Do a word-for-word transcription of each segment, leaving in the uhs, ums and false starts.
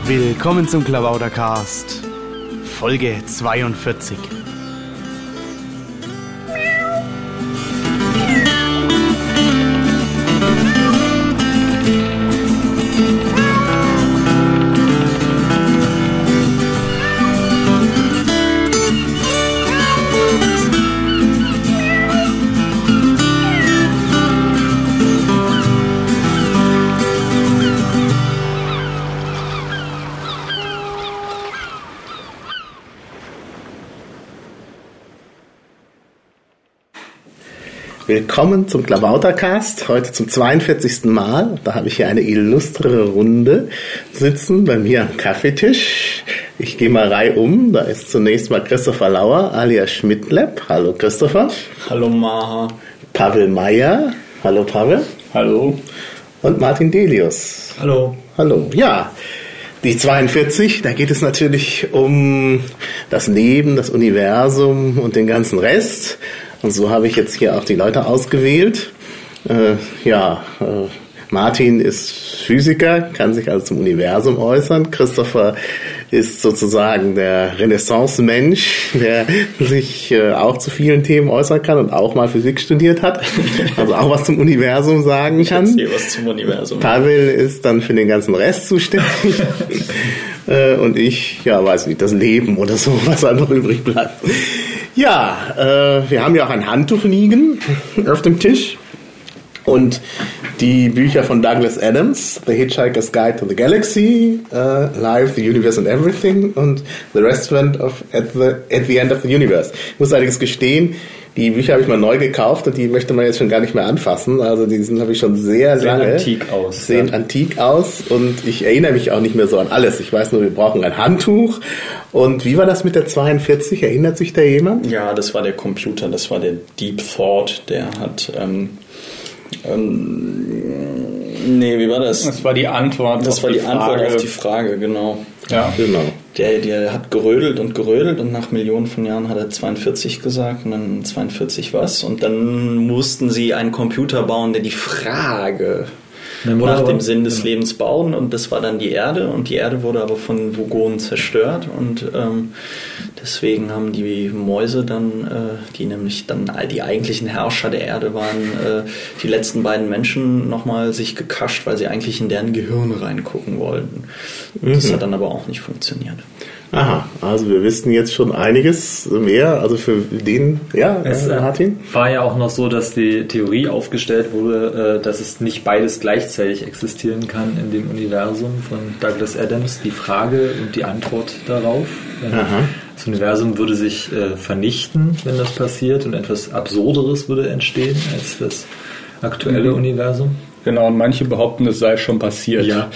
Willkommen zum Klabautercast, Folge zweiundvierzig. Willkommen zum Klabautercast, heute zum zweiundvierzigsten Mal. Da habe ich hier eine illustre Runde sitzen, bei mir am Kaffeetisch. Ich gehe mal reihum. Da ist zunächst mal Christopher Lauer alias Schmidtlab. Hallo Christopher. Hallo Maha. Pavel Meyer. Hallo Pavel. Hallo. Und Martin Delius. Hallo. Hallo. Ja, die zweiundvierzig, da geht es natürlich um das Leben, das Universum und den ganzen Rest. Und so habe ich jetzt hier auch die Leute ausgewählt. Äh, ja, äh, Martin ist Physiker, kann sich also zum Universum äußern. Christopher ist sozusagen der Renaissance-Mensch, der sich äh, auch zu vielen Themen äußern kann und auch mal Physik studiert hat. Also auch was zum Universum sagen kann. Ich erzähle was zum Universum. Pavel ist dann für den ganzen Rest zuständig. äh, und ich, ja, weiß nicht, das Leben oder so, was einfach übrig bleibt. Ja, äh, wir haben ja auch ein Handtuch liegen auf dem Tisch und die Bücher von Douglas Adams, The Hitchhiker's Guide to the Galaxy, uh, Life, the Universe and Everything und The Restaurant of, at, the, at the End of the Universe. Ich muss allerdings gestehen, die Bücher habe ich mal neu gekauft und die möchte man jetzt schon gar nicht mehr anfassen. Also die sind, habe ich schon sehr sehen lange. Sehen antik aus. Sehen ja. antik aus und ich erinnere mich auch nicht mehr so an alles. Ich weiß nur, wir brauchen ein Handtuch. Und wie war das mit der zweiundvierzig? Erinnert sich da jemand? Ja, das war der Computer, das war der Deep Thought, der hat... Ähm, ähm, nee, wie war das? Das war die Antwort Das auf war die, die Antwort Frage. auf die Frage, genau. Ja, genau. Der, der hat gerödelt und gerödelt und nach Millionen von Jahren hat er zweiundvierzig gesagt und dann zweiundvierzig was und dann mussten sie einen Computer bauen, der die Frage nach dem Sinn des Lebens bauen und das war dann die Erde und die Erde wurde aber von Vogonen zerstört und ähm, deswegen haben die Mäuse dann, äh, die nämlich dann die eigentlichen Herrscher der Erde waren, äh, die letzten beiden Menschen nochmal sich gekascht, weil sie eigentlich in deren Gehirne reingucken wollten. Mhm. Das hat dann aber auch nicht funktioniert. Aha, also wir wissen jetzt schon einiges mehr, also für den, ja, es äh, Martin? War ja auch noch so, dass die Theorie aufgestellt wurde, dass es nicht beides gleichzeitig existieren kann in dem Universum von Douglas Adams, die Frage und die Antwort darauf. Aha. Das Universum würde sich äh, vernichten, wenn das passiert und etwas Absurderes würde entstehen als das aktuelle mhm. Universum. Genau, und manche behaupten, es sei schon passiert. Ja.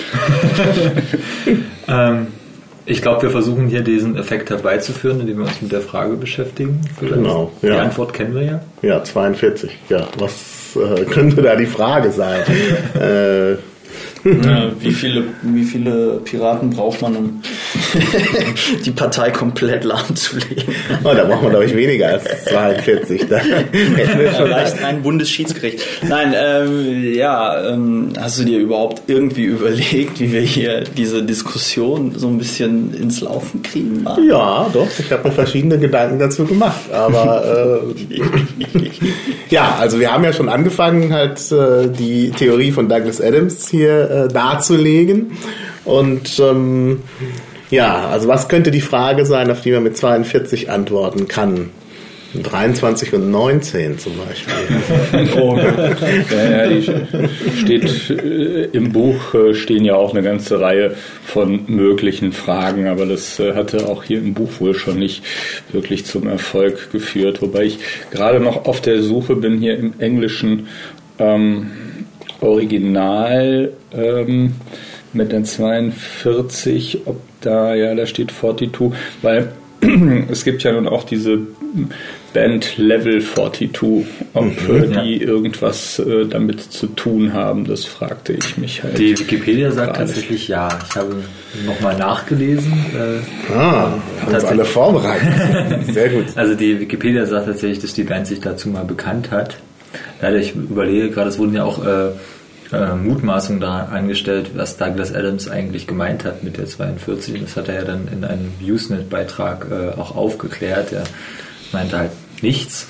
ähm, Ich glaube, wir versuchen hier diesen Effekt herbeizuführen, indem wir uns mit der Frage beschäftigen. Vielleicht. Genau. Die Ja. Antwort kennen wir ja. Ja, zweiundvierzig. Ja, was äh, könnte da die Frage sein? äh, Ja, wie viele, wie viele Piraten braucht man, um die Partei komplett lahmzulegen? oh, da braucht man, glaube ich, weniger als zweiundvierzig. Da Da reicht ein Bundesschiedsgericht. Nein, ähm, ja, ähm, hast du dir überhaupt irgendwie überlegt, wie wir hier diese Diskussion so ein bisschen ins Laufen kriegen? Martin? Ja, doch. Ich habe mir verschiedene Gedanken dazu gemacht. Aber äh, ja, also wir haben ja schon angefangen, halt äh, die Theorie von Douglas Adams hier äh, darzulegen. Und ähm, ja, also was könnte die Frage sein, auf die man mit zweiundvierzig antworten kann? dreiundzwanzig und neunzehn zum Beispiel. Oh, ja, ja, die steht äh, im Buch äh, stehen ja auch eine ganze Reihe von möglichen Fragen, aber das äh, hatte auch hier im Buch wohl schon nicht wirklich zum Erfolg geführt, wobei ich gerade noch auf der Suche bin hier im englischen ähm, Original ähm, mit der zweiundvierzig, ob da, ja, da steht zweiundvierzig, weil es gibt ja nun auch diese Band Level zweiundvierzig, ob mhm, äh, die ja. irgendwas äh, damit zu tun haben, das fragte ich mich halt. Die Wikipedia sagt tatsächlich ja. Ich habe nochmal nachgelesen. Äh, ah, haben uns alle vorbereitet. Sehr gut. Also die Wikipedia sagt tatsächlich, dass die Band sich dazu mal bekannt hat. Leider, ich überlege gerade, es wurden ja auch äh, äh, Mutmaßung da angestellt, was Douglas Adams eigentlich gemeint hat mit der zweiundvierzig. Das hat er ja dann in einem Usenet-Beitrag äh, auch aufgeklärt. Er meinte halt nichts.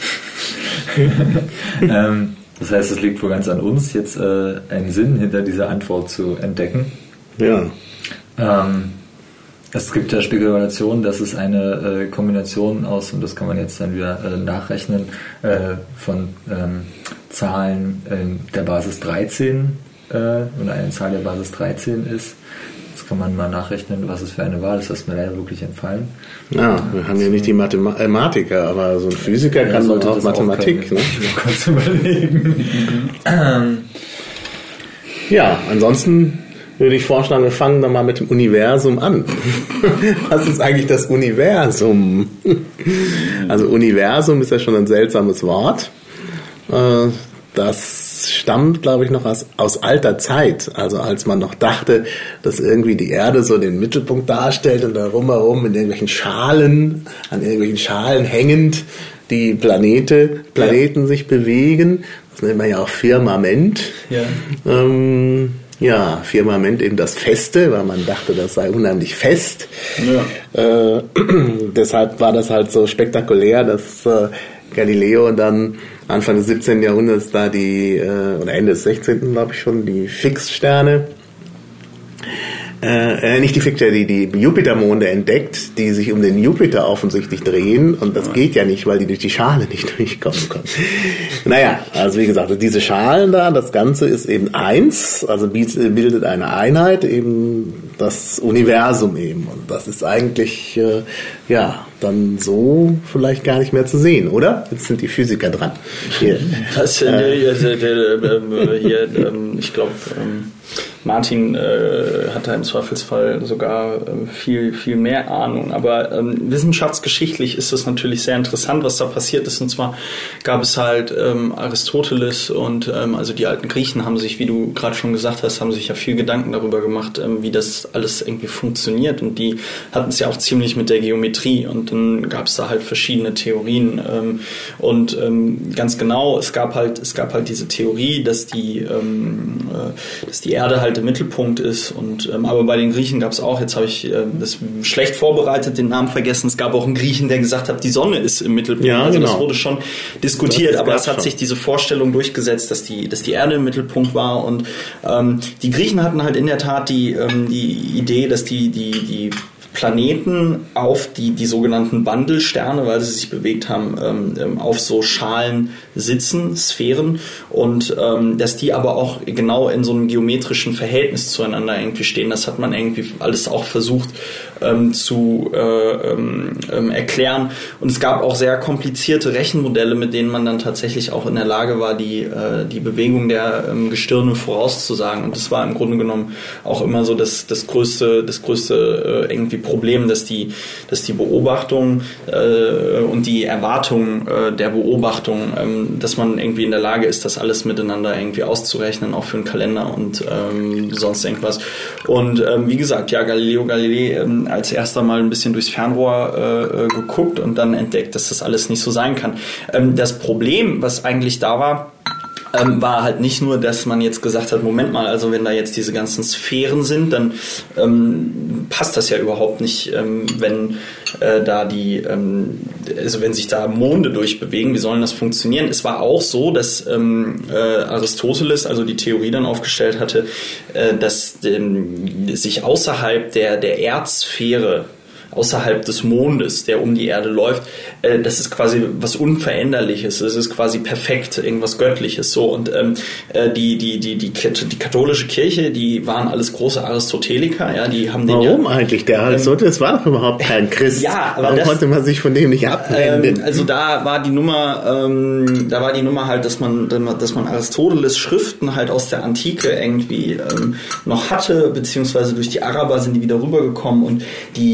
ähm, das heißt, es liegt wohl ganz an uns, jetzt äh, einen Sinn hinter dieser Antwort zu entdecken. Ja. Ähm, es gibt ja Spekulationen, dass es eine äh, Kombination aus, und das kann man jetzt dann wieder äh, nachrechnen, äh, von ähm, Zahlen äh, der Basis dreizehn äh, oder eine Zahl der Basis dreizehn ist. Jetzt kann man mal nachrechnen, was es für eine war. Das ist mir leider wirklich entfallen. Ja, wir haben ja nicht die Mathematiker, aber so ein Physiker kann doch auch Mathematik. Ne? Ich kurz überlegen. Ja, ansonsten würde ich vorschlagen, wir fangen dann mal mit dem Universum an. Was ist eigentlich das Universum? Also Universum ist ja schon ein seltsames Wort. Das stammt, glaube ich, noch aus, aus alter Zeit. Also als man noch dachte, dass irgendwie die Erde so den Mittelpunkt darstellt und da rumherum in irgendwelchen Schalen, an irgendwelchen Schalen hängend, die Planete, Planeten ja. sich bewegen. Das nennt man ja auch Firmament. Ja. Ähm, Ja, Firmament eben das Feste, weil man dachte, das sei unheimlich fest. Ja. Äh, deshalb war das halt so spektakulär, dass äh, Galileo dann Anfang des siebzehnten. Jahrhunderts da die, äh, oder Ende des sechzehnten glaube ich schon, die Fixsterne, äh, nicht die Fixsterne, die, die Jupitermonde entdeckt, die sich um den Jupiter offensichtlich drehen, und das geht ja nicht, weil die durch die Schale nicht durchkommen können. Naja, also wie gesagt, diese Schalen da, das Ganze ist eben eins, also bildet eine Einheit, eben das Universum eben, und das ist eigentlich, äh, ja, dann so vielleicht gar nicht mehr zu sehen, oder? Jetzt sind die Physiker dran. Hier, das, äh, äh, der, der, der, hier, ähm, ich glaube, ähm, Martin äh, hat da im Zweifelsfall sogar äh, viel, viel mehr Ahnung. Aber ähm, wissenschaftsgeschichtlich ist das natürlich sehr interessant, was da passiert ist. Und zwar gab es halt ähm, Aristoteles und ähm, also die alten Griechen haben sich, wie du gerade schon gesagt hast, haben sich ja viel Gedanken darüber gemacht, ähm, wie das alles irgendwie funktioniert. Und die hatten es ja auch ziemlich mit der Geometrie. Und dann gab es da halt verschiedene Theorien. Ähm, und ähm, ganz genau, es gab halt, es gab halt diese Theorie, dass die, ähm, äh, dass die Erde halt im Mittelpunkt ist, und ähm, aber bei den Griechen gab es auch, jetzt habe ich äh, das schlecht vorbereitet, den Namen vergessen, es gab auch einen Griechen, der gesagt hat, die Sonne ist im Mittelpunkt. Ja, also genau. Das wurde schon diskutiert, aber es hat schon sich diese Vorstellung durchgesetzt, dass die, dass die Erde im Mittelpunkt war, und ähm, die Griechen hatten halt in der Tat die, ähm, die Idee, dass die, die, die Planeten auf die, die sogenannten Wandelsterne, weil sie sich bewegt haben, ähm, auf so Schalen sitzen, Sphären, und ähm, dass die aber auch genau in so einem geometrischen Verhältnis zueinander irgendwie stehen. Das hat man irgendwie alles auch versucht ähm, zu äh, ähm, erklären, und es gab auch sehr komplizierte Rechenmodelle, mit denen man dann tatsächlich auch in der Lage war, die, äh, die Bewegung der ähm, Gestirne vorauszusagen, und das war im Grunde genommen auch immer so das, das größte, das größte äh, irgendwie Problem, dass die, dass die Beobachtung äh, und die Erwartung äh, der Beobachtung, ähm, dass man irgendwie in der Lage ist, das alles miteinander irgendwie auszurechnen, auch für einen Kalender und ähm, sonst irgendwas. Und ähm, wie gesagt, ja, Galileo Galilei ähm, als erster mal ein bisschen durchs Fernrohr äh, geguckt und dann entdeckt, dass das alles nicht so sein kann. Ähm, das Problem, was eigentlich da war, Ähm, war halt nicht nur, dass man jetzt gesagt hat, Moment mal, also wenn da jetzt diese ganzen Sphären sind, dann ähm, passt das ja überhaupt nicht, ähm, wenn äh, da die, ähm, also wenn sich da Monde durchbewegen, wie soll das funktionieren? Es war auch so, dass ähm, äh, Aristoteles also die Theorie dann aufgestellt hatte, äh, dass ähm, sich außerhalb der, der Erdsphäre, außerhalb des Mondes, der um die Erde läuft, äh, das ist quasi was Unveränderliches, es ist quasi perfekt, irgendwas Göttliches, so, und ähm, äh, die, die, die, die, die katholische Kirche, die waren alles große Aristoteliker, ja, die haben den Warum ja, eigentlich? Der Aristoteles ähm, war doch überhaupt kein Christ. Ja, aber warum das, konnte man sich von dem nicht abwenden? Ähm, also da war die Nummer, ähm, da war die Nummer halt, dass man, dass man Aristoteles Schriften halt aus der Antike irgendwie ähm, noch hatte, beziehungsweise durch die Araber sind die wieder rübergekommen, und die äh,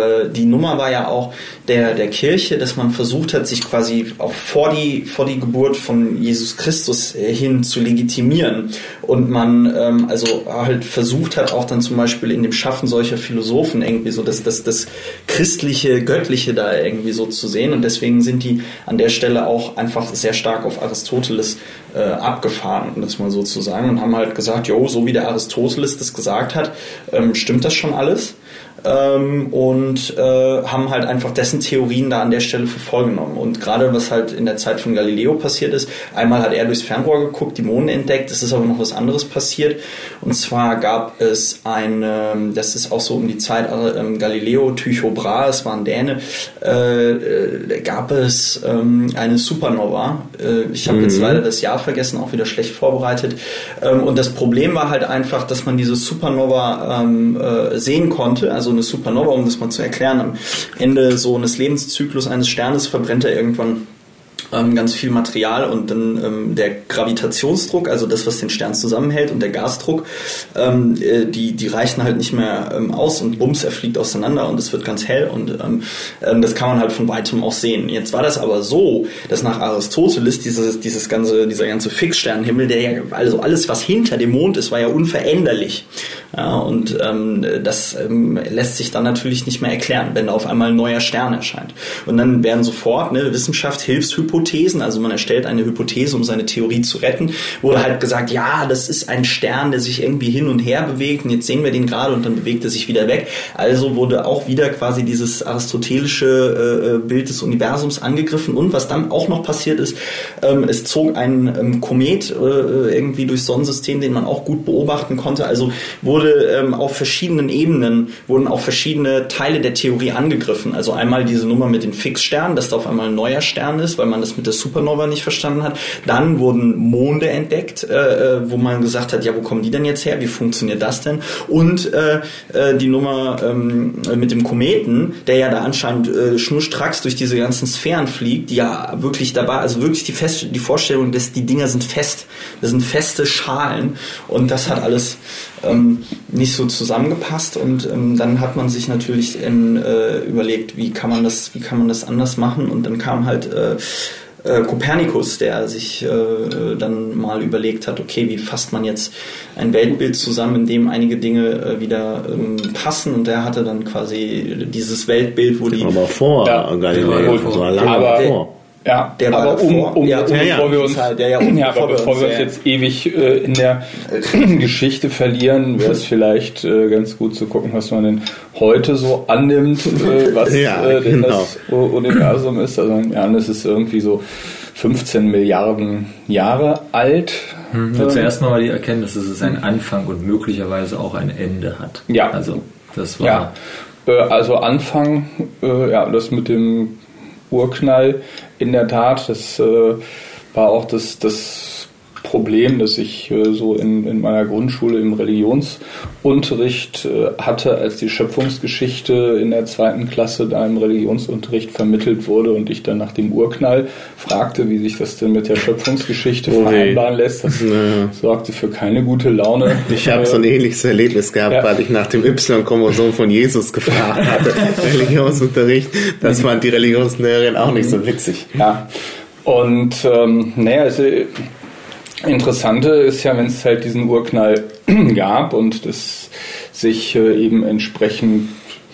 äh, die Nummer war ja auch der, der Kirche, dass man versucht hat, sich quasi auch vor die, vor die Geburt von Jesus Christus hin zu legitimieren. Und man ähm, also halt versucht hat, auch dann zum Beispiel in dem Schaffen solcher Philosophen irgendwie so das, das, das christliche, göttliche da irgendwie so zu sehen. Und deswegen sind die an der Stelle auch einfach sehr stark auf Aristoteles äh, abgefahren, um das mal so zu sagen, und haben halt gesagt, jo, so wie der Aristoteles das gesagt hat, ähm, stimmt das schon alles. Ähm, und äh, haben halt einfach dessen Theorien da an der Stelle für voll genommen. Und gerade was halt in der Zeit von Galileo passiert ist, einmal hat er durchs Fernrohr geguckt, die Monde entdeckt, es ist aber noch was anderes passiert. Und zwar gab es eine, das ist auch so um die Zeit, äh, Galileo, Tycho Brahe, es war ein Däne, äh, äh, gab es ähm, eine Supernova. Äh, ich habe mhm. jetzt leider das Jahr vergessen, auch wieder schlecht vorbereitet. Ähm, und das Problem war halt einfach, dass man diese Supernova ähm, äh, sehen konnte, also eine Supernova, um das mal zu erklären, am Ende so eines Lebenszyklus eines Sternes verbrennt er irgendwann ähm, ganz viel Material und dann ähm, der Gravitationsdruck, also das, was den Stern zusammenhält, und der Gasdruck, ähm, die, die reichen halt nicht mehr ähm, aus und bums, er fliegt auseinander und es wird ganz hell und ähm, das kann man halt von weitem auch sehen. Jetzt war das aber so, dass nach Aristoteles dieses, dieses ganze, dieser ganze Fixsternenhimmel, der ja, also alles, was hinter dem Mond ist, war ja unveränderlich. Ja, und ähm, das ähm, lässt sich dann natürlich nicht mehr erklären, wenn da auf einmal ein neuer Stern erscheint. Und dann werden sofort, ne, Wissenschaft, Hilfshypothesen, also man erstellt eine Hypothese, um seine Theorie zu retten, wurde halt gesagt, ja, das ist ein Stern, der sich irgendwie hin und her bewegt und jetzt sehen wir den gerade und dann bewegt er sich wieder weg. Also wurde auch wieder quasi dieses aristotelische äh, Bild des Universums angegriffen. Und was dann auch noch passiert ist, ähm, es zog ein ähm, Komet äh, irgendwie durchs Sonnensystem, den man auch gut beobachten konnte. Also wurde ähm, auf verschiedenen Ebenen wurden auch verschiedene Teile der Theorie angegriffen. Also einmal diese Nummer mit den Fixsternen, dass da auf einmal ein neuer Stern ist, weil man das mit der Supernova nicht verstanden hat. Dann wurden Monde entdeckt, äh, wo man gesagt hat, ja, wo kommen die denn jetzt her? Wie funktioniert das denn? Und äh, äh, die Nummer ähm, mit dem Kometen, der ja da anscheinend äh, schnurstracks durch diese ganzen Sphären fliegt, die ja wirklich dabei, also wirklich die, Fest, die Vorstellung, dass die Dinger sind fest, das sind feste Schalen und das hat alles ähm, nicht so zusammengepasst und ähm, dann hat man sich natürlich in, äh, überlegt, wie kann man das, wie kann man das anders machen und dann kam halt äh, äh, Kopernikus, der sich äh, dann mal überlegt hat, okay, wie fasst man jetzt ein Weltbild zusammen, in dem einige Dinge äh, wieder ähm, passen und der hatte dann quasi dieses Weltbild, wo die... Aber vor ja, Galileo, so lange aber, vor. Ja, der aber um, um, ja, um, ja, bevor ja, wir uns, Zeit, ja, ja, um, ja, aber bevor wir uns ja. jetzt ewig äh, in der Geschichte verlieren, wäre es vielleicht äh, ganz gut zu gucken, was man denn heute so annimmt, äh, was ja, äh, denn genau. das Universum ist. Also ja, das ist irgendwie so fünfzehn Milliarden Jahre alt. Mhm. Ähm, zuerst mal war die Erkenntnis, dass es einen Anfang und möglicherweise auch ein Ende hat. Ja. Also das war... Ja. Äh, also Anfang, äh, ja, das mit dem Urknall, in der Tat, das äh, war auch das, das Problem, das ich äh, so in, in meiner Grundschule im Religionsunterricht äh, hatte, als die Schöpfungsgeschichte in der zweiten Klasse da im Religionsunterricht vermittelt wurde und ich dann nach dem Urknall fragte, wie sich das denn mit der Schöpfungsgeschichte oh, vereinbaren lässt. Das naja. sorgte für keine gute Laune. Ich habe so ein ähnliches Erlebnis gehabt, ja. weil ich nach dem Y-Chromosom von Jesus gefragt hatte. Religionsunterricht, das fand die Religionslehrerin auch nicht so witzig. Ja, und ähm, naja, also Interessante ist ja, wenn es halt diesen Urknall gab und das sich äh, eben entsprechend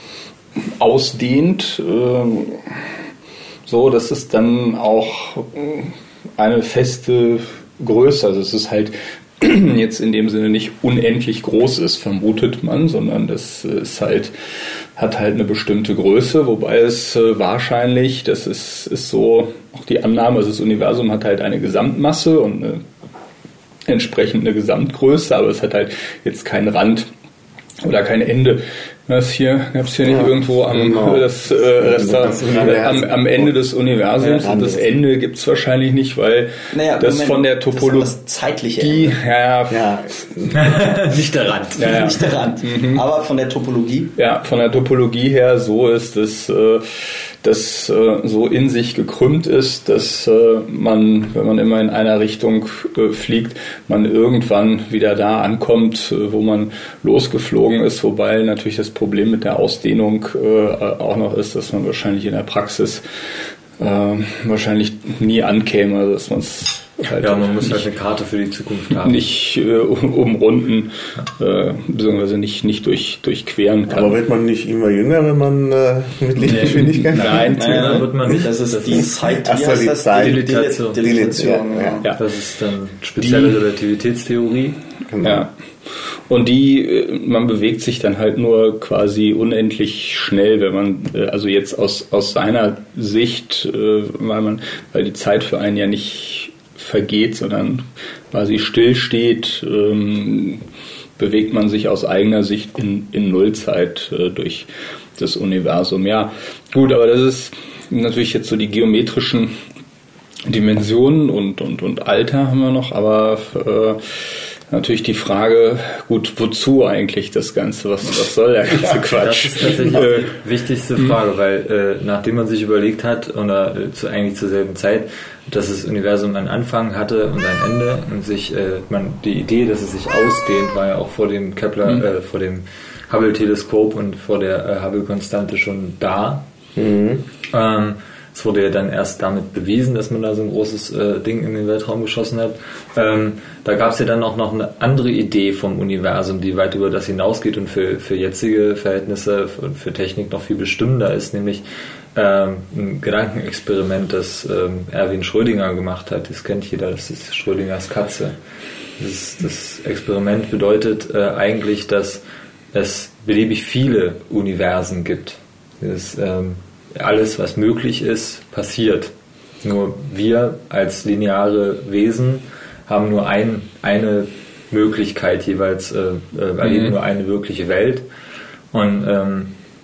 ausdehnt, äh, so dass es dann auch eine feste Größe, also es ist halt jetzt in dem Sinne nicht unendlich groß ist, vermutet man, sondern das ist halt, hat halt eine bestimmte Größe, wobei es äh, wahrscheinlich, das ist, ist so auch die Annahme, also das Universum hat halt eine Gesamtmasse und eine entsprechend eine Gesamtgröße, aber es hat halt jetzt keinen Rand oder kein Ende. Das hier gab es hier nicht ja, irgendwo am, genau. das, äh, das das am, am Ende des Universums ja, und das Ende gibt es wahrscheinlich nicht, weil naja, das Moment, von der Topologie das, das zeitliche Ende. Ja, ja. nicht der Rand. Ja, ja. Nicht der Rand, mhm. aber von der Topologie. Ja, von der Topologie her so ist es, äh, das äh, so in sich gekrümmt ist, dass äh, man, wenn man immer in einer Richtung äh, fliegt, man irgendwann wieder da ankommt, äh, wo man losgeflogen ist, wobei natürlich das Problem mit der Ausdehnung äh, auch noch ist, dass man wahrscheinlich in der Praxis äh, wahrscheinlich nie ankäme, also dass man es halt ja, man muss halt eine Karte für die Zukunft haben. Nicht äh, umrunden, äh, beziehungsweise nicht, nicht durch, durchqueren kann. Aber wird man nicht immer jünger, wenn man äh, mit Lichtgeschwindigkeit nee, Nein, nein, nein, wird man nicht. Das ist die Zeit, Ach so, die Zeit. Dilatation. Dilatation. Ja, ja. Das ist dann spezielle Die- Relativitätstheorie. Genau. Ja. Und die, äh, man bewegt sich dann halt nur quasi unendlich schnell, wenn man, äh, also jetzt aus, aus seiner Sicht, äh, weil man, weil die Zeit für einen ja nicht vergeht, sondern quasi stillsteht, ähm, bewegt man sich aus eigener Sicht in, in Nullzeit äh, durch das Universum. Ja, gut, aber das ist natürlich jetzt so die geometrischen Dimensionen und, und, und Alter haben wir noch, aber äh, natürlich die Frage, gut, wozu eigentlich das Ganze? Was, was soll der ganze Das Quatsch? ist tatsächlich Äh, die wichtigste Frage, weil äh, nachdem man sich überlegt hat, oder äh, zu, eigentlich zur selben Zeit, dass das Universum einen Anfang hatte und ein Ende und sich äh, man die Idee, dass es sich ausdehnt, war ja auch vor dem Kepler, Mhm. äh, vor dem Hubble-Teleskop und vor der äh, Hubble-Konstante schon da. Mhm. Ähm, es wurde ja dann erst damit bewiesen, dass man da so ein großes äh, Ding in den Weltraum geschossen hat. Ähm, da gab es ja dann auch noch eine andere Idee vom Universum, die weit über das hinausgeht und für, für jetzige Verhältnisse und für, für Technik noch viel bestimmender ist, nämlich ähm, ein Gedankenexperiment, das ähm, Erwin Schrödinger gemacht hat. Das kennt jeder, das ist Schrödingers Katze. Das, das Experiment bedeutet äh, eigentlich, dass es beliebig viele Universen gibt. Das, ähm, alles, was möglich ist, passiert. Nur wir als lineare Wesen haben nur ein, eine Möglichkeit jeweils, äh, äh, erleben Mhm. nur eine wirkliche Welt. Und, ähm,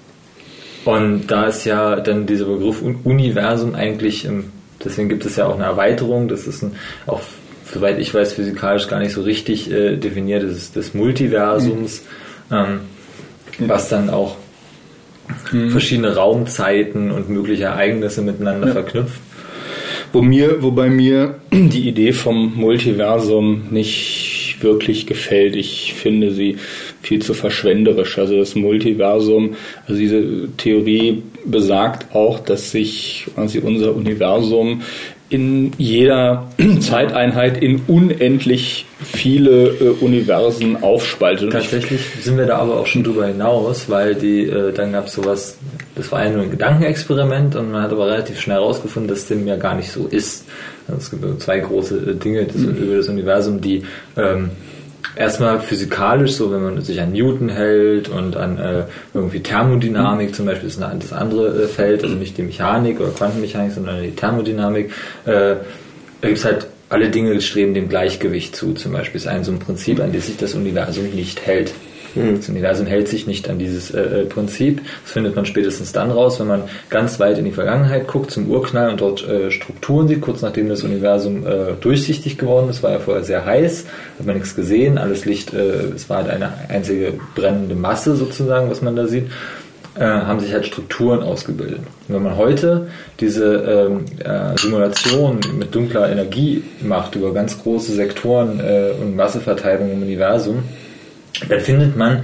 und da ist ja dann dieser Begriff Universum eigentlich, ähm, deswegen gibt es ja auch eine Erweiterung, das ist ein, auch, soweit ich weiß, physikalisch gar nicht so richtig äh, definiert, das ist des Multiversums, mhm. ähm, was dann auch Mhm. verschiedene Raumzeiten und mögliche Ereignisse miteinander ja. verknüpft. Wo mir, wobei mir die Idee vom Multiversum nicht wirklich gefällt. Ich finde sie viel zu verschwenderisch. Also das Multiversum, also diese Theorie besagt auch, dass sich quasi unser Universum in jeder Zeiteinheit in unendlich viele äh, Universen aufspaltet. Tatsächlich sind wir da aber auch schon drüber hinaus, weil die, äh, dann gab es sowas, das war ja nur ein Gedankenexperiment und man hat aber relativ schnell herausgefunden, dass dem ja gar nicht so ist. Also es gibt zwei große äh, Dinge das, mhm. über das Universum, die ähm, erstmal physikalisch, so wenn man sich an Newton hält und an äh, irgendwie Thermodynamik, zum Beispiel ist das andere äh, Feld, also nicht die Mechanik oder Quantenmechanik, sondern die Thermodynamik, äh, da gibt es halt alle Dinge streben dem Gleichgewicht zu. Zum Beispiel ist ein so ein Prinzip, an das sich das Universum nicht hält. Mhm. Das Universum hält sich nicht an dieses äh, Prinzip. Das findet man spätestens dann raus, wenn man ganz weit in die Vergangenheit guckt, zum Urknall und dort äh, Strukturen sieht, kurz nachdem das Universum äh, durchsichtig geworden ist. War ja vorher sehr heiß, hat man nichts gesehen, alles Licht, äh, es war halt eine einzige brennende Masse sozusagen, was man da sieht. Äh, haben sich halt Strukturen ausgebildet. Und wenn man heute diese ähm, äh, Simulation mit dunkler Energie macht über ganz große Sektoren äh, und Masseverteilung im Universum, dann findet man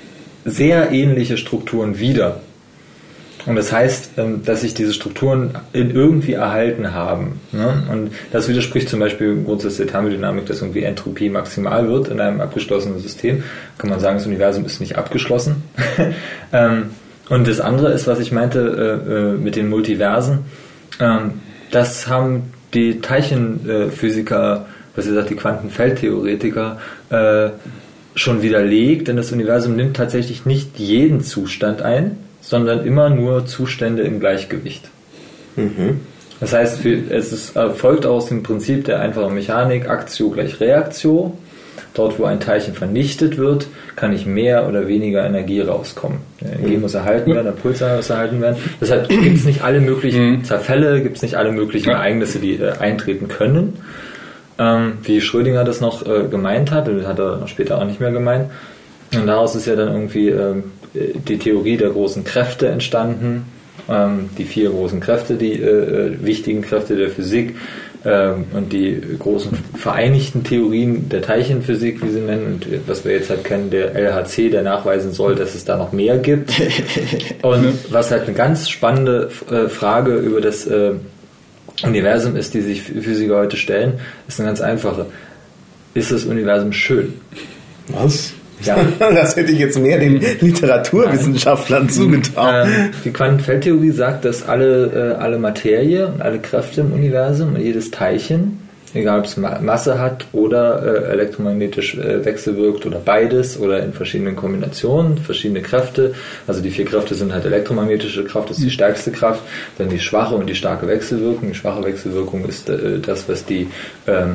sehr ähnliche Strukturen wieder. Und das heißt, ähm, dass sich diese Strukturen in irgendwie erhalten haben. Ne? Und das widerspricht zum Beispiel im Grundsatz der Thermodynamik, dass irgendwie Entropie maximal wird in einem abgeschlossenen System. Kann man sagen, das Universum ist nicht abgeschlossen. ähm, Und das andere ist, was ich meinte äh, mit den Multiversen, ähm, das haben die Teilchenphysiker, was ihr sagt, die Quantenfeldtheoretiker, äh, schon widerlegt, denn das Universum nimmt tatsächlich nicht jeden Zustand ein, sondern immer nur Zustände im Gleichgewicht. Mhm. Das heißt, es ist, folgt aus dem Prinzip der einfachen Mechanik, Aktio gleich Reaktio. Dort, wo ein Teilchen vernichtet wird, kann nicht mehr oder weniger Energie rauskommen. Die Energie muss erhalten werden, der Puls muss erhalten werden. Deshalb gibt es nicht alle möglichen Zerfälle, gibt es nicht alle möglichen Ereignisse, die äh, eintreten können. Ähm, wie Schrödinger das noch äh, gemeint hat, und das hat er noch später auch nicht mehr gemeint. Und daraus ist ja dann irgendwie äh, die Theorie der großen Kräfte entstanden. ähm, die vier großen Kräfte, die äh, wichtigen Kräfte der Physik ähm, und die großen vereinigten Theorien der Teilchenphysik, wie sie nennen, und was wir jetzt halt kennen, der L H C, der nachweisen soll, dass es da noch mehr gibt. Und was halt eine ganz spannende äh, Frage über das äh, Universum ist, die sich Physiker heute stellen, ist eine ganz einfache. Ist das Universum schön? Was? Ja. Das hätte ich jetzt mehr den Literaturwissenschaftlern zugetraut. Ähm, die Quantenfeldtheorie sagt, dass alle, äh, alle Materie und alle Kräfte im Universum und jedes Teilchen, egal ob es Masse hat oder äh, elektromagnetisch äh, wechselwirkt oder beides oder in verschiedenen Kombinationen, verschiedene Kräfte. Also die vier Kräfte sind halt elektromagnetische Kraft, das ist die stärkste Kraft, dann die schwache und die starke Wechselwirkung. Die schwache Wechselwirkung ist äh, das, was die ähm,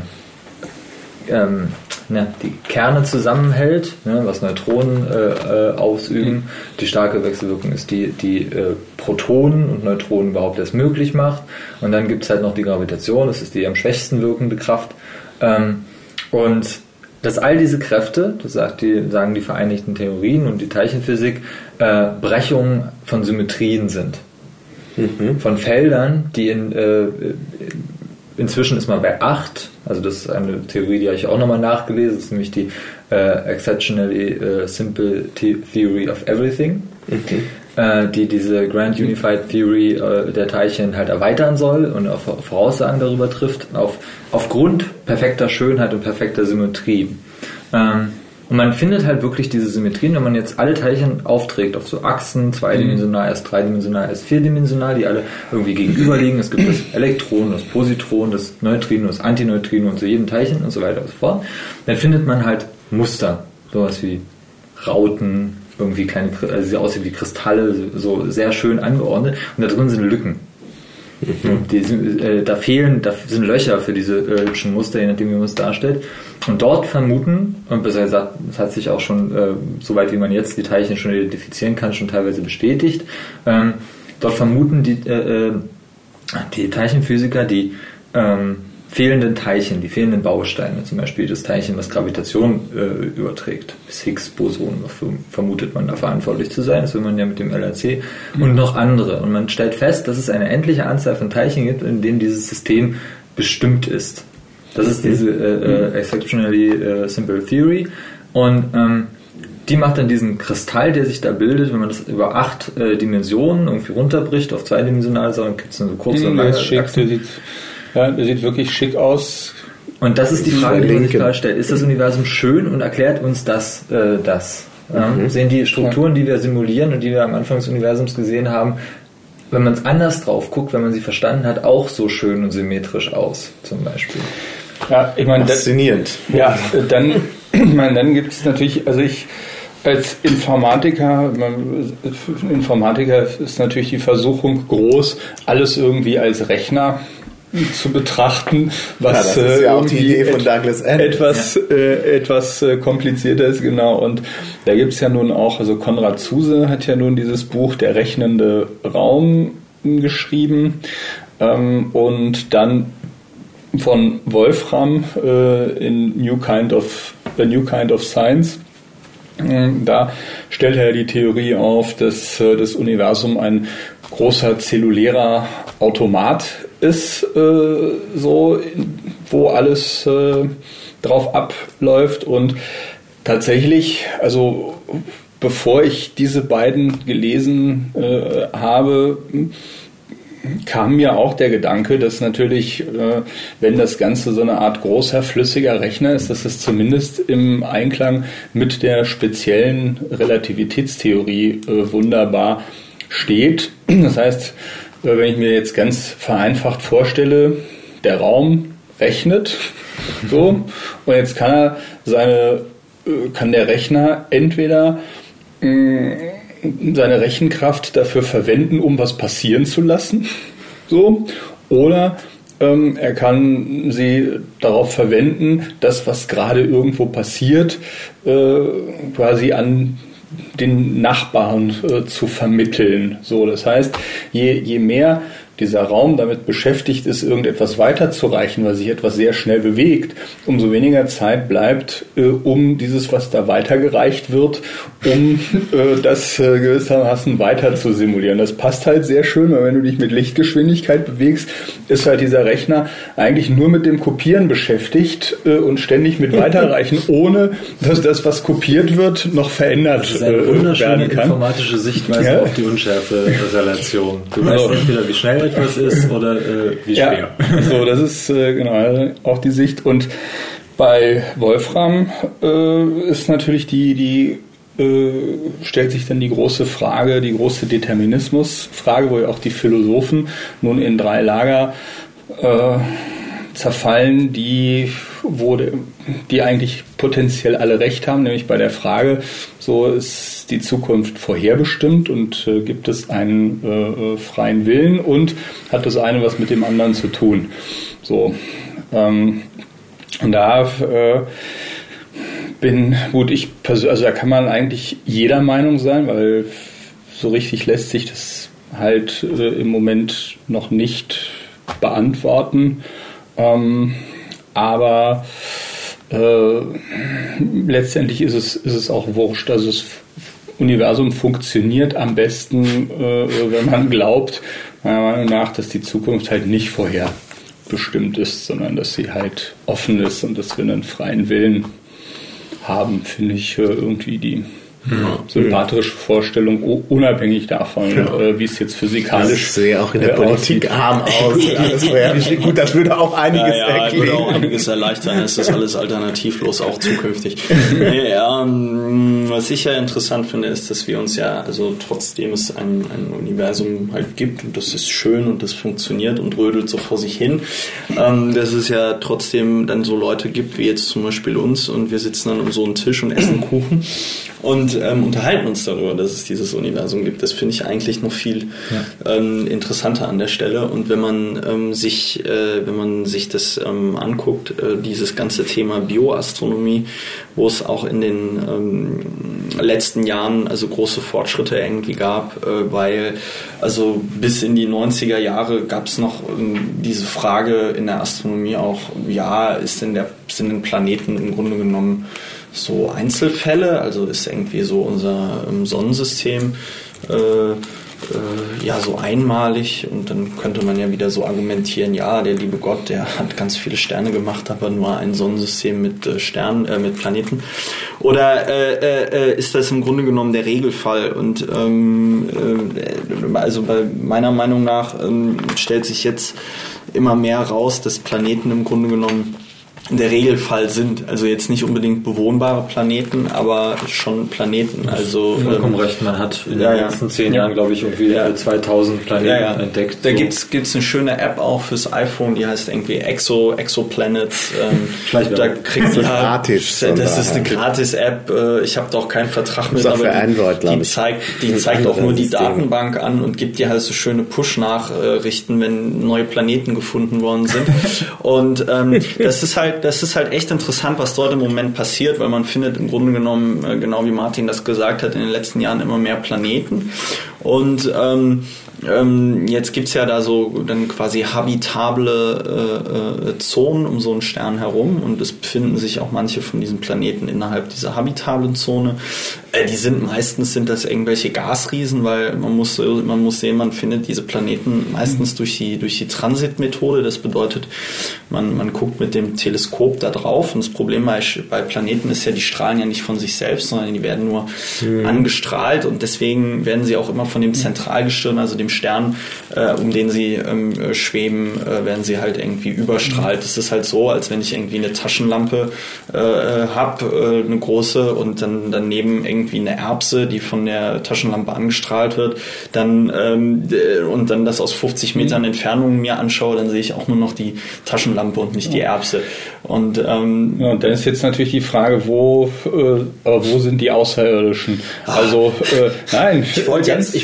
ähm, ne, die Kerne zusammenhält, ne, was Neutronen äh, äh, ausüben. Die starke Wechselwirkung ist die, die äh, Protonen und Neutronen überhaupt erst möglich macht. Und dann gibt es halt noch die Gravitation, das ist die am schwächsten wirkende Kraft. Ähm, und dass all diese Kräfte, das sagt die, sagen die Vereinigten Theorien und die Teilchenphysik, äh, Brechungen von Symmetrien sind. Mhm. Von Feldern, die in äh, inzwischen ist man bei acht, also das ist eine Theorie, die habe ich auch nochmal nachgelesen, das ist nämlich die äh, Exceptionally äh, Simple Theory of Everything, okay. äh, die diese Grand Unified Theory äh, der Teilchen halt erweitern soll und auf Voraussagen darüber trifft, auf, aufgrund perfekter Schönheit und perfekter Symmetrie. Ähm, Und man findet halt wirklich diese Symmetrien, wenn man jetzt alle Teilchen aufträgt auf so Achsen, zweidimensional, erst dreidimensional, erst vierdimensional, die alle irgendwie gegenüberliegen. Es gibt das Elektron, das Positron, das Neutrino, das Antineutrino und zu jedem Teilchen und so weiter und so fort. Dann findet man halt Muster, sowas wie Rauten, irgendwie kleine, also sie aussehen wie Kristalle, so sehr schön angeordnet. Und da drin sind Lücken. Mhm. Die, äh, da fehlen, da sind Löcher für diese äh, hübschen Muster, je nachdem wie man es darstellt. Und dort vermuten, und besser gesagt, das hat sich auch schon, äh, soweit wie man jetzt die Teilchen schon identifizieren kann, schon teilweise bestätigt, ähm, dort vermuten die, äh, die Teilchenphysiker die ähm, fehlenden Teilchen, die fehlenden Bausteine, zum Beispiel das Teilchen, was Gravitation äh, überträgt, das Higgs-Boson, vermutet man da verantwortlich zu sein, das will man ja mit dem L H C, und noch andere. Und man stellt fest, dass es eine endliche Anzahl von Teilchen gibt, in denen dieses System bestimmt ist. Das ist diese äh, äh, Exceptionally äh, Simple Theory. Und ähm, die macht dann diesen Kristall, der sich da bildet, wenn man das über acht äh, Dimensionen irgendwie runterbricht auf zweidimensional, dann gibt es so kurze und lange Achsen. Ja, der sieht wirklich schick aus. Und das ist die Frage, die man sich gerade stellt. Ist das Universum schön und erklärt uns das? Äh, das? Mhm. Ja? Sehen die Strukturen, die wir simulieren und die wir am Anfang des Universums gesehen haben, wenn man es anders drauf guckt, wenn man sie verstanden hat, auch so schön und symmetrisch aus, zum Beispiel? Ja, ich meine, faszinierend. Das, ja, dann, ich meine, dann gibt es natürlich, also ich als Informatiker, Informatiker ist natürlich die Versuchung groß, alles irgendwie als Rechner zu betrachten, was ja, das ist ja auch die Idee von Douglas Adams. etwas, ja. äh, etwas äh, komplizierter ist, genau. Und da gibt es ja nun auch, also Konrad Zuse hat ja nun dieses Buch Der rechnende Raum geschrieben, ähm, und dann von Wolfram äh, in New Kind of The New Kind of Science. Da stellt er die Theorie auf, dass äh, das Universum ein großer zellulärer Automat ist, äh, so, wo alles äh, drauf abläuft. Und tatsächlich, also bevor ich diese beiden gelesen äh, habe, kam mir auch der Gedanke, dass natürlich, äh, wenn das Ganze so eine Art großer, flüssiger Rechner ist, dass es zumindest im Einklang mit der speziellen Relativitätstheorie äh, wunderbar steht. Das heißt, äh, wenn ich mir jetzt ganz vereinfacht vorstelle, der Raum rechnet, so, und jetzt kann er seine, äh, kann der Rechner entweder mh, seine Rechenkraft dafür verwenden, um was passieren zu lassen, so, oder ähm, er kann sie darauf verwenden, das, was gerade irgendwo passiert, äh, quasi an den Nachbarn äh, zu vermitteln. So, das heißt, je, je mehr dieser Raum damit beschäftigt ist, irgendetwas weiterzureichen, weil sich etwas sehr schnell bewegt, umso weniger Zeit bleibt, äh, um dieses, was da weitergereicht wird, um äh, das äh, gewissermaßen weiter zu simulieren. Das passt halt sehr schön, weil wenn du dich mit Lichtgeschwindigkeit bewegst, ist halt dieser Rechner eigentlich nur mit dem Kopieren beschäftigt äh, und ständig mit Weiterreichen, ohne dass das, was kopiert wird, noch verändert das ist eine äh, wunderschöne werden kann. Informatische Sichtweise ja. auf die Unschärfe-Relation. Du weißt entweder, wie schnell etwas ist oder äh, wie schwer. Ja, so, das ist äh, genau auch die Sicht. Und bei Wolfram äh, ist natürlich die, die äh, stellt sich dann die große Frage, die große Determinismus-Frage, wo ja auch die Philosophen nun in drei Lager äh, zerfallen, die, wo de, die eigentlich potenziell alle recht haben, nämlich bei der Frage, so ist die Zukunft vorherbestimmt und äh, gibt es einen äh, freien Willen und hat das eine was mit dem anderen zu tun. So, ähm, und da äh, bin, gut, ich persönlich, also da kann man eigentlich jeder Meinung sein, weil so richtig lässt sich das halt äh, im Moment noch nicht beantworten. Ähm, aber äh, letztendlich ist es, ist es auch wurscht. Also das Universum funktioniert am besten, äh, wenn man glaubt, meiner Meinung nach, dass die Zukunft halt nicht vorherbestimmt ist, sondern dass sie halt offen ist und dass wir einen freien Willen haben, finde ich äh, irgendwie die ja, sympathische Vorstellung, unabhängig davon, ja. äh, wie es jetzt physikalisch das sehe auch in der äh, Politik arm aus. Das wäre, gut, das würde auch einiges ja, ja, erklären. würde auch einiges erleichtern. Es ist alles alternativlos, auch zukünftig. nee, ja, was ich ja interessant finde, ist, dass wir uns ja, also trotzdem es ein, ein Universum halt gibt und das ist schön und das funktioniert und rödelt so vor sich hin, ähm, dass es ja trotzdem dann so Leute gibt, wie jetzt zum Beispiel uns, und wir sitzen dann um so einen Tisch und essen Kuchen und ähm, unterhalten uns darüber, dass es dieses Universum gibt. Das finde ich eigentlich noch viel ja. ähm, interessanter an der Stelle. Und wenn man ähm, sich, äh, wenn man sich das ähm, anguckt, äh, dieses ganze Thema Bioastronomie, wo es auch in den ähm, letzten Jahren also große Fortschritte irgendwie gab, äh, weil also bis in die neunziger Jahre gab es noch ähm, diese Frage in der Astronomie auch, ja, ist denn der, sind denn Planeten im Grunde genommen so Einzelfälle, also ist irgendwie so unser ähm, Sonnensystem äh, äh, ja so einmalig, und dann könnte man ja wieder so argumentieren, ja, der liebe Gott, der hat ganz viele Sterne gemacht, aber nur ein Sonnensystem mit äh, Sternen, äh, mit Planeten. Oder äh, äh, ist das im Grunde genommen der Regelfall? Und ähm, äh, also bei meiner Meinung nach ähm, stellt sich jetzt immer mehr raus, dass Planeten im Grunde genommen der Regelfall sind. Also jetzt nicht unbedingt bewohnbare Planeten, aber schon Planeten. Also vollkommen ähm, recht, man hat in ja, den ja. letzten zehn Jahren, glaube ich, irgendwie ja. zweitausend Planeten ja, ja. entdeckt. Da so. gibt's gibt's eine schöne App auch fürs iPhone, die heißt irgendwie Exo, Exoplanets. Ähm, da kriegst du gratis. Das ist eine Gratis-App. Ich habe da auch keinen Vertrag mit, aber die, Android, die zeigt, die zeigt auch nur die Datenbank an und gibt dir halt so schöne Push-Nachrichten, wenn neue Planeten gefunden worden sind. Und ähm, das ist halt Das ist halt echt interessant, was dort im Moment passiert, weil man findet im Grunde genommen, genau wie Martin das gesagt hat, in den letzten Jahren immer mehr Planeten. Und ähm, ähm, jetzt gibt's ja da so dann quasi habitable äh, äh, Zonen um so einen Stern herum, und es befinden sich auch manche von diesen Planeten innerhalb dieser habitablen Zone. Äh, die sind meistens sind das irgendwelche Gasriesen, weil man muss man muss sehen, man findet diese Planeten meistens durch die durch die Transitmethode. Das bedeutet, man man guckt mit dem Teleskop da drauf, und das Problem bei, bei Planeten ist ja, die strahlen ja nicht von sich selbst, sondern die werden nur mhm. angestrahlt, und deswegen werden sie auch immer von dem Zentralgestirn, also dem Stern, äh, um den sie ähm, schweben, äh, werden sie halt irgendwie überstrahlt. Es ist halt so, als wenn ich irgendwie eine Taschenlampe äh, habe, äh, eine große, und dann daneben irgendwie eine Erbse, die von der Taschenlampe angestrahlt wird, dann ähm, und dann das aus fünfzig Metern Entfernung mir anschaue, dann sehe ich auch nur noch die Taschenlampe und nicht die Erbse. Und, ähm, ja, und dann ist jetzt natürlich die Frage, wo, äh, wo sind die Außerirdischen? Also, äh, nein. Ich wollte jetzt, ich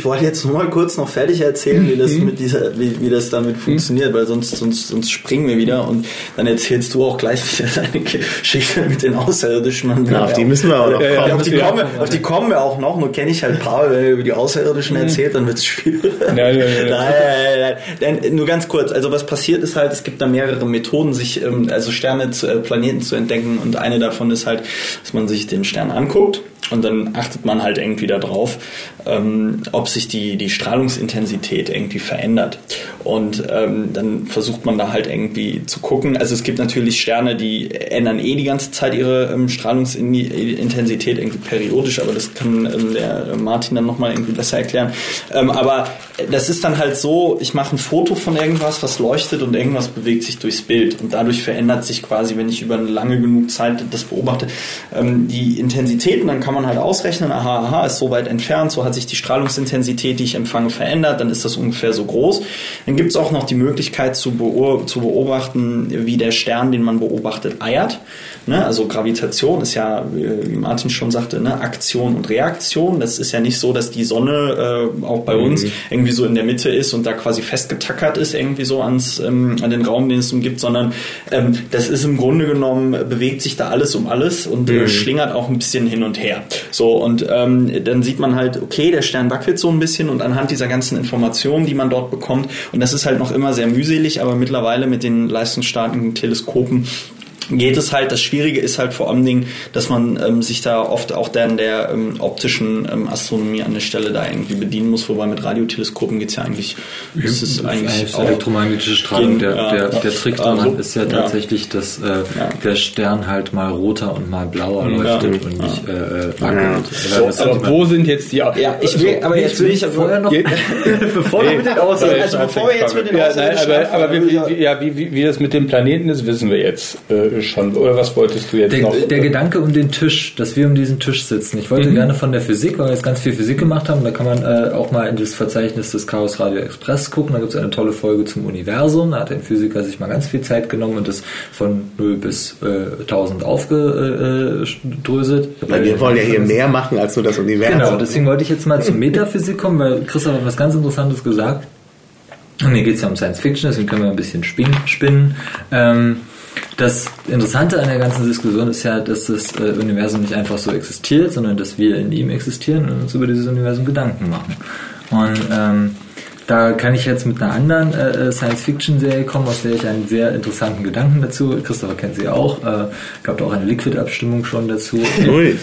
ich wollte jetzt nur mal kurz noch fertig erzählen, wie das mit dieser, wie, wie das damit funktioniert, weil sonst, sonst, sonst springen wir wieder und dann erzählst du auch gleich wieder deine Geschichte mit den Außerirdischen. Und Na, auf die müssen wir auch noch kommen. Ja, auf, die kommen, auf die kommen wir auch noch, nur kenne ich halt Paul, wenn er über die Außerirdischen erzählt, dann wird es schwierig. Nein, nein, nein, nein, nein, nein. Nur ganz kurz, also was passiert ist halt, es gibt da mehrere Methoden, sich also Sterne, zu, äh, Planeten zu entdecken und eine davon ist halt, dass man sich den Stern anguckt und dann achtet man halt irgendwie darauf, ähm, ob sich die, die Strahlungsintensität irgendwie verändert. Und ähm, dann versucht man da halt irgendwie zu gucken. Also es gibt natürlich Sterne, die ändern eh die ganze Zeit ihre ähm, Strahlungsintensität irgendwie periodisch, aber das kann ähm, der Martin dann nochmal irgendwie besser erklären. Ähm, aber das ist dann halt so, ich mache ein Foto von irgendwas, was leuchtet und irgendwas bewegt sich durchs Bild. Und dadurch verändert sich quasi, wenn ich über eine lange genug Zeit das beobachte, ähm, die Intensität. Und dann kann man halt ausrechnen, aha, aha, ist so weit entfernt, so hat sich die Strahlungsintensität, die ich empfange, verändert, dann ist das ungefähr so groß. Dann gibt es auch noch die Möglichkeit zu, beo- zu beobachten, wie der Stern, den man beobachtet, eiert. Ne? Also Gravitation ist ja, wie Martin schon sagte, ne? Aktion und Reaktion. Das ist ja nicht so, dass die Sonne äh, auch bei mhm. uns irgendwie so in der Mitte ist und da quasi festgetackert ist, irgendwie so ans, ähm, an den Raum, den es umgibt, sondern ähm, das ist im Grunde genommen, bewegt sich da alles um alles und mhm. äh, schlingert auch ein bisschen hin und her. So, und ähm, dann sieht man halt, okay, der Stern wackelt so ein bisschen und anhand dieser ganzen Informationen, die man dort bekommt, und das ist halt noch immer sehr mühselig, aber mittlerweile mit den leistungsstarken Teleskopen geht es halt. Das Schwierige ist halt vor allem Dingen, dass man ähm, sich da oft auch dann der ähm, optischen ähm, Astronomie an der Stelle da irgendwie bedienen muss, wobei mit Radioteleskopen geht es ja eigentlich, ja, ist es eigentlich ist elektromagnetische Strahlung. Der, ja, der, der Trick daran also, ist ja tatsächlich, ja. dass äh, ja. der Stern halt mal roter und mal blauer leuchtet ja. und nicht äh, wackelt. Ja. So, aber wo sind jetzt die... Ja, ich will, aber jetzt will ich vorher noch... bevor wir mit den Aussehen... Also bevor wir jetzt mit den Aussehen... Aber, aber wie, wie, ja, wie, wie, wie das mit dem Planeten ist, wissen wir jetzt äh, schon. Oder was wolltest du jetzt der, noch? Der Gedanke um den Tisch, dass wir um diesen Tisch sitzen. Ich wollte mhm. gerne von der Physik, weil wir jetzt ganz viel Physik gemacht haben, da kann man äh, auch mal in das Verzeichnis des Chaos Radio Express gucken. Da gibt es eine tolle Folge zum Universum. Da hat ein Physiker sich mal ganz viel Zeit genommen und das von null bis äh, tausend aufgedröselt. Weil wir wollen ja hier mehr machen als nur das Universum. Genau, deswegen wollte ich jetzt mal zur Metaphysik kommen, weil Christoph hat was ganz Interessantes gesagt. Und hier geht es ja um Science Fiction, deswegen können wir ein bisschen spinnen. Ähm, Das Interessante an der ganzen Diskussion ist ja, dass das äh, Universum nicht einfach so existiert, sondern dass wir in ihm existieren und uns über dieses Universum Gedanken machen. Und ähm, da kann ich jetzt mit einer anderen äh, Science-Fiction-Serie kommen, aus der ich einen sehr interessanten Gedanken dazu, Christopher kennt sie auch, äh, gab da auch eine Liquid-Abstimmung schon dazu. Ui.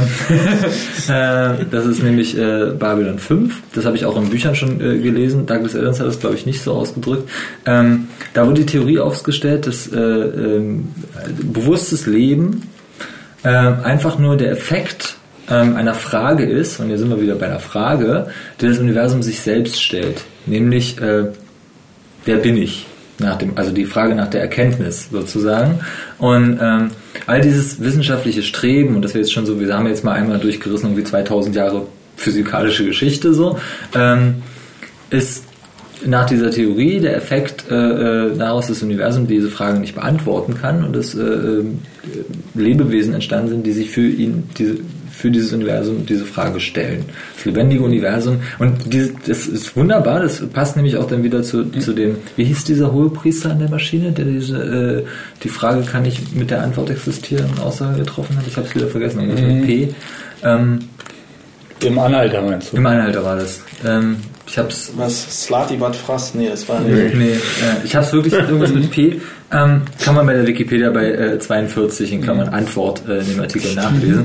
äh, das ist nämlich äh, Babylon fünf, das habe ich auch in Büchern schon äh, gelesen, Douglas Adams hat das, glaube ich, nicht so ausgedrückt. Ähm, da wurde die Theorie aufgestellt, dass äh, äh, bewusstes Leben äh, einfach nur der Effekt einer Frage ist, und hier sind wir wieder bei einer Frage, die das Universum sich selbst stellt, nämlich äh, wer bin ich? Nach dem, also die Frage nach der Erkenntnis sozusagen. Und ähm, all dieses wissenschaftliche Streben, und das wir jetzt schon so, wir haben jetzt mal einmal durchgerissen, irgendwie zweitausend Jahre physikalische Geschichte so, ähm, ist nach dieser Theorie der Effekt äh, daraus, dass das Universum diese Frage nicht beantworten kann und dass äh, Lebewesen entstanden sind, die sich für ihn diese für dieses Universum diese Frage stellen. Das lebendige Universum. Und diese, das ist wunderbar, das passt nämlich auch dann wieder zu, zu dem, wie hieß dieser Hohepriester an der Maschine, der diese, äh, die Frage, kann ich mit der Antwort existieren, Aussage getroffen hat. Ich habe es wieder vergessen, irgendwas mit P. Ähm, Im Anhalter meinst du? Im Anhalter war das. Ähm, ich hab's... Was? Slati Bad Frass? Nee, das war nicht. Nee, nee äh, ich hab's wirklich irgendwas mit P. Ähm, kann man bei der Wikipedia bei äh, zweiundvierzig in Klammern Antwort äh, in dem Artikel nachlesen.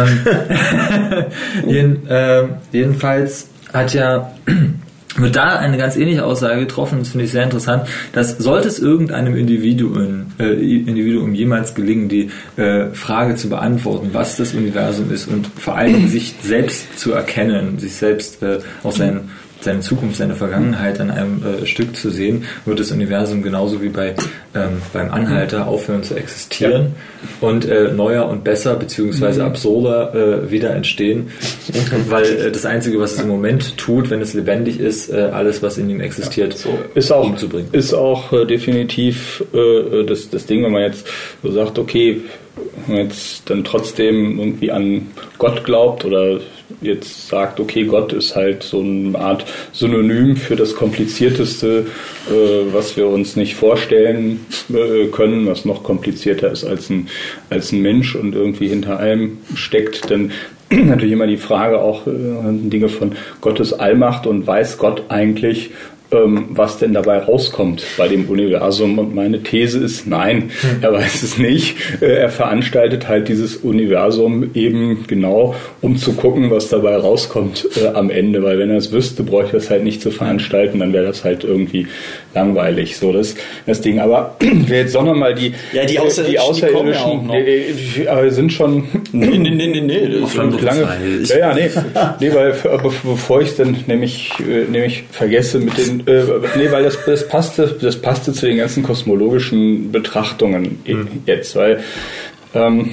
ähm, jeden, äh, jedenfalls hat ja wird da eine ganz ähnliche Aussage getroffen, das finde ich sehr interessant, dass sollte es irgendeinem Individuum, äh, Individuum jemals gelingen, die äh, Frage zu beantworten, was das Universum ist und vor allem sich selbst zu erkennen, sich selbst äh, aus seinen seine Zukunft, seine Vergangenheit an einem äh, Stück zu sehen, wird das Universum genauso wie bei ähm, beim Anhalter aufhören zu existieren ja. und äh, neuer und besser beziehungsweise absurder äh, wieder entstehen, weil äh, das Einzige, was es im Moment tut, wenn es lebendig ist, äh, alles, was in ihm existiert, ja, so ist auch, umzubringen. Ist auch äh, definitiv äh, das, das Ding, wenn man jetzt so sagt, okay, wenn man jetzt dann trotzdem irgendwie an Gott glaubt oder jetzt sagt, okay, Gott ist halt so eine Art Synonym für das Komplizierteste, äh, was wir uns nicht vorstellen äh, können, was noch komplizierter ist als ein, als ein Mensch und irgendwie hinter allem steckt, dann natürlich immer die Frage auch äh, Dinge von Gottes Allmacht und weiß Gott eigentlich, ähm, was denn dabei rauskommt bei dem Universum. Und meine These ist, nein, er weiß es nicht. Äh, er veranstaltet halt dieses Universum eben genau, um zu gucken, was dabei rauskommt äh, am Ende. Weil wenn er es wüsste, bräuchte er es halt nicht zu veranstalten, dann wäre das halt irgendwie langweilig. So das, das Ding. Aber wer jetzt doch nochmal die, ja, die, Außer- die Außerirdischen, die, die, die, die sind schon nee, nee, nee, nee, nee, das ist lange. Ja, ja, nee, nee, weil bevor ich es dann nämlich, nämlich vergesse mit den, äh, nee, weil das, das passte, das passte zu den ganzen kosmologischen Betrachtungen mhm. jetzt, weil ähm,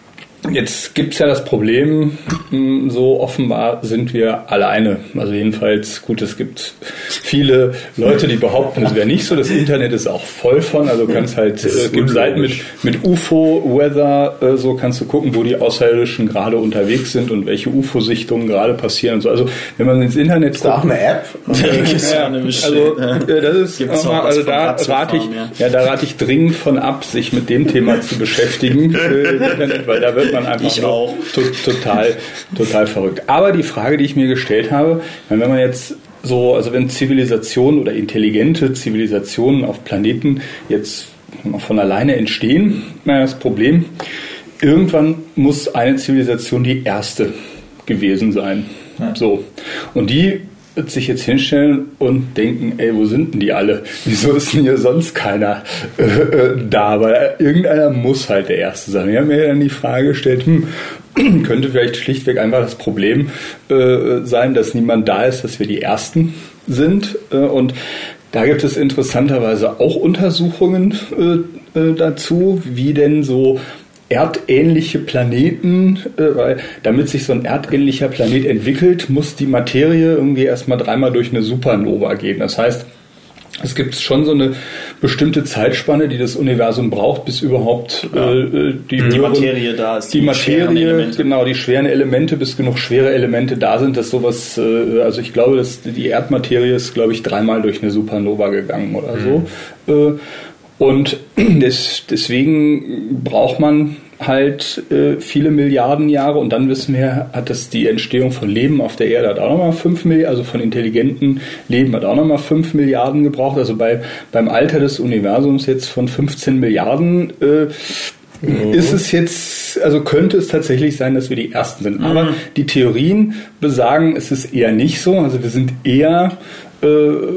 jetzt gibt es ja das Problem, so offenbar sind wir alleine. Also jedenfalls, gut, es gibt viele Leute, die behaupten, es wäre nicht so. Das Internet ist auch voll von. Also du kannst halt, es gibt Seiten mit, mit U F O-Weather, äh, so kannst du gucken, wo die Außerirdischen gerade unterwegs sind und welche U F O-Sichtungen gerade passieren und so. Also wenn man ins Internet guckt. Ist da auch eine App? Ja, also äh, das ist, Gibt's mal, also da rate ich, ja, da rate ich dringend von ab, sich mit dem Thema zu beschäftigen, äh, Internet, weil da wird man einfach ich auch. To- total, total verrückt. Aber die Frage, die ich mir gestellt habe, wenn man jetzt so, also wenn Zivilisationen oder intelligente Zivilisationen auf Planeten jetzt von alleine entstehen, naja, das Problem, irgendwann muss eine Zivilisation die erste gewesen sein. Ja. So. Und die wird sich jetzt hinstellen und denken, ey, wo sind denn die alle? Wieso ist denn hier sonst keiner äh, äh, da? Weil irgendeiner muss halt der Erste sein. Wir haben mir dann die Frage gestellt, hm, könnte vielleicht schlichtweg einfach das Problem äh, sein, dass niemand da ist, dass wir die Ersten sind. Äh, und da gibt es interessanterweise auch Untersuchungen äh, äh, dazu, wie denn so erdähnliche Planeten, äh, weil damit sich so ein erdähnlicher Planet entwickelt, muss die Materie irgendwie erstmal dreimal durch eine Supernova gehen. Das heißt, es gibt schon so eine bestimmte Zeitspanne, die das Universum braucht, bis überhaupt ja. äh, die, die höheren, Materie da ist. Die, die Materie, genau, die schweren Elemente, bis genug schwere Elemente da sind, dass sowas, äh, also ich glaube, dass die Erdmaterie ist, glaube ich, dreimal durch eine Supernova gegangen oder mhm. so. Äh, Und des, deswegen braucht man halt äh, viele Milliarden Jahre und dann wissen wir, hat das die Entstehung von Leben auf der Erde hat auch nochmal fünf Milliarden, also von intelligentem Leben hat auch nochmal fünf Milliarden gebraucht. Also bei, beim Alter des Universums jetzt von fünfzehn Milliarden äh, mhm. ist es jetzt, also könnte es tatsächlich sein, dass wir die Ersten sind. Mhm. Aber die Theorien besagen, es ist eher nicht so. Also wir sind eher äh,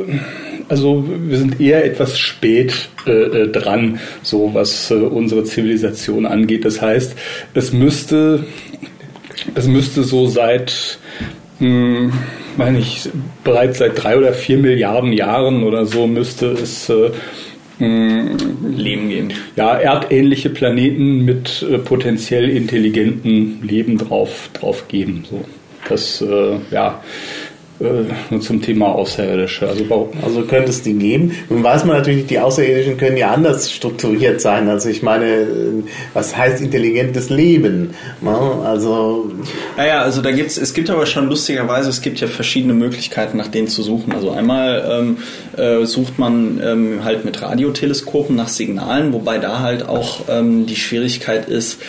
Also wir sind eher etwas spät äh, dran, so was äh, unsere Zivilisation angeht. Das heißt, es müsste, es müsste so seit, hm, meine ich, bereits seit drei oder vier Milliarden Jahren oder so müsste es äh, Leben geben. Ja, erdähnliche Planeten mit äh, potenziell intelligentem Leben drauf, drauf geben. So, das äh, ja. Nur zum Thema Außerirdische. Also, also könnte es die geben. Nun weiß man natürlich, die Außerirdischen können ja anders strukturiert sein. Also ich meine, was heißt intelligentes Leben? Also naja, also da gibt's, es gibt aber schon lustigerweise, es gibt ja verschiedene Möglichkeiten, nach denen zu suchen. Also einmal ähm, äh, sucht man ähm, halt mit Radioteleskopen nach Signalen, wobei da halt auch ähm, die Schwierigkeit ist,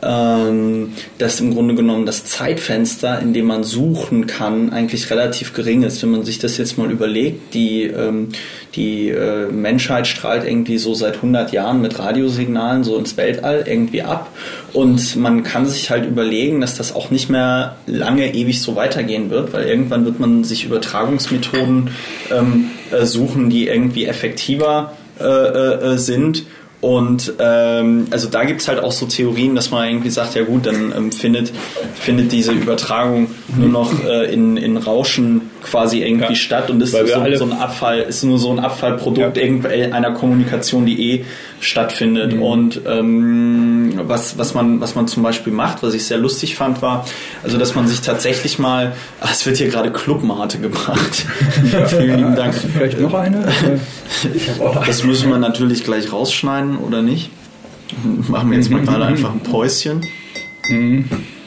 dass im Grunde genommen das Zeitfenster, in dem man suchen kann, eigentlich relativ gering ist. Wenn man sich das jetzt mal überlegt, die, die Menschheit strahlt irgendwie so seit hundert Jahren mit Radiosignalen so ins Weltall irgendwie ab und man kann sich halt überlegen, dass das auch nicht mehr lange ewig so weitergehen wird, weil irgendwann wird man sich Übertragungsmethoden suchen, die irgendwie effektiver sind. Und ähm, also da gibt's halt auch so Theorien, dass man irgendwie sagt, ja gut, dann ähm, findet findet diese Übertragung nur noch äh, in in Rauschen quasi irgendwie ja. statt und ist so, so ein Abfall, ist nur so ein Abfallprodukt ja. irgendeiner Kommunikation, die eh stattfindet. Mhm. Und ähm, was was man was man zum Beispiel macht, was ich sehr lustig fand, war, also dass man sich tatsächlich mal, ach, es wird hier gerade Clubmate gebracht. Ja, vielen lieben Dank. Vielleicht noch eine? Ich hab auch das müssen wir natürlich gleich rausschneiden, oder nicht? Machen wir jetzt mal gerade einfach ein Päuschen. Mhm.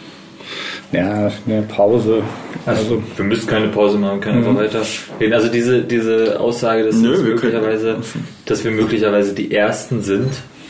Ja, eine Pause. Also, wir müssen keine Pause machen, können einfach mhm. weiter reden. Also diese, diese Aussage, dass, Nö, wir möglicherweise, dass wir möglicherweise die Ersten sind,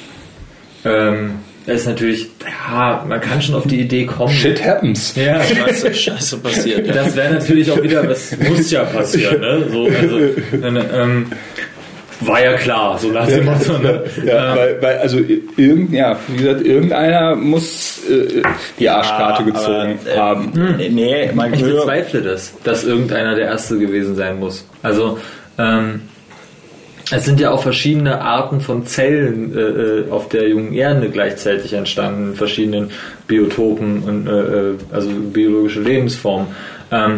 ähm, ist natürlich, ja, man kann schon auf die Idee kommen. Shit happens. Ja, scheiße, scheiße passiert. Ja. Das wäre natürlich auch wieder, das muss ja passieren, ne? So, also, ähm, war ja klar, so nach dem Motto. Ne? Ja, weil, weil, also, irgend, ja, wie gesagt, irgendeiner muss äh, die Arschkarte ja, gezogen aber, äh, haben. Hm. Nee, man ich bezweifle das, dass irgendeiner der Erste gewesen sein muss. Also, ähm, es sind ja auch verschiedene Arten von Zellen äh, auf der jungen Erde gleichzeitig entstanden, in verschiedenen Biotopen und äh, also biologische Lebensformen. Ähm,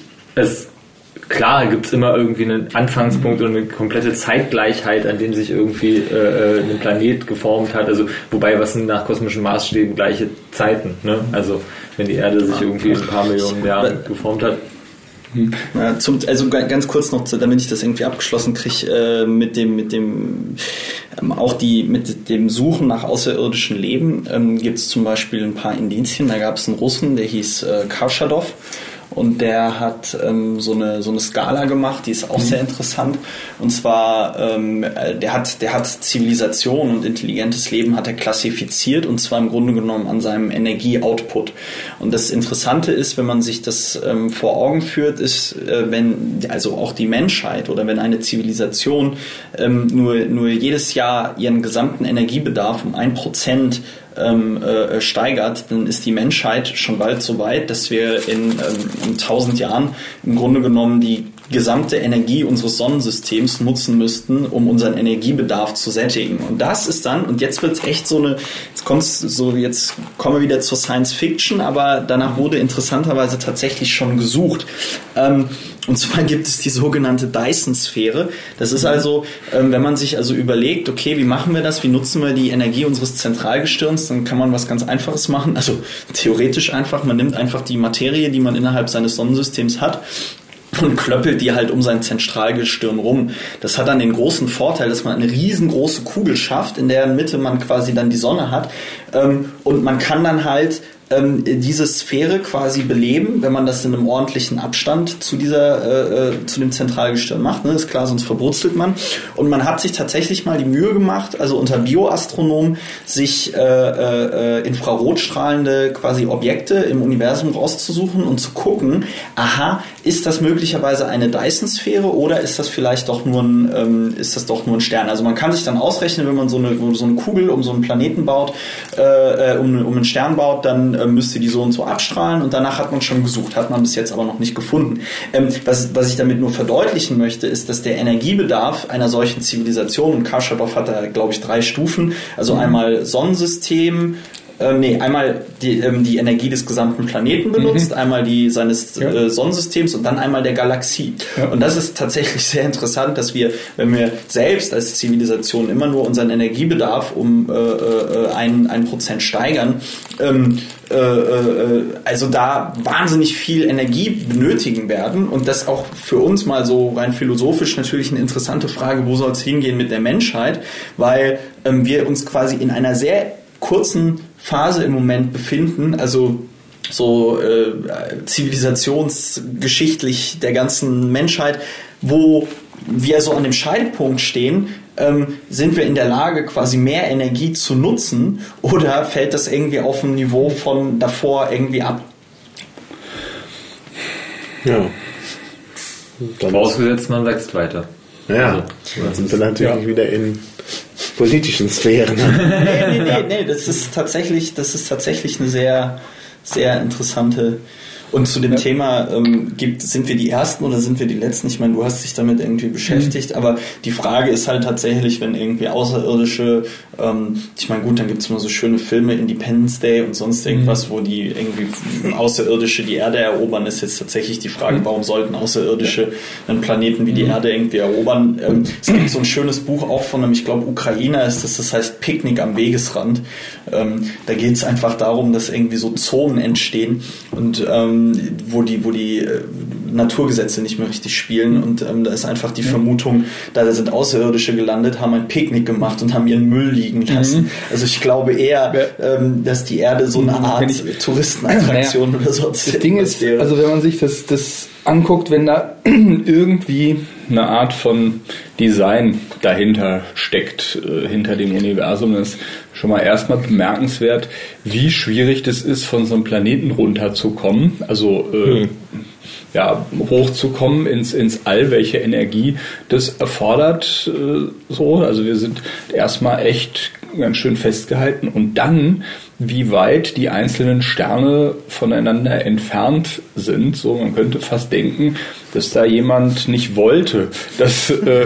es Klar gibt es immer irgendwie einen Anfangspunkt und eine komplette Zeitgleichheit, an dem sich irgendwie äh, ein Planet geformt hat. Also wobei, was sind nach kosmischen Maßstäben gleiche Zeiten? Ne? Also wenn die Erde sich irgendwie in ein paar Millionen Jahren geformt hat. Ja, zum, also ganz kurz noch, damit ich das irgendwie abgeschlossen kriege, äh, mit dem, mit dem ähm, auch die mit dem Suchen nach außerirdischem Leben ähm, gibt es zum Beispiel ein paar Indizien. Da gab es einen Russen, der hieß äh, Karschadov. Und der hat ähm, so eine so eine Skala gemacht, die ist auch mhm. sehr interessant. Und zwar ähm, der hat der hat Zivilisation und intelligentes Leben hat er klassifiziert, und zwar im Grunde genommen an seinem Energieoutput. Und das Interessante ist, wenn man sich das ähm, vor Augen führt, ist, äh, wenn also auch die Menschheit oder wenn eine Zivilisation ähm, nur nur jedes Jahr ihren gesamten Energiebedarf um ein Prozent Ähm, äh, steigert, dann ist die Menschheit schon bald so weit, dass wir in, ähm, in tausend Jahren im Grunde genommen die gesamte Energie unseres Sonnensystems nutzen müssten, um unseren Energiebedarf zu sättigen. Und das ist dann, und jetzt wird es echt so eine, jetzt kommt's so, jetzt kommen wir wieder zur Science Fiction, aber danach wurde interessanterweise tatsächlich schon gesucht. Ähm, Und zwar gibt es die sogenannte Dyson-Sphäre. Das ist also, ähm, wenn man sich also überlegt, okay, wie machen wir das? Wie nutzen wir die Energie unseres Zentralgestirns? Dann kann man was ganz Einfaches machen. Also theoretisch einfach. Man nimmt einfach die Materie, die man innerhalb seines Sonnensystems hat, und klöppelt die halt um sein Zentralgestirn rum. Das hat dann den großen Vorteil, dass man eine riesengroße Kugel schafft, in deren Mitte man quasi dann die Sonne hat. Ähm, und man kann dann halt ähm, diese Sphäre quasi beleben, wenn man das in einem ordentlichen Abstand zu dieser, äh, zu dem Zentralgestirn macht. Ne? Ist klar, sonst verbrutzelt man. Und man hat sich tatsächlich mal die Mühe gemacht, also unter Bioastronomen, sich äh, äh, infrarotstrahlende quasi Objekte im Universum rauszusuchen und zu gucken, aha, ist das möglicherweise eine Dyson-Sphäre oder ist das vielleicht doch nur ein, ähm, ist das doch nur ein Stern? Also man kann sich dann ausrechnen, wenn man so eine, so eine Kugel um so einen Planeten baut, äh, um, um einen Stern baut, dann äh, müsste die so und so abstrahlen, und danach hat man schon gesucht, hat man bis jetzt aber noch nicht gefunden. Ähm, was, was ich damit nur verdeutlichen möchte, ist, dass der Energiebedarf einer solchen Zivilisation, und Karschadov hat da, glaube ich, drei Stufen, also mhm. einmal Sonnensystem, Ähm, nee, einmal die, ähm, die Energie des gesamten Planeten benutzt, mhm. einmal die seines ja. äh, Sonnensystems und dann einmal der Galaxie. Ja. Und das ist tatsächlich sehr interessant, dass wir, wenn wir selbst als Zivilisation immer nur unseren Energiebedarf um äh, äh, ein, ein Prozent steigern, ähm, äh, äh, also da wahnsinnig viel Energie benötigen werden, und das auch für uns mal so rein philosophisch natürlich eine interessante Frage, wo soll es hingehen mit der Menschheit, weil ähm, wir uns quasi in einer sehr kurzen Phase im Moment befinden, also so äh, zivilisationsgeschichtlich der ganzen Menschheit, wo wir so an dem Scheidepunkt stehen, ähm, sind wir in der Lage, quasi mehr Energie zu nutzen, oder fällt das irgendwie auf ein Niveau von davor irgendwie ab? Ja. Vorausgesetzt, man wächst weiter. Ja, also, dann sind wir natürlich ja. wieder in politischen Sphären. nee, nee, nee, nee, das ist tatsächlich, das ist tatsächlich eine sehr, sehr interessante. Und zu dem ja. Thema, ähm, gibt, sind wir die Ersten oder sind wir die Letzten? Ich meine, du hast dich damit irgendwie beschäftigt, mhm. aber die Frage ist halt tatsächlich, wenn irgendwie Außerirdische, ähm, ich meine, gut, dann gibt es immer so schöne Filme, Independence Day und sonst irgendwas, mhm. wo die irgendwie Außerirdische die Erde erobern, ist jetzt tatsächlich die Frage, mhm. warum sollten Außerirdische einen Planeten wie die mhm. Erde irgendwie erobern? Ähm, es gibt so ein schönes Buch auch von einem, ich glaube, Ukrainer ist das, das heißt Picknick am Wegesrand. Ähm, da geht es einfach darum, dass irgendwie so Zonen entstehen, und ähm, wo die, wo die äh, Naturgesetze nicht mehr richtig spielen und ähm, da ist einfach die Vermutung, da sind Außerirdische gelandet, haben ein Picknick gemacht und haben ihren Müll liegen lassen. Mhm. Also ich glaube eher, ähm, dass die Erde so eine Art ich, Touristenattraktion naja, oder so ist. Das Ding ist, also wenn man sich das, das anguckt, wenn da irgendwie eine Art von Design dahinter steckt, äh, hinter dem Universum, das ist schon mal erstmal bemerkenswert, wie schwierig das ist, von so einem Planeten runterzukommen, also äh, hm. ja, hochzukommen ins, ins All, welche Energie das erfordert, äh, so, also wir sind erstmal echt ganz schön festgehalten und dann, wie weit die einzelnen Sterne voneinander entfernt sind. So, man könnte fast denken, dass da jemand nicht wollte, dass äh,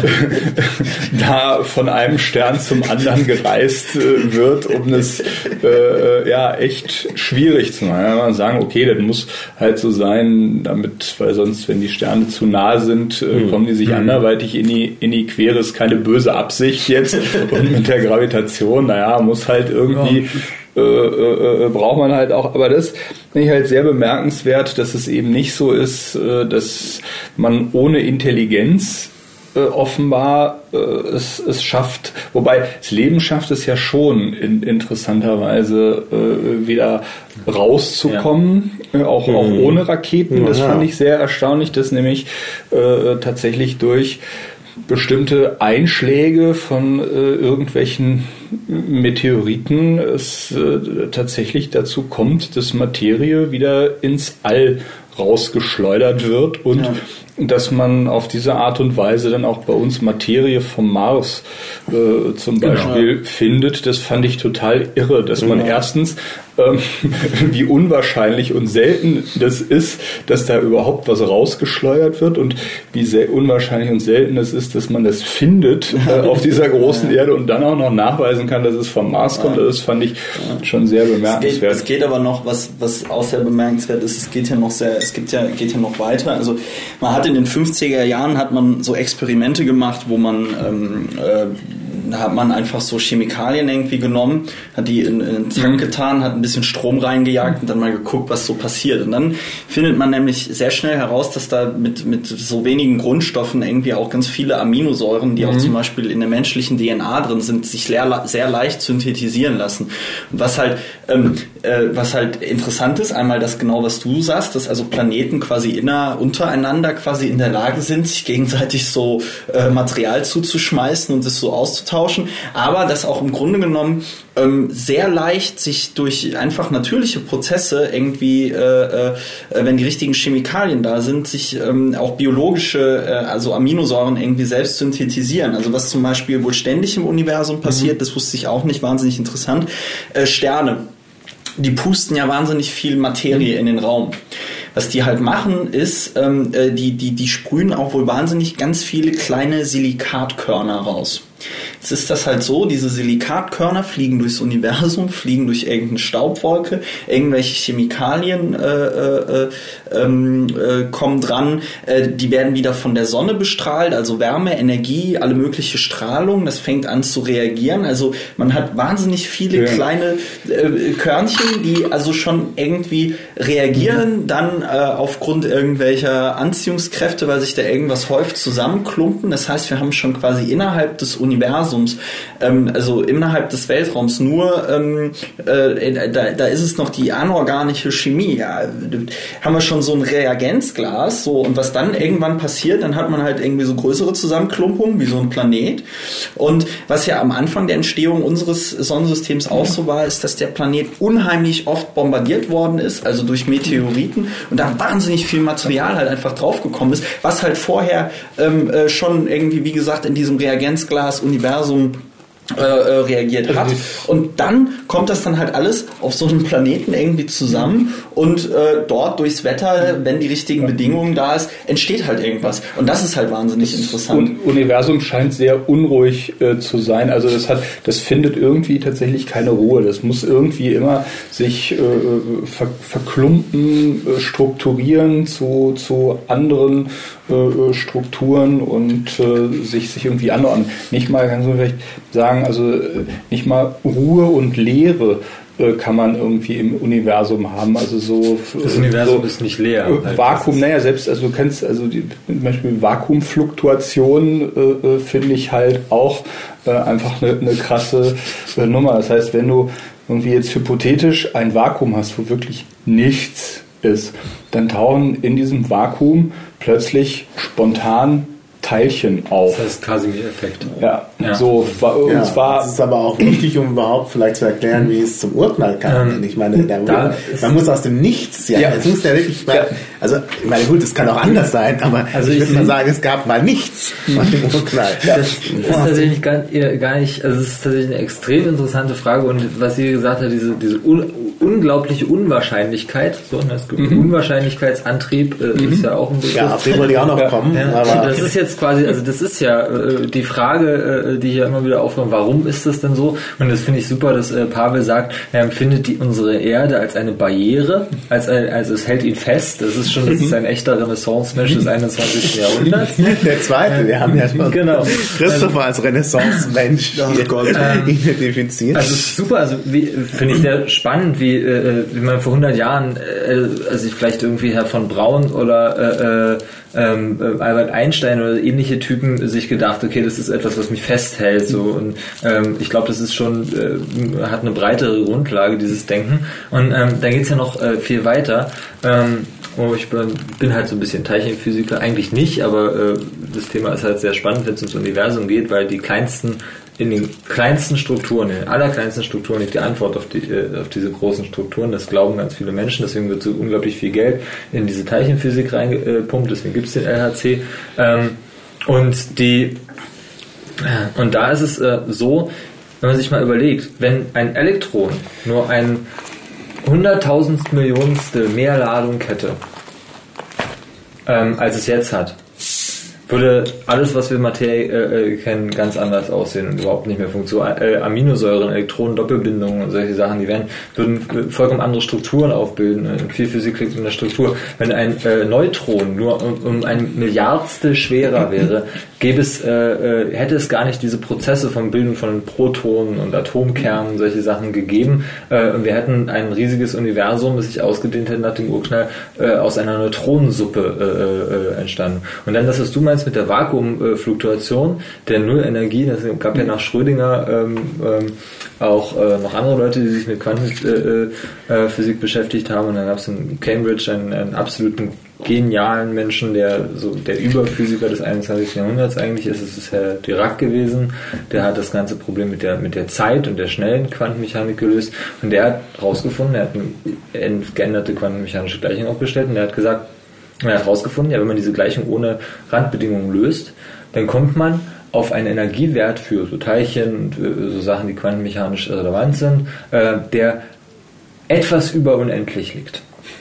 da von einem Stern zum anderen gereist äh, wird, um es äh, ja echt schwierig zu machen. Ja, man sagen, okay, das muss halt so sein, damit, weil sonst, wenn die Sterne zu nah sind, äh, mhm. kommen die sich mhm. anderweitig in die, in die Quere. Ist keine böse Absicht jetzt. Und mit der Gravitation, naja, muss halt irgendwie ja. Äh, äh, braucht man halt auch, aber das finde ich halt sehr bemerkenswert, dass es eben nicht so ist, äh, dass man ohne Intelligenz äh, offenbar äh, es, es schafft, wobei das Leben schafft es ja schon in, interessanterweise äh, wieder rauszukommen, ja. äh, auch, mhm. auch ohne Raketen, das ja. fand ich sehr erstaunlich, dass nämlich äh, tatsächlich durch bestimmte Einschläge von äh, irgendwelchen Meteoriten es äh, tatsächlich dazu kommt, dass Materie wieder ins All rausgeschleudert wird und ja. dass man auf diese Art und Weise dann auch bei uns Materie vom Mars äh, zum Beispiel genau. findet. Das fand ich total irre, dass genau. man erstens ähm, wie unwahrscheinlich und selten das ist, dass da überhaupt was rausgeschleudert wird und wie sehr unwahrscheinlich und selten es ist, dass man das findet äh, auf dieser großen ja. Erde und dann auch noch nachweisen kann, dass es vom Mars kommt. Das fand ich ja. schon sehr bemerkenswert. Es geht, es geht aber noch, was, was auch sehr bemerkenswert ist, es geht ja noch sehr, es gibt ja, geht ja noch weiter. Also man hat in den fünfziger Jahren hat man so Experimente gemacht, wo man ähm, äh, hat man einfach so Chemikalien irgendwie genommen, hat die in, in einen Tank getan, hat ein bisschen Strom reingejagt und dann mal geguckt, was so passiert. Und dann findet man nämlich sehr schnell heraus, dass da mit, mit so wenigen Grundstoffen irgendwie auch ganz viele Aminosäuren, die mhm. auch zum Beispiel in der menschlichen D N A drin sind, sich sehr, sehr leicht synthetisieren lassen. Und was halt, ähm, äh, was halt interessant ist, einmal das genau, was du sagst, dass also Planeten quasi inner, untereinander quasi in der Lage sind, sich gegenseitig so äh, Material zuzuschmeißen und es so auszutauschen. Aber dass auch im Grunde genommen ähm, sehr leicht sich durch einfach natürliche Prozesse irgendwie, äh, äh, wenn die richtigen Chemikalien da sind, sich ähm, auch biologische, äh, also Aminosäuren irgendwie selbst synthetisieren. Also was zum Beispiel wohl ständig im Universum passiert, mhm. das wusste ich auch nicht, wahnsinnig interessant. Äh, Sterne, die pusten ja wahnsinnig viel Materie mhm. in den Raum. Was die halt machen, ist, ähm, die, die, die sprühen auch wohl wahnsinnig ganz viele kleine Silikatkörner raus. Jetzt ist das halt so, diese Silikatkörner fliegen durchs Universum, fliegen durch irgendeine Staubwolke, irgendwelche Chemikalien äh, äh, äh, kommen dran, äh, die werden wieder von der Sonne bestrahlt, also Wärme, Energie, alle mögliche Strahlung, das fängt an zu reagieren. Also man hat wahnsinnig viele ja. kleine äh, Körnchen, die also schon irgendwie reagieren, mhm. dann äh, aufgrund irgendwelcher Anziehungskräfte, weil sich da irgendwas häuft, zusammenklumpen. Das heißt, wir haben schon quasi innerhalb des Universums, ähm, also innerhalb des Weltraums nur, ähm, äh, da, da ist es noch die anorganische Chemie. Ja, haben wir schon so ein Reagenzglas, so, und was dann irgendwann passiert, dann hat man halt irgendwie so größere Zusammenklumpungen, wie so ein Planet. Und was ja am Anfang der Entstehung unseres Sonnensystems auch so war, ist, dass der Planet unheimlich oft bombardiert worden ist, also durch Meteoriten, und da wahnsinnig viel Material halt einfach draufgekommen ist, was halt vorher ähm, äh, schon irgendwie, wie gesagt, in diesem Reagenzglas Universum äh, reagiert hat. Und dann kommt das dann halt alles auf so einem Planeten irgendwie zusammen und äh, dort durchs Wetter, wenn die richtigen Bedingungen da ist, entsteht halt irgendwas. Und das ist halt wahnsinnig das interessant. Das Universum scheint sehr unruhig äh, zu sein. Also das hat, das findet irgendwie tatsächlich keine Ruhe. Das muss irgendwie immer sich äh, ver, verklumpen, äh, strukturieren zu, zu anderen äh, Strukturen und äh, sich, sich irgendwie anordnen. Nicht mal, kann so vielleicht sagen, also nicht mal Ruhe und Leere äh, kann man irgendwie im Universum haben. Also so das Universum so, ist nicht leer. Äh, halt. Vakuum, naja, selbst, also du kennst, also die, zum Beispiel Vakuumfluktuation äh, finde ich halt auch äh, einfach eine, eine krasse äh, Nummer. Das heißt, wenn du irgendwie jetzt hypothetisch ein Vakuum hast, wo wirklich nichts ist, dann tauchen in diesem Vakuum plötzlich spontan Teilchen auf. Das heißt Casimir-Effekt. Ja, ja. So, und ja, zwar. Das ist aber auch wichtig, um überhaupt vielleicht zu erklären, wie es zum Urknall kam. Ähm, ich meine, der da man muss aus dem Nichts, ja, ja. es muss ja wirklich, ja. also, ich meine, gut, es kann auch anders sein, aber also ich, ich würde mal sagen, es gab mal nichts nach dem Urknall. Ja. Das ist tatsächlich gar, gar nicht, also es ist tatsächlich eine extrem interessante Frage und was ihr gesagt habt, diese, diese un, unglaubliche Unwahrscheinlichkeit, so, das mhm. Unwahrscheinlichkeitsantrieb äh, mhm. ist ja auch ein Begriff. Ja, auf den wollte ich auch noch ja. kommen. Ja. Aber das ist jetzt quasi, also das ist ja äh, die Frage, äh, die hier immer wieder aufkommt, warum ist das denn so? Und das finde ich super, dass äh, Pavel sagt, er empfindet die, unsere Erde als eine Barriere, als, also es hält ihn fest. Das ist schon, das ist ein echter Renaissance-Mensch des einundzwanzigsten Jahrhunderts. Der zweite, wir haben ja schon genau. Christopher als Renaissance-Mensch oh ähm, identifiziert. Also super, also finde ich sehr spannend, wie, äh, wie man vor hundert Jahren, äh, also vielleicht irgendwie Herr von Braun oder äh, ähm, Albert Einstein oder ähnliche Typen sich gedacht, okay, das ist etwas, was mich festhält. So. Und ähm, ich glaube, das ist schon, äh, hat eine breitere Grundlage, dieses Denken. Und ähm, da geht es ja noch äh, viel weiter. Ähm, oh, ich bin, bin halt so ein bisschen Teilchenphysiker, eigentlich nicht, aber äh, das Thema ist halt sehr spannend, wenn es ums Universum geht, weil die kleinsten in den kleinsten Strukturen, in den allerkleinsten Strukturen liegt die Antwort auf, die, äh, auf diese großen Strukturen. Das glauben ganz viele Menschen, deswegen wird so unglaublich viel Geld in diese Teilchenphysik reingepumpt, deswegen gibt es den L H C. Ähm, und, die, und da ist es äh, so, wenn man sich mal überlegt, wenn ein Elektron nur ein hunderttausend Millionstel mehr Ladung hätte, ähm, als es jetzt hat, würde alles, was wir Materie äh, kennen, ganz anders aussehen und überhaupt nicht mehr funktionieren. Äh, Aminosäuren, Elektronen, Doppelbindungen und solche Sachen, die werden, würden äh, vollkommen andere Strukturen aufbilden. Äh, viel Physik liegt in der Struktur. Wenn ein äh, Neutron nur um, um ein Milliardstel schwerer wäre, gäbe es, äh, äh, hätte es gar nicht diese Prozesse vom Bilden von Protonen und Atomkernen, solche Sachen gegeben. Äh, und wir hätten ein riesiges Universum, das sich ausgedehnt hätte nach dem Urknall, äh, aus einer Neutronensuppe äh, äh, entstanden. Und dann das, was du meinst, mit der Vakuumfluktuation, der Nullenergie, das gab ja nach Schrödinger ähm, ähm, auch äh, noch andere Leute, die sich mit Quantenphysik äh, beschäftigt haben, und dann gab es in Cambridge einen, einen absoluten genialen Menschen, der so der Überphysiker des einundzwanzigsten Jahrhunderts eigentlich ist. Es ist Herr Dirac gewesen, der hat das ganze Problem mit der mit der Zeit und der schnellen Quantenmechanik gelöst, und der hat herausgefunden, er hat eine geänderte quantenmechanische Gleichung aufgestellt, und er hat gesagt, er hat herausgefunden, ja, wenn man diese Gleichung ohne Randbedingungen löst, dann kommt man auf einen Energiewert für so Teilchen und so Sachen, die quantenmechanisch relevant sind, äh, der etwas über unendlich liegt.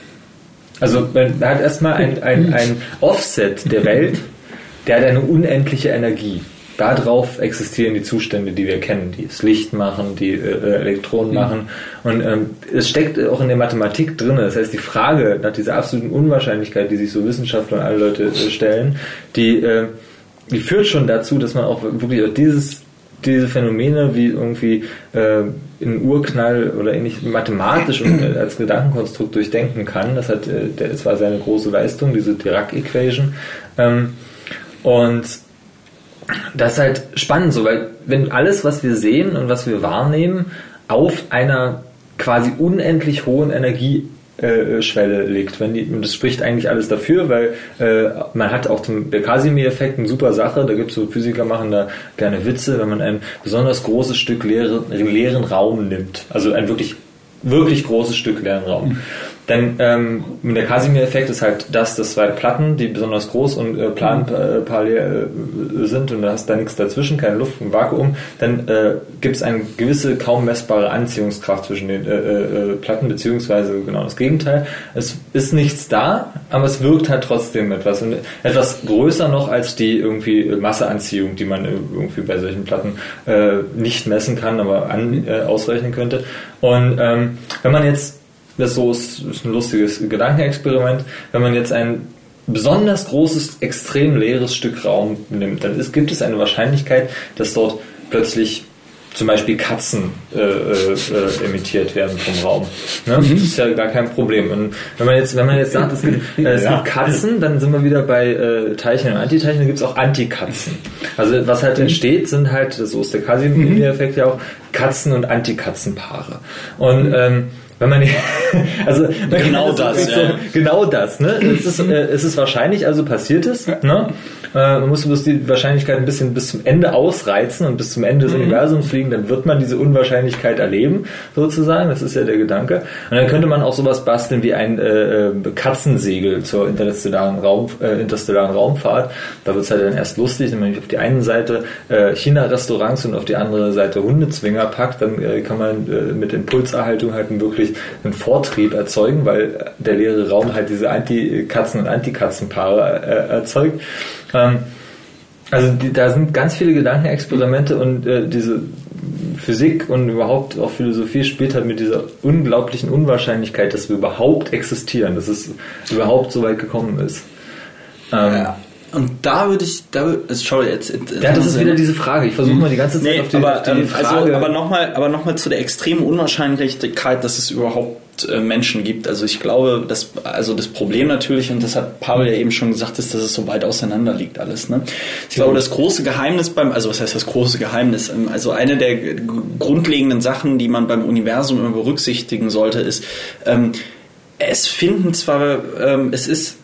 Also man hat erstmal ein, ein, ein Offset der Welt, der hat eine unendliche Energie. Darauf existieren die Zustände, die wir kennen, die das Licht machen, die äh, Elektronen machen. Und ähm, es steckt auch in der Mathematik drin. Das heißt, die Frage nach dieser absoluten Unwahrscheinlichkeit, die sich so Wissenschaftler und alle Leute äh, stellen, die, äh, die führt schon dazu, dass man auch wirklich auch dieses, diese Phänomene wie irgendwie äh, in Urknall oder ähnlich mathematisch und äh, als Gedankenkonstrukt durchdenken kann. Das hat, äh, das war seine große Leistung, diese Dirac-Equation. Ähm, und das ist halt spannend, so, weil wenn alles, was wir sehen und was wir wahrnehmen, auf einer quasi unendlich hohen Energieschwelle äh, liegt, wenn die, und das spricht eigentlich alles dafür, weil äh, man hat auch zum, der Casimir-Effekt eine super Sache, da gibt es so Physiker, machen da gerne Witze, wenn man ein besonders großes Stück leere, leeren Raum nimmt, also ein wirklich, wirklich großes Stück leeren Raum. Denn ähm, der Casimir-Effekt ist halt das, dass zwei Platten, die besonders groß und äh, plan äh, parallel äh, sind, und da hast da nichts dazwischen, keine Luft, ein Vakuum, dann äh, gibt es eine gewisse kaum messbare Anziehungskraft zwischen den äh, äh, Platten, beziehungsweise genau das Gegenteil. Es ist nichts da, aber es wirkt halt trotzdem etwas. Und etwas größer noch als die irgendwie Masseanziehung, die man irgendwie bei solchen Platten äh, nicht messen kann, aber an, äh, ausrechnen könnte. Und ähm, wenn man jetzt Das so ist, ist ein lustiges Gedankenexperiment. Wenn man jetzt ein besonders großes, extrem leeres Stück Raum nimmt, dann ist, gibt es eine Wahrscheinlichkeit, dass dort plötzlich zum Beispiel Katzen äh, äh, emittiert werden vom Raum. Ne? Das ist ja gar kein Problem. Und wenn man jetzt, wenn man jetzt sagt, es gibt, äh, es gibt Katzen, dann sind wir wieder bei äh, Teilchen und Antiteilchen, dann gibt es auch Antikatzen. Also was halt entsteht, sind halt, so ist der Casimir-Effekt ja auch, Katzen- und Antikatzenpaare. Und ähm, wenn man also man genau das, so, ja. genau das, ne? Es ist, äh, es ist wahrscheinlich, also passiert es, ne? Äh, man muss bloß die Wahrscheinlichkeit ein bisschen bis zum Ende ausreizen und bis zum Ende des mhm. Universums fliegen, dann wird man diese Unwahrscheinlichkeit erleben, sozusagen. Das ist ja der Gedanke. Und dann könnte man auch sowas basteln wie ein äh, Katzensegel zur interstellaren, Raum, äh, interstellaren Raumfahrt. Da wird es halt dann erst lustig, wenn man auf die eine Seite äh, China-Restaurants und auf die andere Seite Hundezwinger packt, dann äh, kann man äh, mit Impulserhaltung halt wirklich einen Vortrieb erzeugen, weil der leere Raum halt diese Anti-Katzen- und Antikatzenpaare äh, erzeugt. Ähm, also die, da sind ganz viele Gedankenexperimente und äh, diese Physik und überhaupt auch Philosophie spielt halt mit dieser unglaublichen Unwahrscheinlichkeit, dass wir überhaupt existieren, dass es überhaupt so weit gekommen ist. Ähm, ja. Und da würde ich, da würde, schau jetzt, jetzt ja, das ist wieder diese Frage. Ich versuche mal die ganze Zeit nee, auf die, aber, auf die ähm, Frage. Also, aber nochmal, aber noch mal zu der extremen Unwahrscheinlichkeit, dass es überhaupt äh, Menschen gibt. Also ich glaube, dass, also das Problem natürlich, und das hat Pavel ja eben schon gesagt, ist, dass es so weit auseinander liegt alles. Ne? Ich glaube, das große Geheimnis beim, also was heißt das große Geheimnis? Also eine der g- grundlegenden Sachen, die man beim Universum immer berücksichtigen sollte, ist, ähm, es finden zwar, ähm, es ist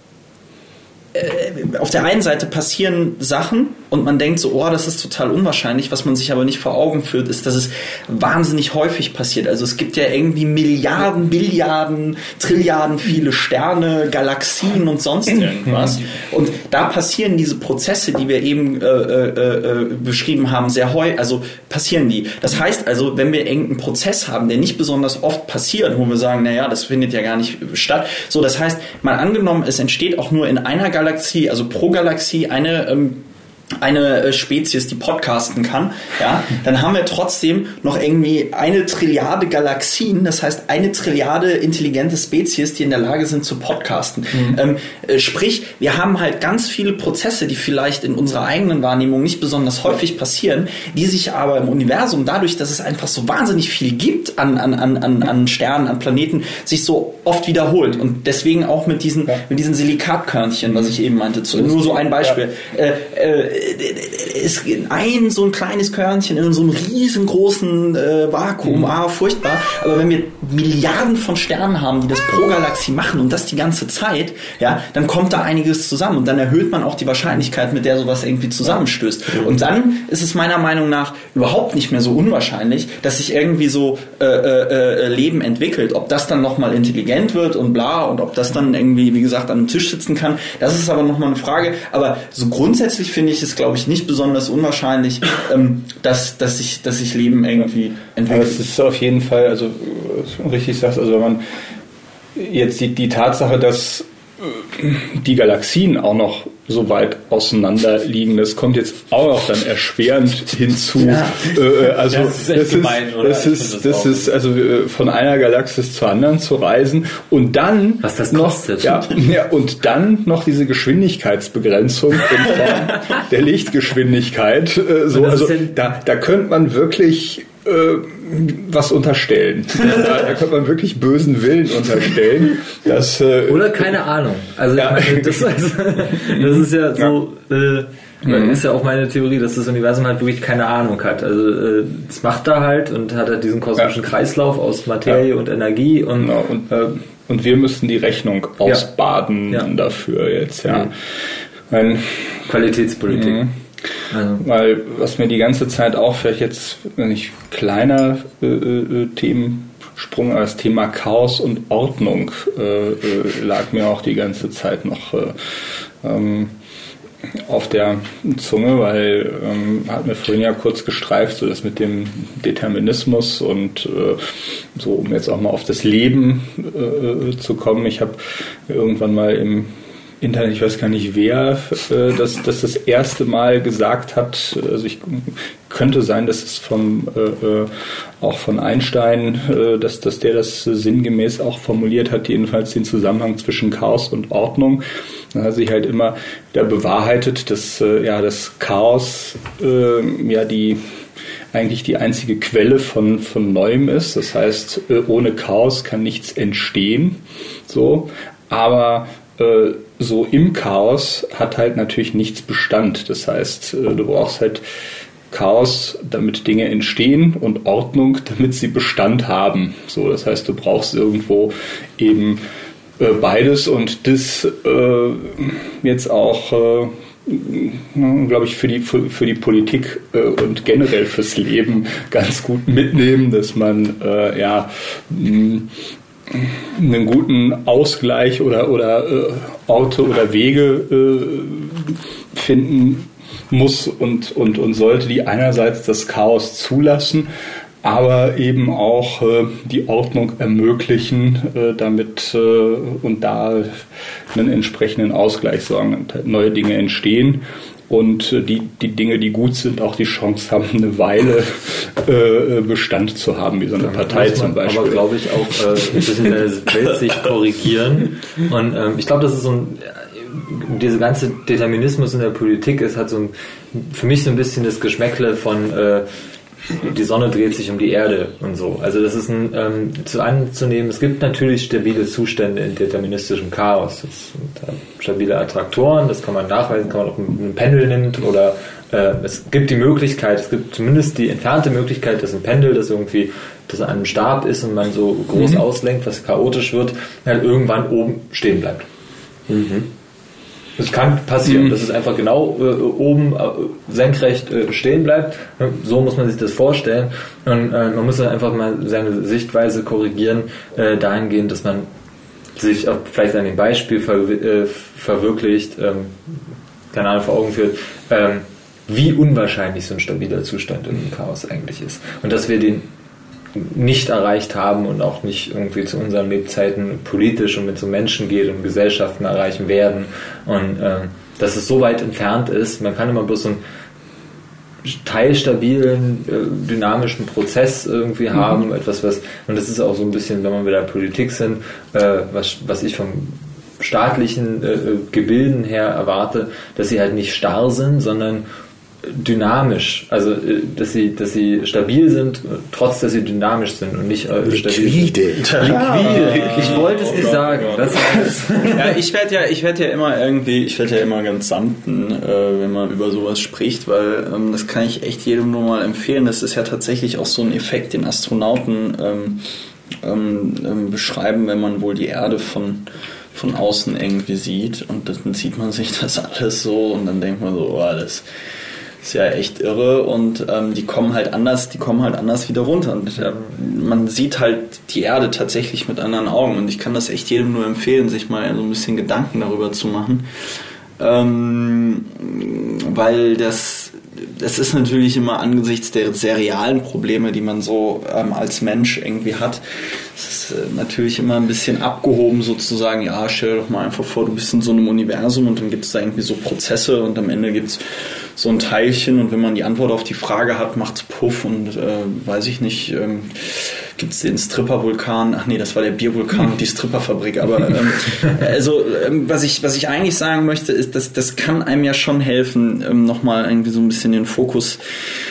auf der einen Seite passieren Sachen und man denkt so, oh, das ist total unwahrscheinlich. Was man sich aber nicht vor Augen führt, ist, dass es wahnsinnig häufig passiert. Also es gibt ja irgendwie Milliarden, Billiarden, Trilliarden viele Sterne, Galaxien und sonst irgendwas. Und da passieren diese Prozesse, die wir eben äh, äh, äh, beschrieben haben, sehr häufig, also passieren die. Das heißt also, wenn wir irgendeinen Prozess haben, der nicht besonders oft passiert, wo wir sagen, naja, das findet ja gar nicht statt. So, das heißt, mal angenommen, es entsteht auch nur in einer Galaxie, also pro Galaxie eine ähm, eine Spezies, die podcasten kann, ja, dann haben wir trotzdem noch irgendwie eine Trilliarde Galaxien, das heißt eine Trilliarde intelligente Spezies, die in der Lage sind zu podcasten. Mhm. Ähm, äh, sprich, wir haben halt ganz viele Prozesse, die vielleicht in unserer eigenen Wahrnehmung nicht besonders häufig passieren, die sich aber im Universum, dadurch, dass es einfach so wahnsinnig viel gibt an, an, an, an Sternen, an Planeten, sich so oft wiederholt. Und deswegen auch mit diesen, ja. mit diesen Silikatkörnchen, was ich eben meinte, zu, nur so ein Beispiel. Ja. Äh, äh, ist ein so ein kleines Körnchen in so einem riesengroßen äh, Vakuum, mhm. ah, furchtbar. Aber wenn wir Milliarden von Sternen haben, die das pro Galaxie machen und das die ganze Zeit, ja, dann kommt da einiges zusammen und dann erhöht man auch die Wahrscheinlichkeit, mit der sowas irgendwie zusammenstößt. Ja. Und dann ist es meiner Meinung nach überhaupt nicht mehr so unwahrscheinlich, dass sich irgendwie so äh, äh, Leben entwickelt. Ob das dann nochmal intelligent wird und bla und ob das dann irgendwie, wie gesagt, an einem Tisch sitzen kann, das ist aber nochmal eine Frage. Aber so grundsätzlich finde ich es, glaube ich, nicht besonders unwahrscheinlich, ähm, dass, dass, sich, dass sich Leben irgendwie entwickelt. Aber es ist auf jeden Fall, also richtig sagst, also wenn man jetzt die, die Tatsache, dass die Galaxien auch noch so weit auseinander liegen, das kommt jetzt auch noch dann erschwerend hinzu. Ja. Äh, also ja, das ist echt das gemein, ist, oder? Das ist, das, das ist also von einer Galaxis zur anderen zu reisen und dann was das noch, kostet. Ja, ja, und dann noch diese Geschwindigkeitsbegrenzung in Form der Lichtgeschwindigkeit. Äh, so, also da, da könnte man wirklich äh, was unterstellen. Da, da könnte man wirklich bösen Willen unterstellen. Dass, äh, Oder keine Ahnung. Also ja. ich meine, das, also, das ist ja so, ja. Äh, mhm. ist ja auch meine Theorie, dass das Universum halt wirklich keine Ahnung hat. Also äh, es macht da halt und hat halt diesen kosmischen ja. Kreislauf aus Materie ja. und Energie und, genau. und, äh, und wir müssen die Rechnung ausbaden ja. dafür jetzt. Ja. Mhm. Mein, Qualitätspolitik. Mhm. Also. Weil was mir die ganze Zeit auch vielleicht jetzt, wenn ich kleiner äh, äh, Themensprung, aber das Thema Chaos und Ordnung äh, äh, lag mir auch die ganze Zeit noch äh, ähm, auf der Zunge, weil ähm, hat mir vorhin ja kurz gestreift, so das mit dem Determinismus und äh, so, um jetzt auch mal auf das Leben äh, zu kommen. Ich habe irgendwann mal im Internet, ich weiß gar nicht wer, äh, dass das das erste Mal gesagt hat, also ich könnte sein, dass es vom äh, auch von Einstein, äh, dass, dass der das sinngemäß auch formuliert hat, jedenfalls den Zusammenhang zwischen Chaos und Ordnung. Dann hat sich halt immer wieder bewahrheitet, dass äh, ja das Chaos äh, ja die eigentlich die einzige Quelle von, von Neuem ist. Das heißt, ohne Chaos kann nichts entstehen. So. Aber äh, so im Chaos hat halt natürlich nichts Bestand. Das heißt, äh, du brauchst halt Chaos, damit Dinge entstehen, und Ordnung, damit sie Bestand haben. So, das heißt, du brauchst irgendwo eben äh, beides, und das äh, jetzt auch, äh, glaube ich, für die, für, für die Politik äh, und generell fürs Leben ganz gut mitnehmen, dass man äh, ja mh, einen guten Ausgleich oder, oder äh, Orte oder Wege äh, finden muss und, und, und sollte, die einerseits das Chaos zulassen, aber eben auch äh, die Ordnung ermöglichen, äh, damit äh, und da einen entsprechenden Ausgleich sorgen und halt neue Dinge entstehen und äh, die, die Dinge, die gut sind, auch die Chance haben, eine Weile äh, Bestand zu haben, wie so eine ja, Partei zum Beispiel. Aber glaube ich auch äh, ein bisschen der Welt sich korrigieren, und ähm, ich glaube, das ist so ein dieser ganze Determinismus in der Politik ist halt so ein, für mich so ein bisschen das Geschmäckle von äh, die Sonne dreht sich um die Erde und so. Also das ist ein, ähm, zu anzunehmen, es gibt natürlich stabile Zustände in deterministischem Chaos. Es sind äh, stabile Attraktoren, das kann man nachweisen, kann man auch mit einem Pendel nimmt, oder äh, es gibt die Möglichkeit, es gibt zumindest die entfernte Möglichkeit, dass ein Pendel, das irgendwie das an einem Stab ist und man so groß mhm. auslenkt, was chaotisch wird, halt irgendwann oben stehen bleibt. Mhm. Das kann passieren, mhm. dass es einfach genau äh, oben äh, senkrecht äh, stehen bleibt. So muss man sich das vorstellen. Und äh, man muss dann einfach mal seine Sichtweise korrigieren, äh, dahingehend, dass man sich auch vielleicht an dem Beispiel ver äh, verwirklicht, ähm, keine Ahnung, vor Augen führt, ähm, wie unwahrscheinlich so ein stabiler Zustand im Chaos eigentlich ist. Und dass wir den nicht erreicht haben und auch nicht irgendwie zu unseren Lebzeiten politisch und mit so Menschen geht und Gesellschaften erreichen werden, und ähm, dass es so weit entfernt ist. Man kann immer bloß so einen teilstabilen, äh, dynamischen Prozess irgendwie mhm. haben, etwas, was, und das ist auch so ein bisschen, wenn wir bei der Politik sind, äh, was, was ich vom staatlichen äh, Gebilden her erwarte, dass sie halt nicht starr sind, sondern dynamisch, also dass sie, dass sie stabil sind, trotz dass sie dynamisch sind und nicht äh, stabil. Liquide. Liquide. Ich wollte es nicht sagen. Das heißt. Ja, ich werde ja, ich werde ja immer irgendwie, ich werde ja immer ganz sanften, äh, wenn man über sowas spricht, weil ähm, das kann ich echt jedem nur mal empfehlen. Das ist ja tatsächlich auch so ein Effekt, den Astronauten ähm, ähm, ähm, beschreiben, wenn man wohl die Erde von von außen irgendwie sieht, und dann sieht man sich das alles so und dann denkt man so, oh, das ist ja echt irre, und ähm, die kommen halt anders, die kommen halt anders wieder runter, und äh, man sieht halt die Erde tatsächlich mit anderen Augen, und ich kann das echt jedem nur empfehlen, sich mal so ein bisschen Gedanken darüber zu machen, ähm, weil das das ist natürlich immer angesichts der sehr realen Probleme, die man so ähm, als Mensch irgendwie hat, es ist äh, natürlich immer ein bisschen abgehoben sozusagen, ja, stell dir doch mal einfach vor, du bist in so einem Universum und dann gibt es da irgendwie so Prozesse und am Ende gibt es so ein Teilchen, und wenn man die Antwort auf die Frage hat, macht's Puff und äh, weiß ich nicht, ähm, gibt es den Stripper-Vulkan, ach nee, das war der Biervulkan und die Stripperfabrik, aber ähm, also ähm, was ich was ich eigentlich sagen möchte, ist, dass das kann einem ja schon helfen, ähm, nochmal irgendwie so ein bisschen den Fokus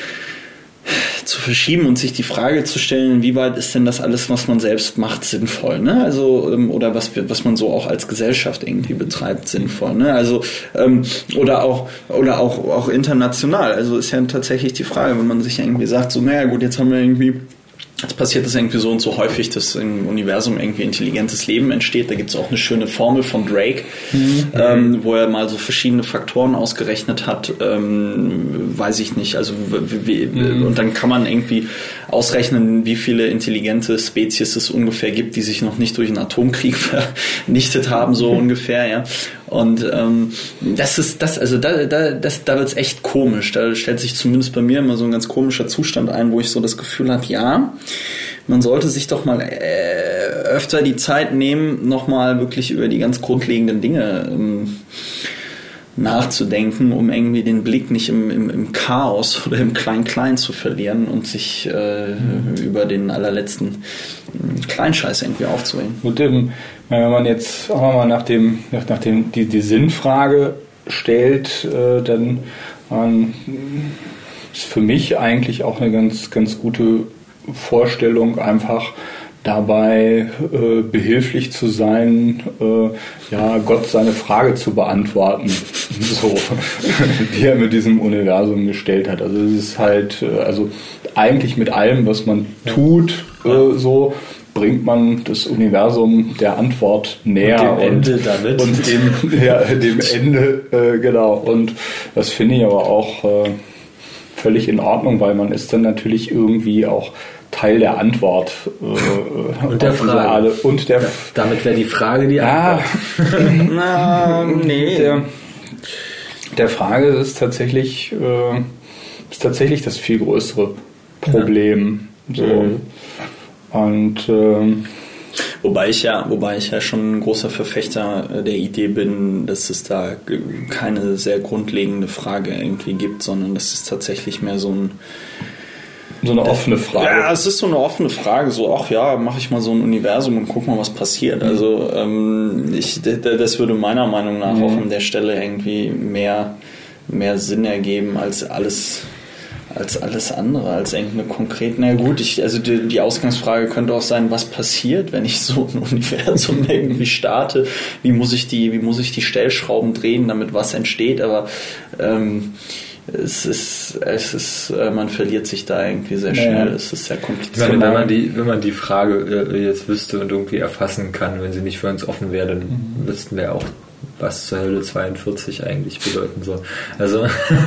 zu verschieben und sich die Frage zu stellen, inwieweit ist denn das alles, was man selbst macht, sinnvoll, ne? Also ähm, oder was was man so auch als Gesellschaft irgendwie betreibt, sinnvoll, ne? Also ähm, oder auch oder auch auch international. Also ist ja tatsächlich die Frage, wenn man sich irgendwie sagt, so naja gut, jetzt haben wir irgendwie Jetzt passiert es irgendwie so und so häufig, dass im Universum irgendwie intelligentes Leben entsteht. Da gibt es auch eine schöne Formel von Drake, mhm. ähm, wo er mal so verschiedene Faktoren ausgerechnet hat. Ähm, weiß ich nicht. Also wie, mhm. Und dann kann man irgendwie ausrechnen, wie viele intelligente Spezies es ungefähr gibt, die sich noch nicht durch einen Atomkrieg vernichtet haben, so mhm. ungefähr, ja. Und ähm, das ist das, also da, da, das, da wird's echt komisch. Da stellt sich zumindest bei mir immer so ein ganz komischer Zustand ein, wo ich so das Gefühl habe, ja, man sollte sich doch mal äh, öfter die Zeit nehmen, nochmal wirklich über die ganz grundlegenden Dinge ähm, nachzudenken, um irgendwie den Blick nicht im, im, im Chaos oder im Klein-Klein zu verlieren und sich äh, mhm. über den allerletzten Kleinscheiß irgendwie aufzuhängen. Und im, wenn man jetzt auch mal nach dem, nach dem die, die Sinnfrage stellt, äh, dann man ist für mich eigentlich auch eine ganz, ganz gute Vorstellung, einfach dabei äh, behilflich zu sein, äh, ja, Gott seine Frage zu beantworten, so, die er mit diesem Universum gestellt hat. Also es ist halt, äh, also eigentlich mit allem, was man tut, äh, so bringt man das Universum der Antwort näher und dem Ende und, damit und dem, ja, dem Ende, äh, genau. Und das finde ich aber auch äh, völlig in Ordnung, weil man ist dann natürlich irgendwie auch Teil der Antwort äh, und der Frage. Und der ja, damit wäre die Frage die Antwort. Ja, na, nee. Der, der Frage ist tatsächlich, äh, ist tatsächlich das viel größere Problem. Ja. So. Mhm. Und ähm, Wobei ich ja, wobei ich ja schon ein großer Verfechter der Idee bin, dass es da keine sehr grundlegende Frage irgendwie gibt, sondern dass es tatsächlich mehr so ein So eine offene Frage. Ja, es ist so eine offene Frage. So, ach ja, mache ich mal so ein Universum und guck mal, was passiert. Mhm. Also ähm, ich, das würde meiner Meinung nach mhm. auch an der Stelle irgendwie mehr, mehr Sinn ergeben als alles, als alles andere, als irgendeine konkrete. Na gut, ich, also die, die Ausgangsfrage könnte auch sein, was passiert, wenn ich so ein Universum irgendwie starte? Wie muss ich die, wie muss ich die Stellschrauben drehen, damit was entsteht? Aber ähm, Es ist, es ist, man verliert sich da irgendwie sehr schnell. Ja. Es ist sehr kompliziert. Wenn man die, wenn man die Frage jetzt wüsste und irgendwie erfassen kann, wenn sie nicht für uns offen wäre, dann mhm. wüssten wir auch, was zur Hölle zweiundvierzig eigentlich bedeuten soll. Also,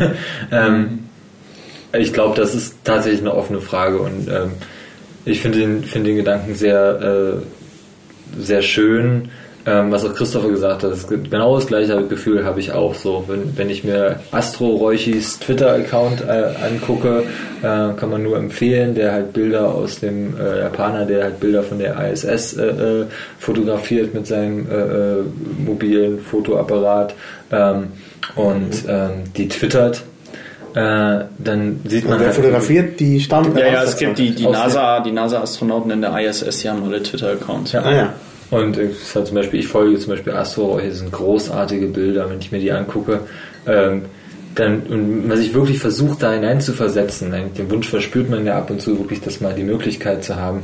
ähm, ich glaube, das ist tatsächlich eine offene Frage und ähm, ich finde den, find den Gedanken sehr, äh, sehr schön. Ähm, was auch Christopher gesagt hat, das genau das gleiche Gefühl habe ich auch so. Wenn, wenn ich mir Astro Roichis Twitter-Account äh, angucke, äh, kann man nur empfehlen, der halt Bilder aus dem äh, Japaner, der halt Bilder von der I S S äh, äh, fotografiert mit seinem äh, äh, mobilen Fotoapparat ähm, und ähm, die twittert. Äh, dann sieht man und wer halt fotografiert die Stamm. Ja, ja, es gibt die, die NASA, die NASA-Astronauten in der I S S, die haben alle Twitter-Accounts. Ja. Ah, ja. Und ich, halt zum Beispiel, ich folge zum Beispiel Astro, hier sind großartige Bilder, wenn ich mir die angucke. Ähm, dann, und was ich wirklich versuche, da hinein zu versetzen, den Wunsch verspürt man ja ab und zu wirklich, das mal die Möglichkeit zu haben,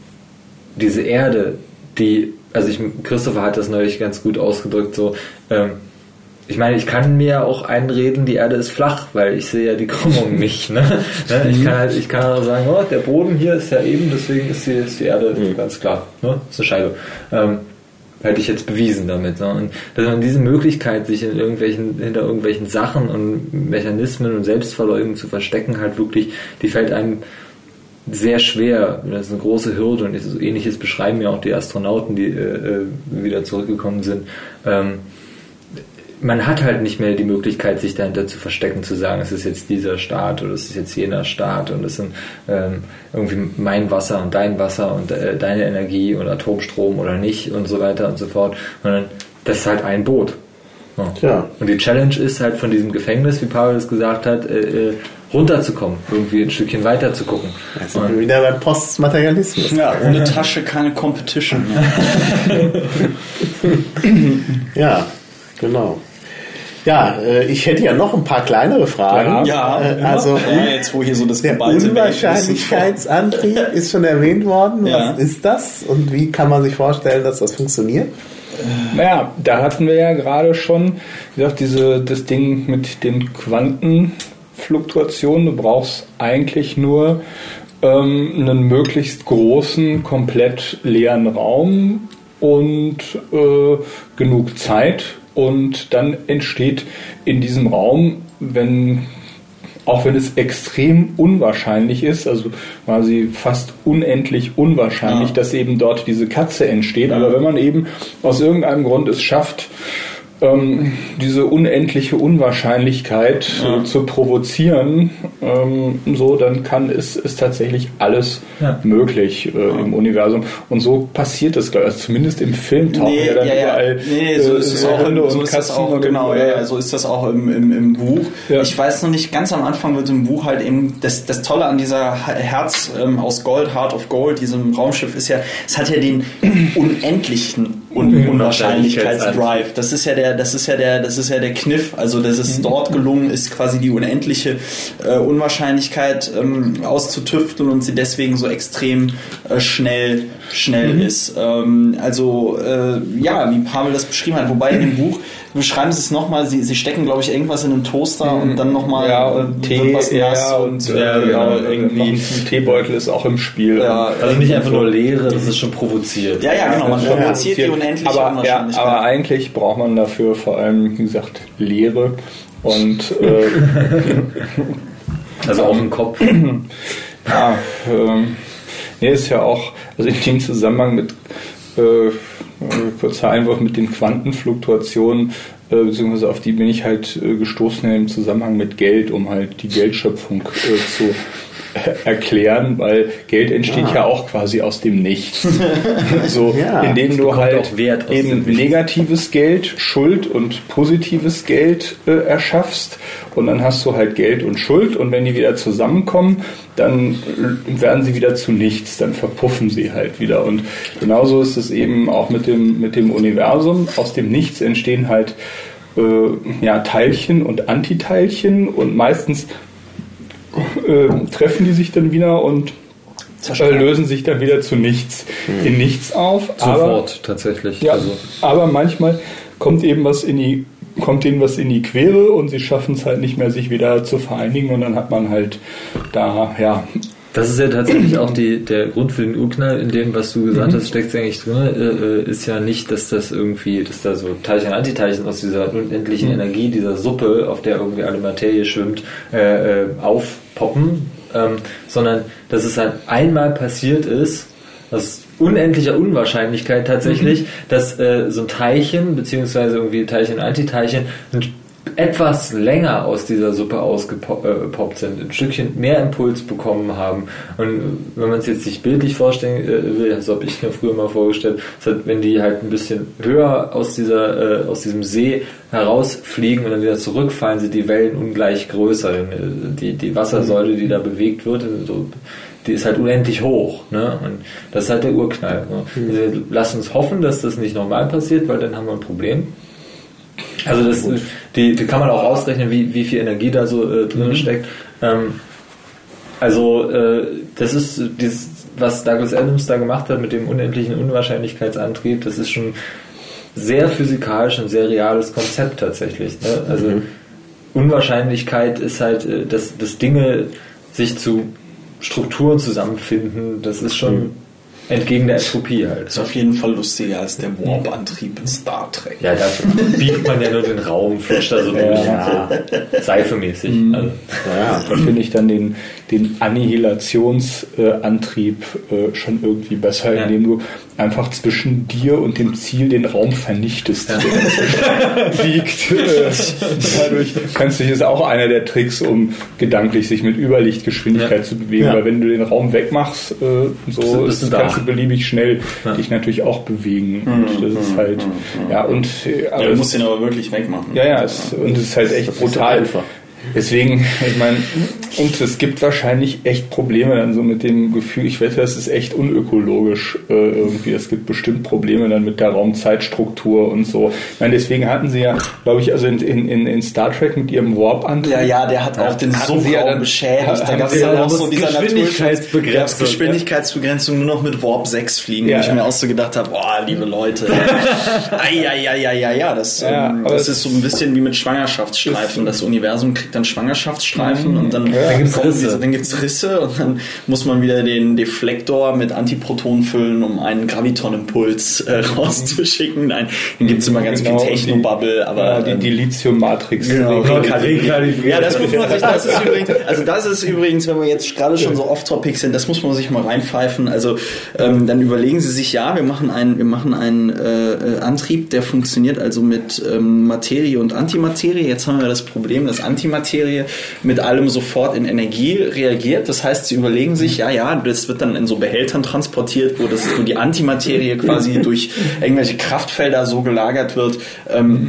diese Erde, die, also ich, Christopher hat das neulich ganz gut ausgedrückt, so, ähm, ich meine, ich kann mir auch einreden, die Erde ist flach, weil ich sehe ja die Krümmung nicht. Ne? Ich kann halt, ich kann auch sagen, oh, der Boden hier ist ja eben, deswegen ist die, ist die Erde mhm. ganz klar. Ne? Ist eine Scheibe. Ähm, hätte ich jetzt bewiesen damit. Ne? Und dass man diese Möglichkeit, sich in irgendwelchen, hinter irgendwelchen Sachen und Mechanismen und Selbstverleugnung zu verstecken, halt wirklich, die fällt einem sehr schwer. Das ist eine große Hürde und so Ähnliches beschreiben ja auch die Astronauten, die äh, wieder zurückgekommen sind. Ähm, Man hat halt nicht mehr die Möglichkeit, sich dahinter zu verstecken, zu sagen, es ist jetzt dieser Staat oder es ist jetzt jener Staat und es sind ähm, irgendwie mein Wasser und dein Wasser und äh, deine Energie und Atomstrom oder nicht und so weiter und so fort. Und das ist halt ein Boot. Ja. Tja. Und die Challenge ist halt von diesem Gefängnis, wie Pavel es gesagt hat, äh, runterzukommen, irgendwie ein Stückchen weiter zu gucken. Also und wieder beim Postmaterialismus. Ja, ohne Tasche keine Competition. Ja, genau. Ja, äh, ich hätte ja noch ein paar kleinere Fragen. Ja, äh, also ja, jetzt wo hier so das der Unwahrscheinlichkeitsantrieb ist schon erwähnt worden. Ja. Was ist das und wie kann man sich vorstellen, dass das funktioniert? Naja, da hatten wir ja gerade schon wie gesagt, diese, das Ding mit den Quantenfluktuationen. Du brauchst eigentlich nur ähm, einen möglichst großen, komplett leeren Raum und äh, genug Zeit. Und dann entsteht in diesem Raum, wenn, auch wenn es extrem unwahrscheinlich ist, also quasi fast unendlich unwahrscheinlich, ja. dass eben dort diese Katze entsteht, ja. aber wenn man eben aus irgendeinem Grund es schafft, ähm, diese unendliche Unwahrscheinlichkeit ja. äh, zu provozieren, ähm, so, dann kann es ist tatsächlich alles ja. möglich äh, ja. im Universum. Und so passiert es, also zumindest im Film tauchen nee, ja dann ja, überall nee, so ist es auch, Hunde so und Katzen. Auch, genau, ja, ja, so ist das auch im, im, im Buch. Ja. Ich weiß noch nicht, ganz am Anfang wird im Buch halt eben, das, das Tolle an dieser Herz ähm, aus Gold, Heart of Gold, diesem Raumschiff ist ja, es hat ja den unendlichen Un- Unwahrscheinlichkeitsdrive. Das ist ja der der, das ist ja der, das ist ja der Kniff. Also, dass es dort gelungen ist, quasi die unendliche äh, Unwahrscheinlichkeit ähm, auszutüfteln und sie deswegen so extrem äh, schnell, schnell mhm. ist. Ähm, also, äh, ja, wie Pavel das beschrieben hat. Wobei in dem Buch beschreiben sie es nochmal, sie, sie stecken, glaube ich, irgendwas in einen Toaster mhm. und dann nochmal ja, und Tee, was nass ja, und äh, ja, genau, irgendwie ein Teebeutel ist auch im Spiel. Ja, also nicht einfach nur Leere, das ist schon provoziert. Ja, ja, genau, man ja, provoziert die unendliche aber, Unwahrscheinlichkeit. Ja, aber eigentlich braucht man dafür vor allem, wie gesagt, Leere und äh, also auch im Kopf. Ja, ähm, nee, ist ja auch, also in dem Zusammenhang mit äh, kurzer Einwurf mit den Quantenfluktuationen, äh, beziehungsweise auf die bin ich halt äh, gestoßen im Zusammenhang mit Geld, um halt die Geldschöpfung äh, zu äh, erklären, weil Geld entsteht ah. ja auch quasi aus dem Nichts. So, ja, indem du halt eben negatives Geld, Schuld und positives Geld äh, erschaffst und dann hast du halt Geld und Schuld und wenn die wieder zusammenkommen, dann werden sie wieder zu nichts, dann verpuffen sie halt wieder. Und genauso ist es eben auch mit dem, mit dem Universum. Aus dem Nichts entstehen halt äh, ja, Teilchen und Antiteilchen und meistens äh, treffen die sich dann wieder und äh, lösen sich dann wieder zu nichts, mhm. in nichts auf. Sofort, aber, tatsächlich. Ja, also. Aber manchmal kommt eben was in die kommt denen was in die Quere und sie schaffen es halt nicht mehr, sich wieder zu vereinigen und dann hat man halt da, ja. Das ist ja tatsächlich auch die, der Grund für den Urknall, in dem, was du gesagt mhm. hast, steckt eigentlich drin, äh, ist ja nicht, dass das irgendwie, dass da so Teilchen, Antiteilchen aus dieser unendlichen mhm. Energie, dieser Suppe, auf der irgendwie alle Materie schwimmt, äh, aufpoppen, ähm, sondern dass es halt einmal passiert ist, dass unendlicher Unwahrscheinlichkeit tatsächlich, mhm. dass äh, so ein Teilchen, beziehungsweise irgendwie Teilchen und Antiteilchen etwas länger aus dieser Suppe ausgepoppt sind, ein Stückchen mehr Impuls bekommen haben. Und wenn man es jetzt sich bildlich vorstellen äh, will, das habe ich mir früher mal vorgestellt, das heißt, wenn die halt ein bisschen höher aus dieser äh, aus diesem See herausfliegen und dann wieder zurückfallen, sind die Wellen ungleich größer. Die, die Wassersäule, die da bewegt wird, so, die ist halt unendlich hoch, ne? Und das ist halt der Urknall. Ne? Mhm. Also, lass uns hoffen, dass das nicht normal passiert, weil dann haben wir ein Problem. Also das, die, die kann man auch ausrechnen, wie, wie viel Energie da so äh, drin mhm. steckt. Ähm, also äh, das ist dieses, was Douglas Adams da gemacht hat mit dem unendlichen Unwahrscheinlichkeitsantrieb, das ist schon sehr physikalisch und sehr reales Konzept tatsächlich. Ne? Also mhm. Unwahrscheinlichkeit ist halt, äh, dass, dass Dinge sich zu Strukturen zusammenfinden, das ist schon mhm. entgegen der Entropie halt. Das ist auf jeden Fall lustiger als der Warp-Antrieb in Star Trek. Ja, da biegt man ja nur den Raum, flutscht da so durch, ja. so seifemäßig. Mhm. Also. Ja, da finde ich dann den, den Annihilationsantrieb äh, schon irgendwie besser, ja. indem du einfach zwischen dir und dem Ziel den Raum vernichtest, ja. der liegt. Äh, dadurch kannst du, ist auch einer der Tricks, um gedanklich sich mit Überlichtgeschwindigkeit ja. zu bewegen, ja. weil wenn du den Raum wegmachst, äh, so bist du kannst da. du beliebig schnell ja. dich natürlich auch bewegen. Mhm. Und das ist halt, ja, und aber ja, du musst den aber wirklich wegmachen. Ja, ja, es, und es ist halt echt brutal. Einfach. Deswegen, ich meine, und es gibt wahrscheinlich echt Probleme dann so mit dem Gefühl, ich wette, das ist echt unökologisch äh, irgendwie. Es gibt bestimmt Probleme dann mit der Raumzeitstruktur und so. Ich meine, deswegen hatten sie ja, glaube ich, also in, in, in Star Trek mit ihrem Warp-Antrieb. Ja, ja, der hat auch den Subraum ja beschädigt. Da gab es ja noch so dieser Geschwindigkeitsbegrenzung, Geschwindigkeitsbegrenzung nur noch mit Warp sechs fliegen, ja, wo ich ja. mir auch so gedacht habe, boah, liebe Leute. ja, ja, ja, ja, ja, das, ja, ähm, das ist so ein bisschen wie mit Schwangerschaftsstreifen. Das Universum kriegt dann Schwangerschaftsstreifen mhm. und dann, ja, dann gibt es Risse. Dann gibt's Risse und dann muss man wieder den Deflektor mit Antiprotonen füllen, um einen Graviton-Impuls äh, rauszuschicken. Nein, dann gibt es immer ganz genau, viel Technobubble, aber ja, die, die Lithium-Matrix. Genau, ja, das muss man sich, das ist übrigens, also das ist übrigens, wenn wir jetzt gerade schon so off-topic sind, das muss man sich mal reinpfeifen. Also ähm, dann überlegen Sie sich, ja, wir machen einen, wir machen einen äh, Antrieb, der funktioniert also mit ähm, Materie und Antimaterie. Jetzt haben wir das Problem, dass Antimaterie mit allem sofort in Energie reagiert. Das heißt, sie überlegen sich, ja, ja, das wird dann in so Behältern transportiert, wo, das, wo die Antimaterie quasi durch irgendwelche Kraftfelder so gelagert wird. Ähm,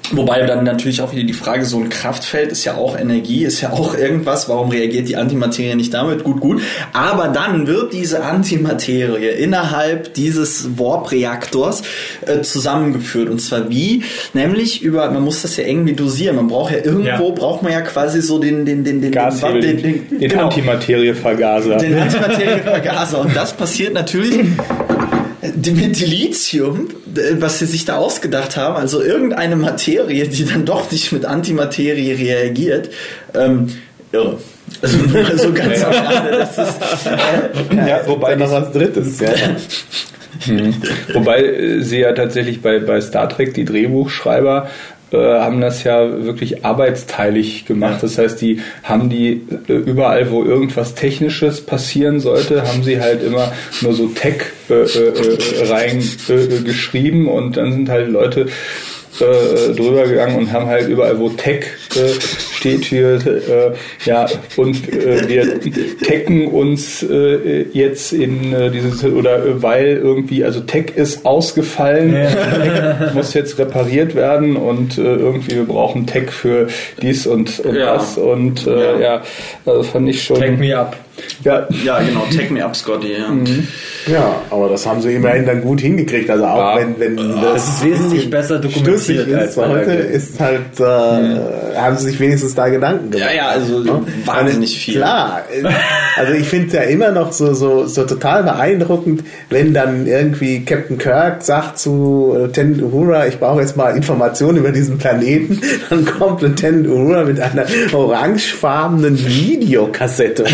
Wobei dann natürlich auch wieder die Frage, so ein Kraftfeld ist ja auch Energie, ist ja auch irgendwas, warum reagiert die Antimaterie nicht damit? Gut, gut. Aber dann wird diese Antimaterie innerhalb dieses Warp-Reaktors äh, zusammengeführt. Und zwar wie? Nämlich über, man muss das ja irgendwie dosieren. Man braucht ja irgendwo, ja. braucht man ja quasi so den, den, den, den, Gashebel, den, den, den, den genau, Antimaterievergaser. Den Antimaterievergaser. Und das passiert natürlich mit Lithium, was sie sich da ausgedacht haben, also irgendeine Materie, die dann doch nicht mit Antimaterie reagiert, ähm, irre. Also, so ganz am Rande, das ist, äh, ja, wobei noch was Drittes, ja. Hm. Wobei sie ja tatsächlich bei, bei Star Trek, die Drehbuchschreiber, haben das ja wirklich arbeitsteilig gemacht. Das heißt, die haben die überall, wo irgendwas Technisches passieren sollte, haben sie halt immer nur so Tech äh, äh, reingeschrieben äh, und dann sind halt Leute äh, drüber gegangen und haben halt überall, wo Tech äh, steht, hier, äh, ja, und äh, wir techen uns äh, jetzt in äh, dieses, oder äh, weil irgendwie, also Tech ist ausgefallen, ja. Tech muss jetzt repariert werden und äh, irgendwie wir brauchen Tech für dies und, und ja. das und äh, ja, ja also fand ich schon. Tech me up. Ja, ja, genau, Tech me up, Scotty. Ja. Mhm. Ja, aber das haben sie immerhin dann gut hingekriegt. Also auch ja. wenn, wenn das, das ist wesentlich besser dokumentiert ist, als heute ist halt, äh, mhm. haben sie sich wenigstens da Gedanken gemacht. Ja, ja, also ja? wahnsinnig viel. Klar, also ich finde es ja immer noch so, so, so total beeindruckend, wenn dann irgendwie Captain Kirk sagt zu Lieutenant Uhura, ich brauche jetzt mal Informationen über diesen Planeten, dann kommt Lieutenant Uhura mit einer orangefarbenen Videokassette.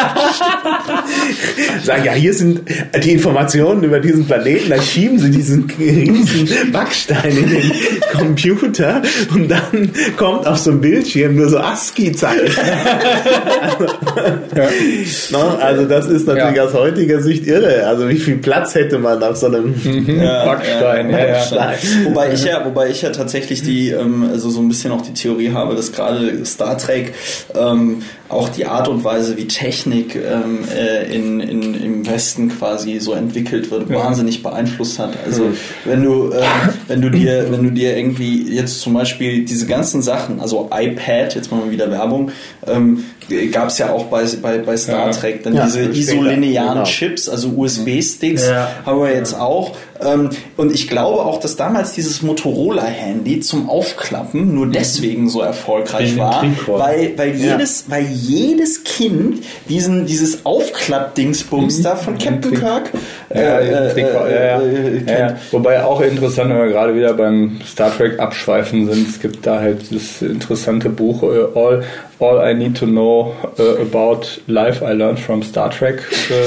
Sagen, ja, hier sind die Informationen über diesen Planeten, dann schieben sie diesen riesen Backstein in den Computer und dann kommt auf so einem Bildschirm nur so ASCII-Zeichen. Also, ja. also das ist natürlich ja. aus heutiger Sicht irre. Also wie viel Platz hätte man auf so einem ja, Backstein? Ja, Backstein. Ja. Wobei ich ja, wobei ich ja tatsächlich die, also so ein bisschen auch die Theorie habe, dass gerade Star Trek ähm, auch die Art und Weise, wie Technik ähm, äh, in, in, im Westen quasi so entwickelt wird, ja. wahnsinnig beeinflusst hat. Also mhm. wenn du äh, wenn du dir wenn du dir irgendwie jetzt zum Beispiel diese ganzen Sachen, also iPad, jetzt machen wir wieder Werbung, ähm, gab es ja auch bei, bei, bei Star ja. Trek, dann ja, diese isolinearen genau. Chips, also U S B-Sticks ja. haben wir jetzt auch. Ähm, und ich glaube auch, dass damals dieses Motorola-Handy zum Aufklappen nur deswegen so erfolgreich war, weil, weil, jedes, ja. weil jedes Kind diesen, dieses Aufklapp-Dingsbums mhm. da von Captain Kirk äh, ja, äh, äh, äh, ja, ja. Wobei auch interessant, wenn wir gerade wieder beim Star Trek abschweifen sind, es gibt da halt das interessante Buch uh, All All I Need to Know uh, About Life I Learned from Star Trek,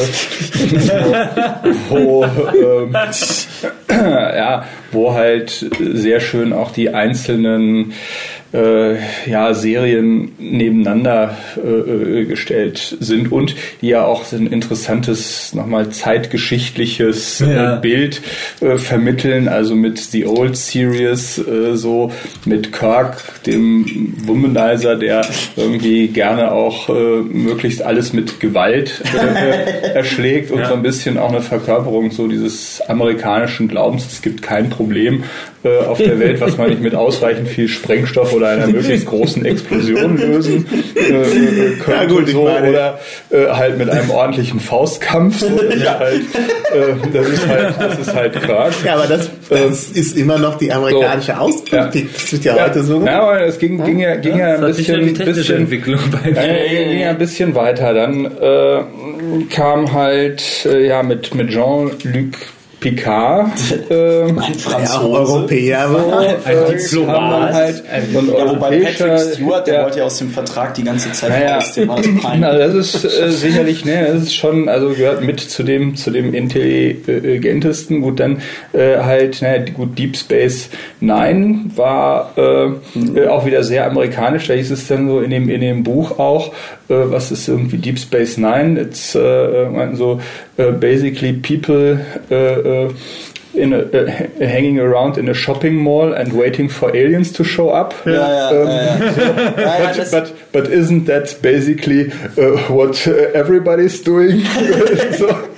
uh, wo, ähm, ja, wo halt sehr schön auch die einzelnen äh, ja, Serien nebeneinander äh, gestellt sind und die ja auch ein interessantes, nochmal zeitgeschichtliches ja. äh, Bild äh, vermitteln, also mit The Old Series, äh, so mit Kirk, dem Womanizer, der irgendwie gerne auch äh, möglichst alles mit Gewalt äh, erschlägt und ja. so ein bisschen auch eine Verkörperung so dieses amerikanischen Glaubens, es gibt kein Problem äh, auf der Welt, was man nicht mit ausreichend viel Sprengstoff oder einer möglichst großen Explosion lösen äh, könnte, ja, gut, so, oder äh, halt mit einem ordentlichen Faustkampf. So, das, ja. ist halt, äh, das ist halt, das ist halt Quark. Ja, aber das, das äh, ist immer noch die amerikanische so. Außenpolitik. Ja. Das wird ja, ja heute so. Ja, aber es ging, ging ja, ging ja, ja ein bisschen, bisschen Entwicklung bei äh, ging ja ein bisschen weiter. Dann äh, kam halt äh, ja mit mit Jean-Luc Picard, äh, ein Franzose, Europäer, so, ein Diplomat, halt, und ja, wobei Patrick Stewart, der, der wollte ja aus dem Vertrag die ganze Zeit ja, raus, dem war das peinlich. Na, das ist äh, sicherlich, ne, das ist schon, also gehört mit zu dem zu dem intelligentesten. Gut, dann äh, halt, ne, gut, Deep Space Nine war äh, mhm. auch wieder sehr amerikanisch. Da hieß es dann so in dem in dem Buch auch, äh, was ist irgendwie Deep Space Nine? It's äh, meinten so uh, basically people uh, uh, in a, uh, hanging around in a shopping mall and waiting for aliens to show up. Ja, ja, um, ja, ja. So, ja, but, but, but isn't that basically uh, what uh, everybody's doing? So.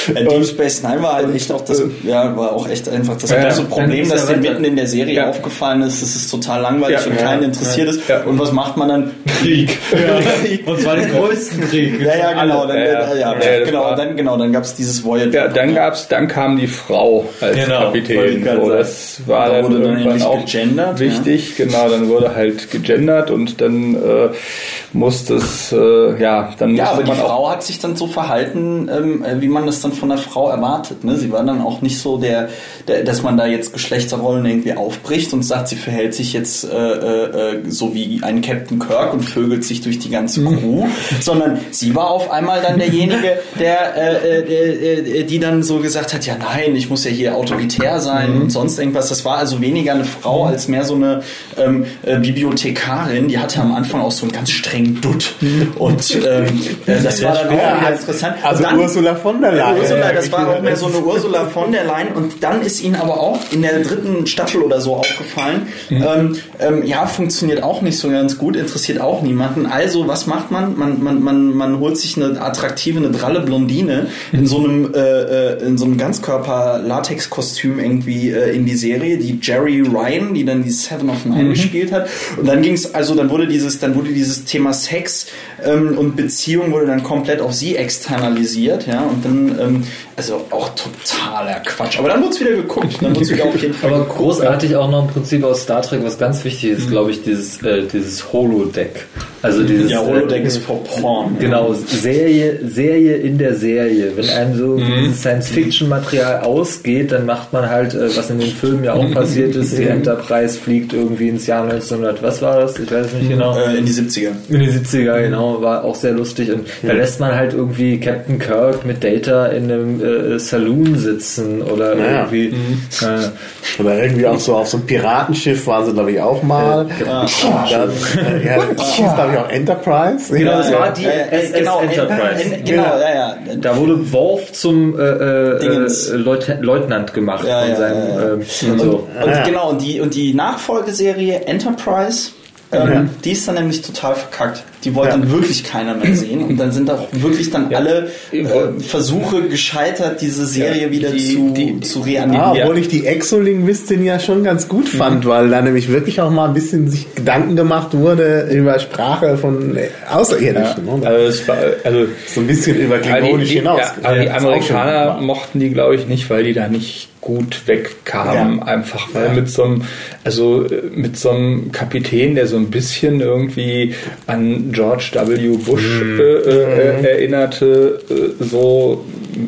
Deep Space Nine war halt echt auch das, ja, war auch echt einfach das ja, große Problem, dass dir mitten in der Serie ja. aufgefallen ist, dass es total langweilig ja, und keinen ja, interessiert ja, ist. Ja. Und was macht man dann? Krieg. Ja. Und zwar den größten Krieg. Ja, ja, genau. Dann, ja, ja, ja, ja, genau, dann, genau, dann gab es dieses Voyager. Ja, dann gab's, dann kam die Frau als genau, Kapitän. So, das war da dann wurde irgendwann dann auch gegendert, wichtig. Ja. Genau, dann wurde halt gegendert und dann äh, musste es, äh, ja, dann ja, aber die Frau hat sich dann so verhalten, ähm, wie man das dann von der Frau erwartet. Ne? Sie war dann auch nicht so der, der, dass man da jetzt Geschlechterrollen irgendwie aufbricht und sagt, sie verhält sich jetzt äh, äh, so wie ein Captain Kirk und vögelt sich durch die ganze Crew, sondern sie war auf einmal dann derjenige, der, äh, äh, äh, die dann so gesagt hat, ja nein, ich muss ja hier autoritär sein mhm. und sonst irgendwas. Das war also weniger eine Frau als mehr so eine ähm, äh, Bibliothekarin, die hatte am Anfang auch so einen ganz strengen Dutt und ähm, äh, das war dann auch ja, interessant. Also dann, Ursula von der Leyen. Ursula, das war auch mehr so eine Ursula von der Leyen und dann ist ihnen aber auch in der dritten Staffel oder so aufgefallen, mhm. ähm, ähm, ja, funktioniert auch nicht so ganz gut, interessiert auch niemanden. Also, was macht man? Man, man, man, man holt sich eine attraktive, eine dralle Blondine in so einem, äh, in so einem Ganzkörper-Latex-Kostüm irgendwie äh, in die Serie, die Jerry Ryan, die dann die Seven of Nine mhm. gespielt hat. Und dann ging es, also dann wurde dieses, dann wurde dieses Thema Sex ähm, und Beziehung wurde dann komplett auf sie externalisiert, ja, und dann, ähm, also auch totaler Quatsch. Aber dann wurde es wieder geguckt, dann wurde es wieder auf jeden Fall Aber geguckt. Großartig auch noch ein Prinzip aus Star Trek, was ganz wichtig ist, glaube ich, dieses, äh, dieses Holodeck. Also dieses, ja, Holodeck äh, ist for porn. Genau, Serie, Serie in der Serie. Wenn einem so mhm. Science-Fiction-Material ausgeht, dann macht man halt, äh, was in den Filmen ja auch passiert ist, die Enterprise fliegt irgendwie ins Jahr neunzehnhundert, was war das? Ich weiß nicht genau. Äh, in die siebziger. In die siebziger, genau, war auch sehr lustig. Und da lässt man halt irgendwie Captain Kirk mit Data in einem äh, Saloon sitzen oder naja. irgendwie mhm. äh, oder irgendwie auch so auf so einem Piratenschiff waren sie, glaube ich, auch mal. Äh, ah, dann, äh, ja, das hieß, glaube ich, auch Enterprise. Genau, das war die äh, S S genau, Enterprise. Äh, genau, ja, ja. Da wurde Worf zum äh, äh, Leut- Leutnant gemacht ja, von ja, seinem ja, ja. Äh, und so. Und, und genau, und die, und die Nachfolgeserie Enterprise, ähm, ja. die ist dann nämlich total verkackt. Die wollte ja. dann wirklich keiner mehr sehen und dann sind auch wirklich dann ja. alle äh, Versuche gescheitert, diese Serie ja, wieder die, zu, die, zu reanimieren. Ja, obwohl ich die Exolinguistin ja schon ganz gut fand, mhm. weil da nämlich wirklich auch mal ein bisschen sich Gedanken gemacht wurde über Sprache von Außerirdischen. Ja. Also, es war, also so ein bisschen über Klingonisch die, die, hinaus. Ja, aber die Amerikaner mochten die, glaube ich, nicht, weil die da nicht gut wegkamen, ja. einfach weil ja. mit so einem, also mit so einem Kapitän, der so ein bisschen irgendwie an George W. Bush mm. äh, äh, erinnerte, äh, so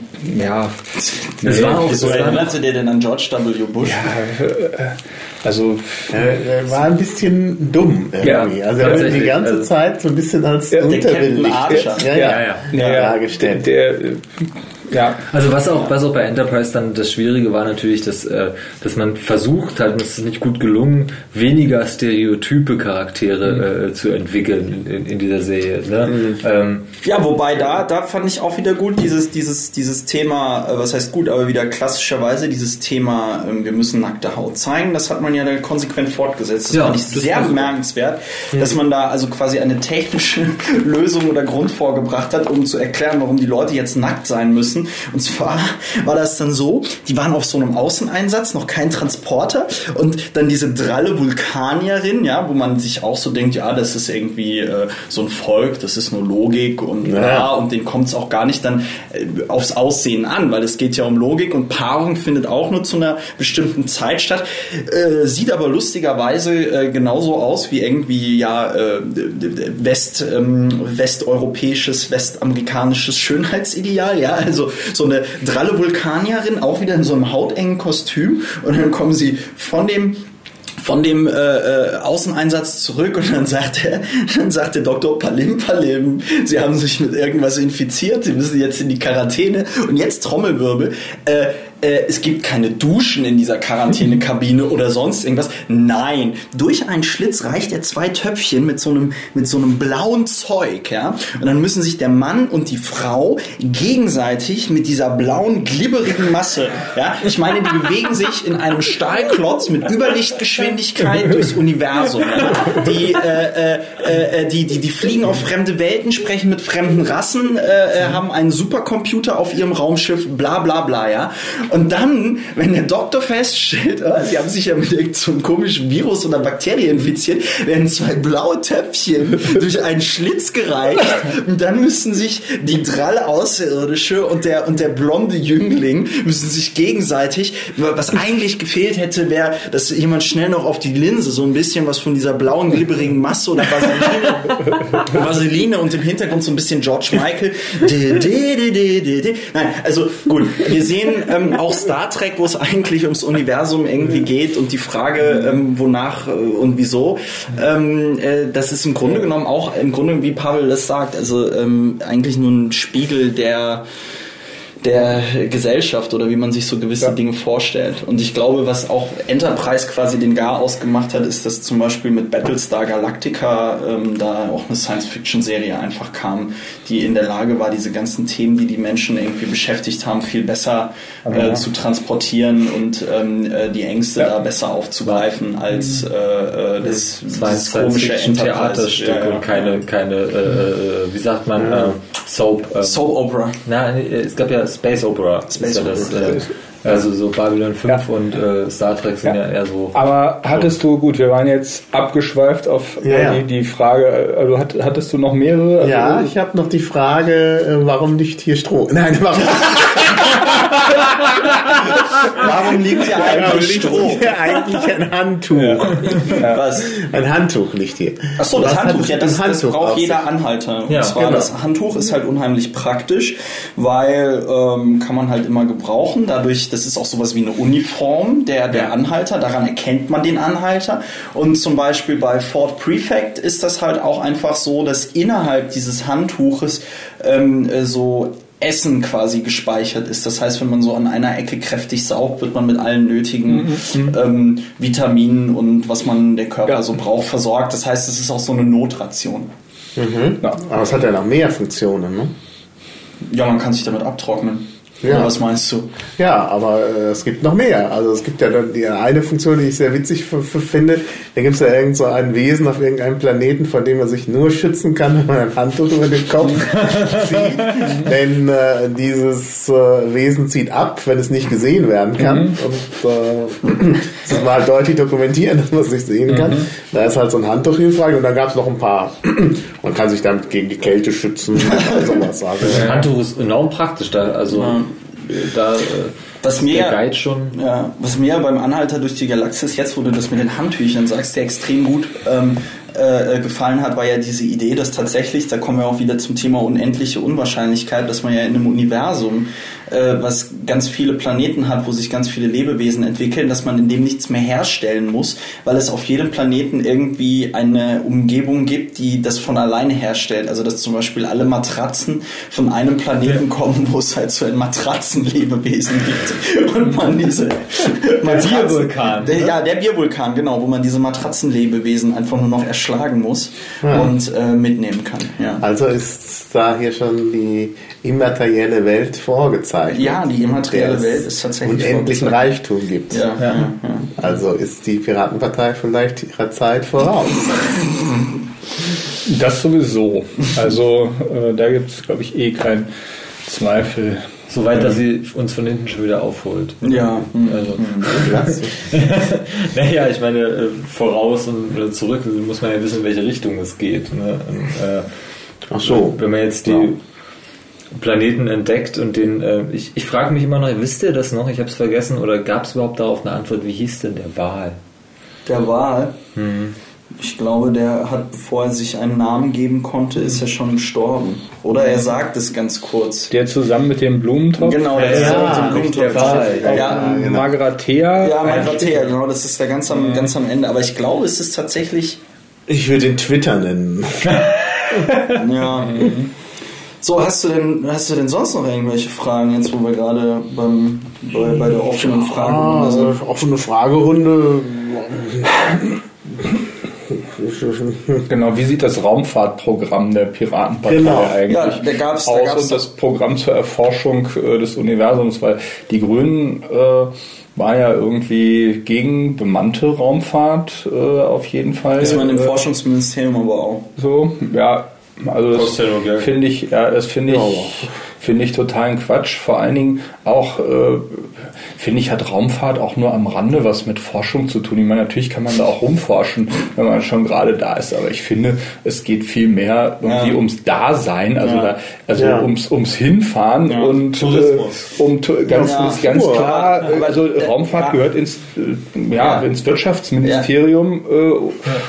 ja. Das war auch so. Erinnerte der denn an George W. Bush? Ja, äh, also äh, war ein bisschen dumm irgendwie. Ja, also er wurde die ganze also, Zeit so ein bisschen als ja, unterwillig ja, ja, ja, ja, ja, dargestellt. Der, der, ja. Also was auch, was auch bei Enterprise dann das Schwierige war natürlich, dass, äh, dass man versucht hat, und es ist nicht gut gelungen, weniger stereotype Charaktere mhm. äh, zu entwickeln in, in dieser Serie. Ne? Mhm. Ähm, ja, wobei da, da fand ich auch wieder gut dieses, dieses, dieses Thema, was heißt gut, aber wieder klassischerweise dieses Thema, äh, wir müssen nackte Haut zeigen, das hat man ja dann konsequent fortgesetzt. Das ja, fand ich das sehr bemerkenswert, mhm. dass man da also quasi eine technische Lösung oder Grund vorgebracht hat, um zu erklären, warum die Leute jetzt nackt sein müssen. Und zwar war das dann so, die waren auf so einem Außeneinsatz, noch kein Transporter und dann diese dralle Vulkanierin, ja, wo man sich auch so denkt, ja, das ist irgendwie äh, so ein Volk, das ist nur Logik und ja, ja und denen kommt es auch gar nicht dann äh, aufs Aussehen an, weil es geht ja um Logik und Paarung findet auch nur zu einer bestimmten Zeit statt, äh, sieht aber lustigerweise äh, genauso aus wie irgendwie ja äh, West, ähm, westeuropäisches, westamerikanisches Schönheitsideal, ja, also so eine dralle Vulkanierin, auch wieder in so einem hautengen Kostüm und dann kommen sie von dem von dem äh, äh, Außeneinsatz zurück und dann sagt er, dann sagt der Doktor Palim Palim, sie haben sich mit irgendwas infiziert, sie müssen jetzt in die Quarantäne und jetzt Trommelwirbel. Äh, äh, es gibt keine Duschen in dieser Quarantänekabine oder sonst irgendwas. Nein, durch einen Schlitz reicht er zwei Töpfchen mit so einem, mit so einem blauen Zeug, ja. Und dann müssen sich der Mann und die Frau gegenseitig mit dieser blauen, glibberigen Masse, ja. Ich meine, die bewegen sich in einem Stahlklotz mit Überlichtgeschwindigkeit durchs Universum. Ja? Die, äh, äh, die, die, die fliegen auf fremde Welten, sprechen mit fremden Rassen, äh, haben einen Supercomputer auf ihrem Raumschiff, bla bla bla, ja. Und dann, wenn der Doktor feststellt, oh, sie haben sich ja mit irgendeinem so komischen Virus oder Bakterie infiziert, werden zwei blaue Töpfchen durch einen Schlitz gereicht und dann müssen sich die dralle Außerirdische und der, und der blonde Jüngling müssen sich gegenseitig, was eigentlich gefehlt hätte, wäre, dass jemand schnell noch auf die Linse so ein bisschen was von dieser blauen, glibberigen Masse oder Vaseline, Vaseline und im Hintergrund so ein bisschen George Michael. De, de, de, de, de, de. Nein, also gut, wir sehen ähm, auch Star Trek, wo es eigentlich ums Universum irgendwie geht und die Frage, ähm, wonach äh, und wieso, ähm, äh, das ist im Grunde genommen auch, im Grunde wie Pavel das sagt, also ähm, eigentlich nur ein Spiegel der der Gesellschaft oder wie man sich so gewisse ja. Dinge vorstellt. Und ich glaube, was auch Enterprise quasi den Gar ausgemacht hat, ist, dass zum Beispiel mit Battlestar Galactica ähm, da auch eine Science-Fiction-Serie einfach kam, die in der Lage war, diese ganzen Themen, die die Menschen irgendwie beschäftigt haben, viel besser äh, ja. zu transportieren und ähm, die Ängste ja. da besser aufzugreifen als äh, das, das, das komische Enterprise-Theaterstück ja, ja. und keine, keine äh, wie sagt man, äh, Soap. Äh, Soap-Opera. Na, es gab ja Space Opera. Space ja Opera. Das, äh, also so Babylon fünf ja. und äh, Star Trek sind ja. ja eher so. Aber hattest du, gut, wir waren jetzt abgeschweift auf ja, ja. Die, die Frage, also hat, hattest du noch mehrere? Also ja, ich habe noch die Frage, warum nicht hier Stroh? Nein, warum? Warum liegt hier eigentlich Stroh? Hier eigentlich ein Handtuch. Ja. Was? Ein Handtuch liegt hier. Achso, das Handtuch, ja, das, Handtuch das braucht jeder Anhalter. Ja, und zwar genau. Das Handtuch ist halt unheimlich praktisch, weil ähm, kann man halt immer gebrauchen. Dadurch, das ist auch sowas wie eine Uniform der, der Anhalter. Daran erkennt man den Anhalter. Und zum Beispiel bei Fort Prefect ist das halt auch einfach so, dass innerhalb dieses Handtuches ähm, so Essen quasi gespeichert ist. Das heißt, wenn man so an einer Ecke kräftig saugt, wird man mit allen nötigen mhm. ähm, Vitaminen und was man der Körper ja. so braucht, versorgt. Das heißt, es ist auch so eine Notration. Mhm. Ja. Aber es hat ja noch mehr Funktionen, ne? Ja, man kann sich damit abtrocknen. Ja. Oder was meinst du? Ja, aber äh, es gibt noch mehr. Also es gibt ja dann die eine Funktion, die ich sehr witzig f- f- finde. Da gibt es ja irgend so ein Wesen auf irgendeinem Planeten, von dem man sich nur schützen kann, wenn man ein Handtuch über den Kopf zieht. Denn äh, dieses äh, Wesen zieht ab, wenn es nicht gesehen werden kann. Mhm. Und äh, das muss man halt deutlich dokumentieren, dass man es nicht sehen kann. Mhm. Da ist halt so ein Handtuch hilfreich. Und dann gab es noch ein paar. Man kann sich damit gegen die Kälte schützen. Oder sowas. Also, das Handtuch ist enorm praktisch. Da, also ja. da äh, was mir, der Guide schon. Ja, was mir beim Anhalter durch die Galaxis, jetzt wo du das mit den Handtüchern sagst, der extrem gut ähm, äh, gefallen hat, war ja diese Idee, dass tatsächlich, da kommen wir auch wieder zum Thema unendliche Unwahrscheinlichkeit, dass man ja in einem Universum, äh, was ganz viele Planeten hat, wo sich ganz viele Lebewesen entwickeln, dass man in dem nichts mehr herstellen muss, weil es auf jedem Planeten irgendwie eine Umgebung gibt, die das von alleine herstellt. Also dass zum Beispiel alle Matratzen von einem Planeten kommen, wo es halt so ein Matratzenlebewesen gibt und man diese Matratzen, Biervulkan. Der, ja, der Biervulkan, genau, wo man diese Matratzenlebewesen einfach nur noch erschlagen muss ja. und äh, mitnehmen kann. Ja. Also ist da hier schon die immaterielle Welt vorgezeichnet. Ja, die immaterielle Welt ist tatsächlich unendlichen Reichtum gibt. Ja, ja. Ja, ja. Also ist die Piratenpartei vielleicht ihrer Zeit voraus. Das sowieso. Also äh, da gibt es, glaube ich, eh keinen Zweifel. Soweit, dass sie uns von hinten schon wieder aufholt. Ja. Also, naja, ich meine, voraus und zurück muss man ja wissen, in welche Richtung es geht. Ne? Und, äh, Ach so. Wenn man jetzt die ja. Planeten entdeckt und den, äh, ich, ich frage mich immer noch, wisst ihr das noch? Ich habe es vergessen. Oder gab es überhaupt darauf eine Antwort? Wie hieß denn der Wal? Der Wal? Hm. Ich glaube, der hat, bevor er sich einen Namen geben konnte, ist er schon gestorben. Oder er sagt es ganz kurz. Der zusammen mit dem Blumentopf? Genau, der ja, zusammen mit dem Blumentopf. Ja, ja, genau. Margaratea. Ja, Margaratea, genau, das ist der ganz am, ganz am Ende. Aber ich glaube, es ist tatsächlich... Ich würde ihn Twitter nennen. ja. So, hast du denn, hast du denn sonst noch irgendwelche Fragen, jetzt wo wir gerade beim, bei, bei der offenen Fragerunde sind? Ah, offene Fragerunde. Genau, wie sieht das Raumfahrtprogramm der Piratenpartei genau. eigentlich ja, da gab's, aus da gab's und das Programm zur Erforschung äh, des Universums? Weil die Grünen äh, war ja irgendwie gegen bemannte Raumfahrt äh, auf jeden Fall. Ist man im äh, Forschungsministerium aber auch. So, ja, also das ja finde ich, ja, das finde ich, ja. finde ich totalen Quatsch. Vor allen Dingen auch, äh, finde ich, hat Raumfahrt auch nur am Rande was mit Forschung zu tun. Ich meine, natürlich kann man da auch rumforschen, wenn man schon gerade da ist, aber ich finde, es geht viel mehr irgendwie ja. ums Dasein, also, ja. da, also ja. ums, ums Hinfahren ja. und äh, um ganz, ja. ganz ja. klar, also Raumfahrt ja. gehört ins, äh, ja, ja. ins Wirtschaftsministerium, ja. äh,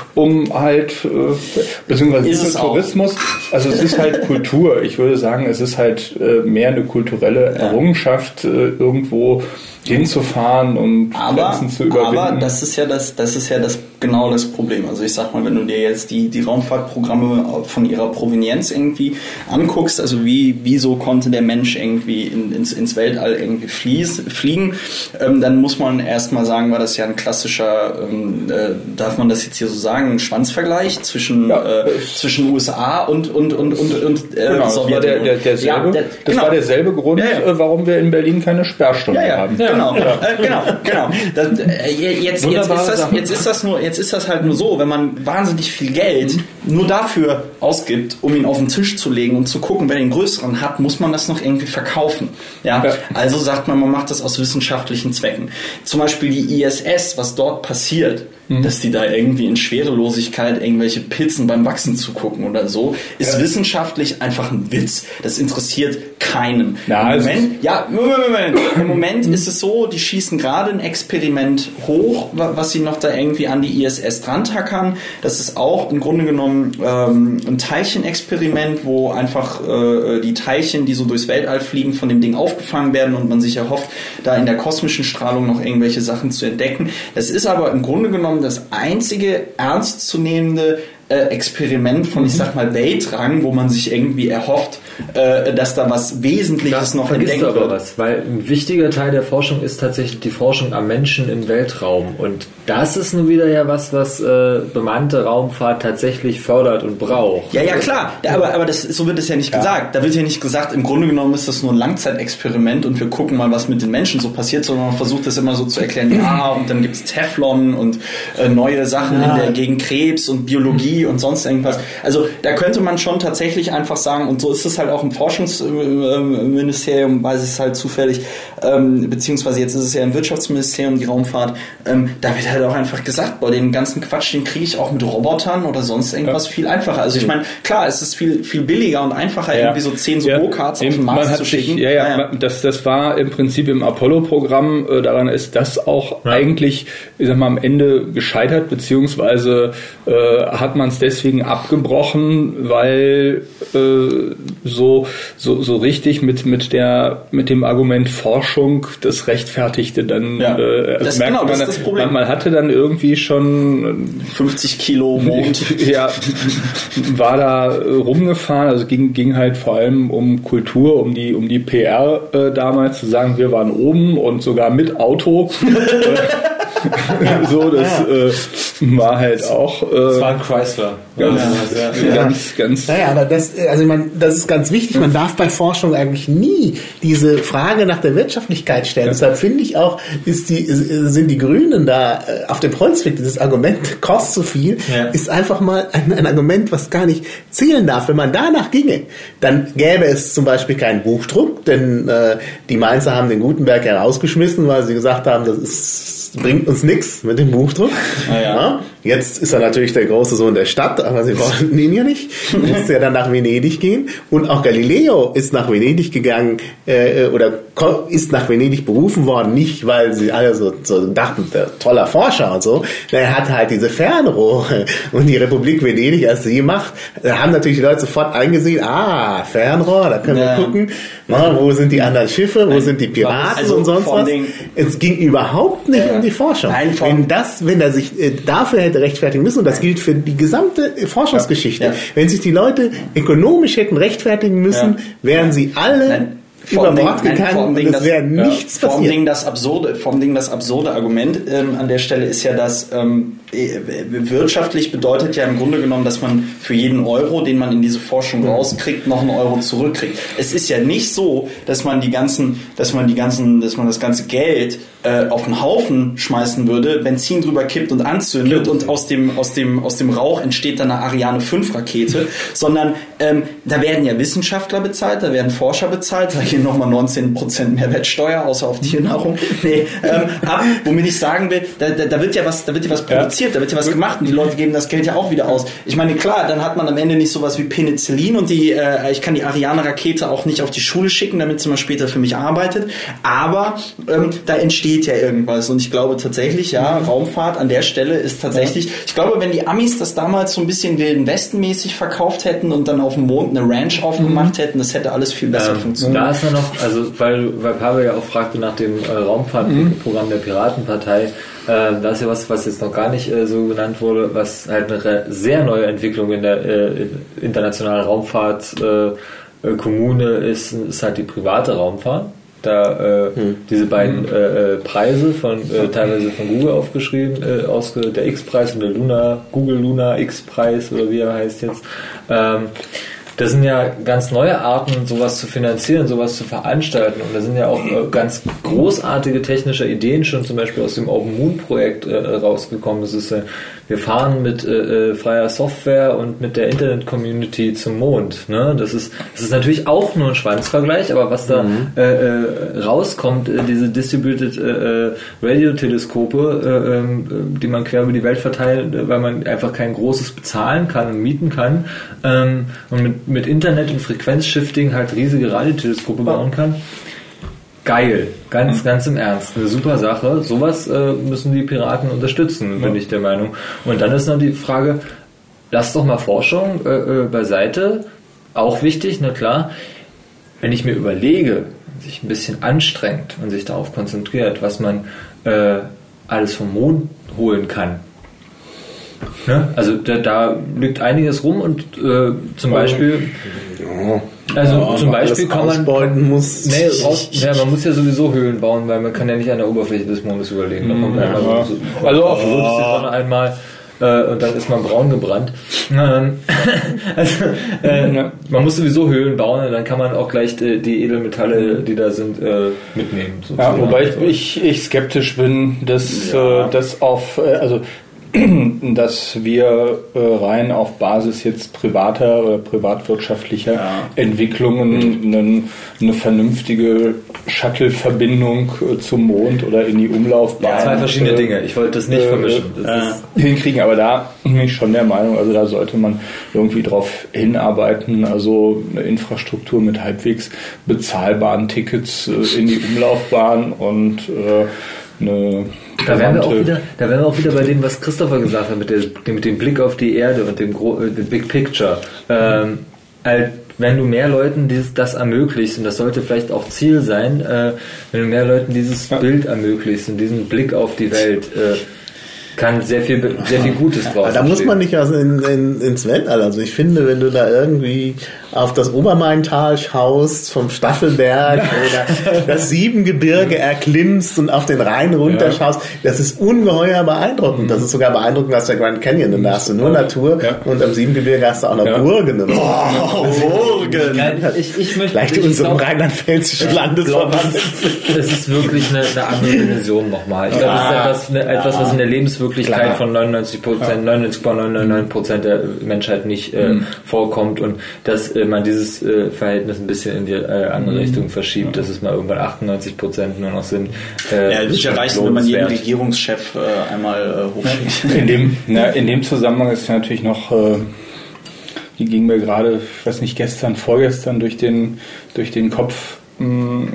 um halt, äh, beziehungsweise ist es Tourismus, auch. Also es ist halt Kultur. Ich würde sagen, es ist halt äh, mehr eine kulturelle ja. Errungenschaft, äh, irgendwo hinzufahren und aber, Grenzen zu überwinden. Aber das ist ja das, das ist ja das genau das Problem. Also ich sag mal, wenn du dir jetzt die, die Raumfahrtprogramme von ihrer Provenienz irgendwie anguckst, also wie, wieso konnte der Mensch irgendwie in, ins, ins Weltall irgendwie fließ, fliegen, ähm, dann muss man erstmal sagen, war das ja ein klassischer, ähm, äh, darf man das jetzt hier so sagen, ein Schwanzvergleich zwischen, ja. äh, zwischen U S A und, und, und, und, und äh, genau, Sowjetunion. Das war, der, der, derselbe, ja, der, das genau. war derselbe Grund, ja, ja. warum wir in Berlin keine Sperrstunde ja, ja. haben. Ja. Genau, ja. äh, genau, genau. Das, äh, jetzt, jetzt, ist das, jetzt ist das nur, jetzt ist das halt nur so, wenn man wahnsinnig viel Geld mhm. nur dafür ausgibt, um ihn auf den Tisch zu legen und zu gucken, wer den größeren hat, muss man das noch irgendwie verkaufen. Ja? ja. Also sagt man, man macht das aus wissenschaftlichen Zwecken. Zum Beispiel die I S S, was dort passiert, mhm. dass die da irgendwie in Schwerelosigkeit irgendwelche Pilzen beim Wachsen zugucken oder so, ist ja. wissenschaftlich einfach ein Witz. Das interessiert keinen. Ja, Im Moment, ja, Moment, Moment. Im Moment ist es so, die schießen gerade ein Experiment hoch, was sie noch da irgendwie an die I S S dran tackern. Das ist auch im Grunde genommen ähm, ein Teilchenexperiment, wo einfach äh, die Teilchen, die so durchs Weltall fliegen, von dem Ding aufgefangen werden und man sich erhofft, da in der kosmischen Strahlung noch irgendwelche Sachen zu entdecken. Das ist aber im Grunde genommen das einzige ernstzunehmende äh, Experiment von, ich sag mal, Weltrang, wo man sich irgendwie erhofft, äh, dass da was Wesentliches da noch entdeckt wird. Aber was, weil ein wichtiger Teil der Forschung ist tatsächlich die Forschung am Menschen im Weltraum. Und das ist nun wieder ja was, was äh, bemannte Raumfahrt tatsächlich fördert und braucht. Ja, ja, klar. Ja, aber aber das, so wird es ja nicht ja. gesagt. Da wird ja nicht gesagt, im Grunde genommen ist das nur ein Langzeitexperiment und wir gucken mal, was mit den Menschen so passiert, sondern man versucht das immer so zu erklären, ja, und dann gibt's Teflon und äh, neue Sachen ja. in der, gegen Krebs und Biologie und sonst irgendwas. Also da könnte man schon tatsächlich einfach sagen, und so ist es halt auch im Forschungsministerium, weiß ich es halt zufällig, ähm, beziehungsweise jetzt ist es ja im Wirtschaftsministerium, die Raumfahrt, ähm, da wird halt auch einfach gesagt, boah, den ganzen Quatsch, den kriege ich auch mit Robotern oder sonst irgendwas ja. viel einfacher. Also ich meine, klar, es ist viel, viel billiger und einfacher, ja. irgendwie so zehn so ja. Go-Karts auf den Mars zu schicken. Sich, ja, ja, ja. Das, das war im Prinzip im Apollo-Programm, äh, daran ist das auch ja. eigentlich, ich sag mal, am Ende gescheitert, beziehungsweise äh, hat man es deswegen abgebrochen, weil äh, so, so, so richtig mit, mit der, mit dem Argument Forschung das rechtfertigte dann, ja. äh, das, merkt genau, man, das ist das Problem. Man, man hatte dann irgendwie schon fünfzig Kilo Mond. ja, war da rumgefahren, also ging, ging halt vor allem um Kultur, um die, um die P R äh, damals, zu sagen, wir waren oben und sogar mit Auto. so, das ja. äh, war halt auch. Äh, das war ein Chrysler. Ganz, ja, ja. ganz, ganz. Naja, aber das, also ich meine, das ist ganz wichtig. Man darf bei Forschung eigentlich nie diese Frage nach der Wirtschaftlichkeit stellen. Ja. Deshalb finde ich auch, ist die, sind die Grünen da auf dem Holzweg. Dieses Argument kostet so viel, ja. ist einfach mal ein, ein Argument, was gar nicht zählen darf. Wenn man danach ginge, dann gäbe es zum Beispiel keinen Buchdruck, denn äh, die Mainzer haben den Gutenberg herausgeschmissen, weil sie gesagt haben, das ist bringt uns nichts mit dem Buchdruck. Ah, ja. Ja, jetzt ist er natürlich der große Sohn der Stadt, aber sie wollten ihn ja nicht. Musste ja dann nach Venedig gehen. Und auch Galileo ist nach Venedig gegangen äh, oder ist nach Venedig berufen worden, nicht weil sie alle so, so dachten, der toller Forscher und so. Er hat halt diese Fernrohre und die Republik Venedig, als sie gemacht, da haben natürlich die Leute sofort eingesehen, ah, Fernrohr, da können ja. wir gucken, na, wo sind die anderen Schiffe, wo sind die Piraten also und sonst was. Es ging überhaupt nicht ja. um die Forschung. Nein, wenn das, wenn er sich äh, dafür hätte hätte rechtfertigen müssen. Und das gilt für die gesamte Forschungsgeschichte. Ja. Ja. Wenn sich die Leute ökonomisch hätten rechtfertigen müssen, ja. wären sie alle... Nein. über Bord gegangen und es wäre nichts ja, passiert. Ding das absurde, vom Ding das absurde Argument ähm, an der Stelle ist ja, dass ähm, wirtschaftlich bedeutet ja im Grunde genommen, dass man für jeden Euro, den man in diese Forschung rauskriegt, noch einen Euro zurückkriegt. Es ist ja nicht so, dass man die ganzen, dass man die ganzen, dass man das ganze Geld äh, auf den Haufen schmeißen würde, Benzin drüber kippt und anzündet und aus dem aus dem aus dem Rauch entsteht dann eine Ariane fünf Rakete, sondern ähm, da werden ja Wissenschaftler bezahlt, da werden Forscher bezahlt, da gehen nochmal neunzehn Prozent Mehrwertsteuer, außer auf Tiernahrung, nee, ähm, ab, womit ich sagen will, da, da, da wird ja was, da wird ja was produziert, da wird ja was gemacht und die Leute geben das Geld ja auch wieder aus. Ich meine, klar, dann hat man am Ende nicht sowas wie Penicillin und die, äh, ich kann die Ariane-Rakete auch nicht auf die Schule schicken, damit sie mal später für mich arbeitet, aber ähm, da entsteht ja irgendwas und ich glaube tatsächlich, ja, Raumfahrt an der Stelle ist tatsächlich, ich glaube, wenn die Amis das damals so ein bisschen Wilden Westen-mäßig verkauft hätten und dann auf dem Mond eine Ranch aufgemacht hätten, das hätte alles viel besser ähm, funktioniert. Da ist ja noch, also weil, weil Pavel ja auch fragte nach dem äh, Raumfahrtprogramm mhm. der Piratenpartei, äh, da ist ja was, was jetzt noch gar nicht äh, so genannt wurde, was halt eine sehr neue Entwicklung in der äh, internationalen Raumfahrtkommune äh, ist, ist halt die private Raumfahrt. Da äh, hm. diese beiden äh, Preise von äh, teilweise von Google aufgeschrieben, äh, ausge, der X-Preis und der Luna, Google Luna X-Preis oder wie er heißt jetzt. Ähm, Das sind ja ganz neue Arten, sowas zu finanzieren, sowas zu veranstalten. Und da sind ja auch äh, ganz großartige technische Ideen schon zum Beispiel aus dem Open Moon Projekt äh, rausgekommen. Das ist, äh, wir fahren mit äh, freier Software und mit der Internet-Community zum Mond. Ne? Das ist, das ist natürlich auch nur ein Schwanzvergleich, aber was da mhm. äh, äh, rauskommt, äh, diese Distributed äh, Radio-Teleskope, äh, äh, die man quer über die Welt verteilt, weil man einfach kein großes bezahlen kann und mieten kann, ähm, und mit mit Internet und Frequenzshifting halt riesige Radioteleskope bauen kann. Geil, ganz, ganz im Ernst. Eine super Sache. Sowas äh, müssen die Piraten unterstützen, bin ja. ich der Meinung. Und dann ist noch die Frage, lass doch mal Forschung äh, äh, beiseite. Auch wichtig, na klar. Wenn ich mir überlege, sich ein bisschen anstrengt und sich darauf konzentriert, was man äh, alles vom Mond holen kann. Ne? Also da, da liegt einiges rum und äh, zum Beispiel ja. also ja, zum Beispiel kann man muss. Nee, raus, ja, man muss ja sowieso Höhlen bauen, weil man kann ja nicht an der Oberfläche des Mondes überleben. Da kommt ja. einmal so, so, also auf oh. die Sonne einmal äh, und dann ist man braun gebrannt. Ähm, also, äh, ja. Man muss sowieso Höhlen bauen und dann kann man auch gleich die, die Edelmetalle, die da sind, äh, mitnehmen. Ja, wobei ich, ich, ich skeptisch bin, dass ja. äh, das auf äh, also dass wir äh, rein auf Basis jetzt privater oder privatwirtschaftlicher ja. Entwicklungen eine, eine vernünftige Shuttle-Verbindung äh, zum Mond oder in die Umlaufbahn. Ja, zwei verschiedene äh, Dinge. Ich wollte das nicht äh, vermischen. Das äh, hinkriegen, aber da bin ich schon der Meinung, also da sollte man irgendwie drauf hinarbeiten, also eine Infrastruktur mit halbwegs bezahlbaren Tickets äh, in die Umlaufbahn und äh, eine Da wären, wir auch wieder, da wären wir auch wieder bei dem, was Christopher gesagt hat, mit, der, mit dem Blick auf die Erde und dem, Gro- dem Big Picture. Ähm, halt, wenn du mehr Leuten dieses, das ermöglicht, und das sollte vielleicht auch Ziel sein, äh, wenn du mehr Leuten dieses ja. Bild ermöglicht und diesen Blick auf die Welt, äh, kann sehr viel, sehr viel Gutes draus entstehen. Da muss man nicht also in, in, ins Weltall. Also ich finde, wenn du da irgendwie auf das Obermaintal schaust, vom Staffelberg oder das Siebengebirge erklimmst und auf den Rhein runterschaust, das ist ungeheuer beeindruckend. Das ist sogar beeindruckend als der Grand Canyon. Denn da hast du nur Natur ja. und am Siebengebirge hast du auch noch ja. Burgen. Und oh, Burgen! Ich, ich möchte, Vielleicht in unserem rheinland-pfälzischen Landesverband. Das ist wirklich eine, eine andere Dimension nochmal. Ich glaube, das ist etwas, eine, etwas, was in der Lebenswirklichkeit Wirklichkeit von neunundneunzig Prozent, neunundneunzig Komma neunundneunzig Prozent der Menschheit nicht äh, mhm. vorkommt und dass äh, man dieses äh, Verhältnis ein bisschen in die äh, andere mhm. Richtung verschiebt, dass es mal irgendwann achtundneunzig Prozent nur noch sind. Äh, ja, das ist ja reichen, wenn man jeden Regierungschef äh, einmal äh, hochschickt. In dem, na, in dem Zusammenhang ist ja natürlich noch, äh, die ging mir gerade, ich weiß nicht, gestern, vorgestern durch den, durch den Kopf, mh,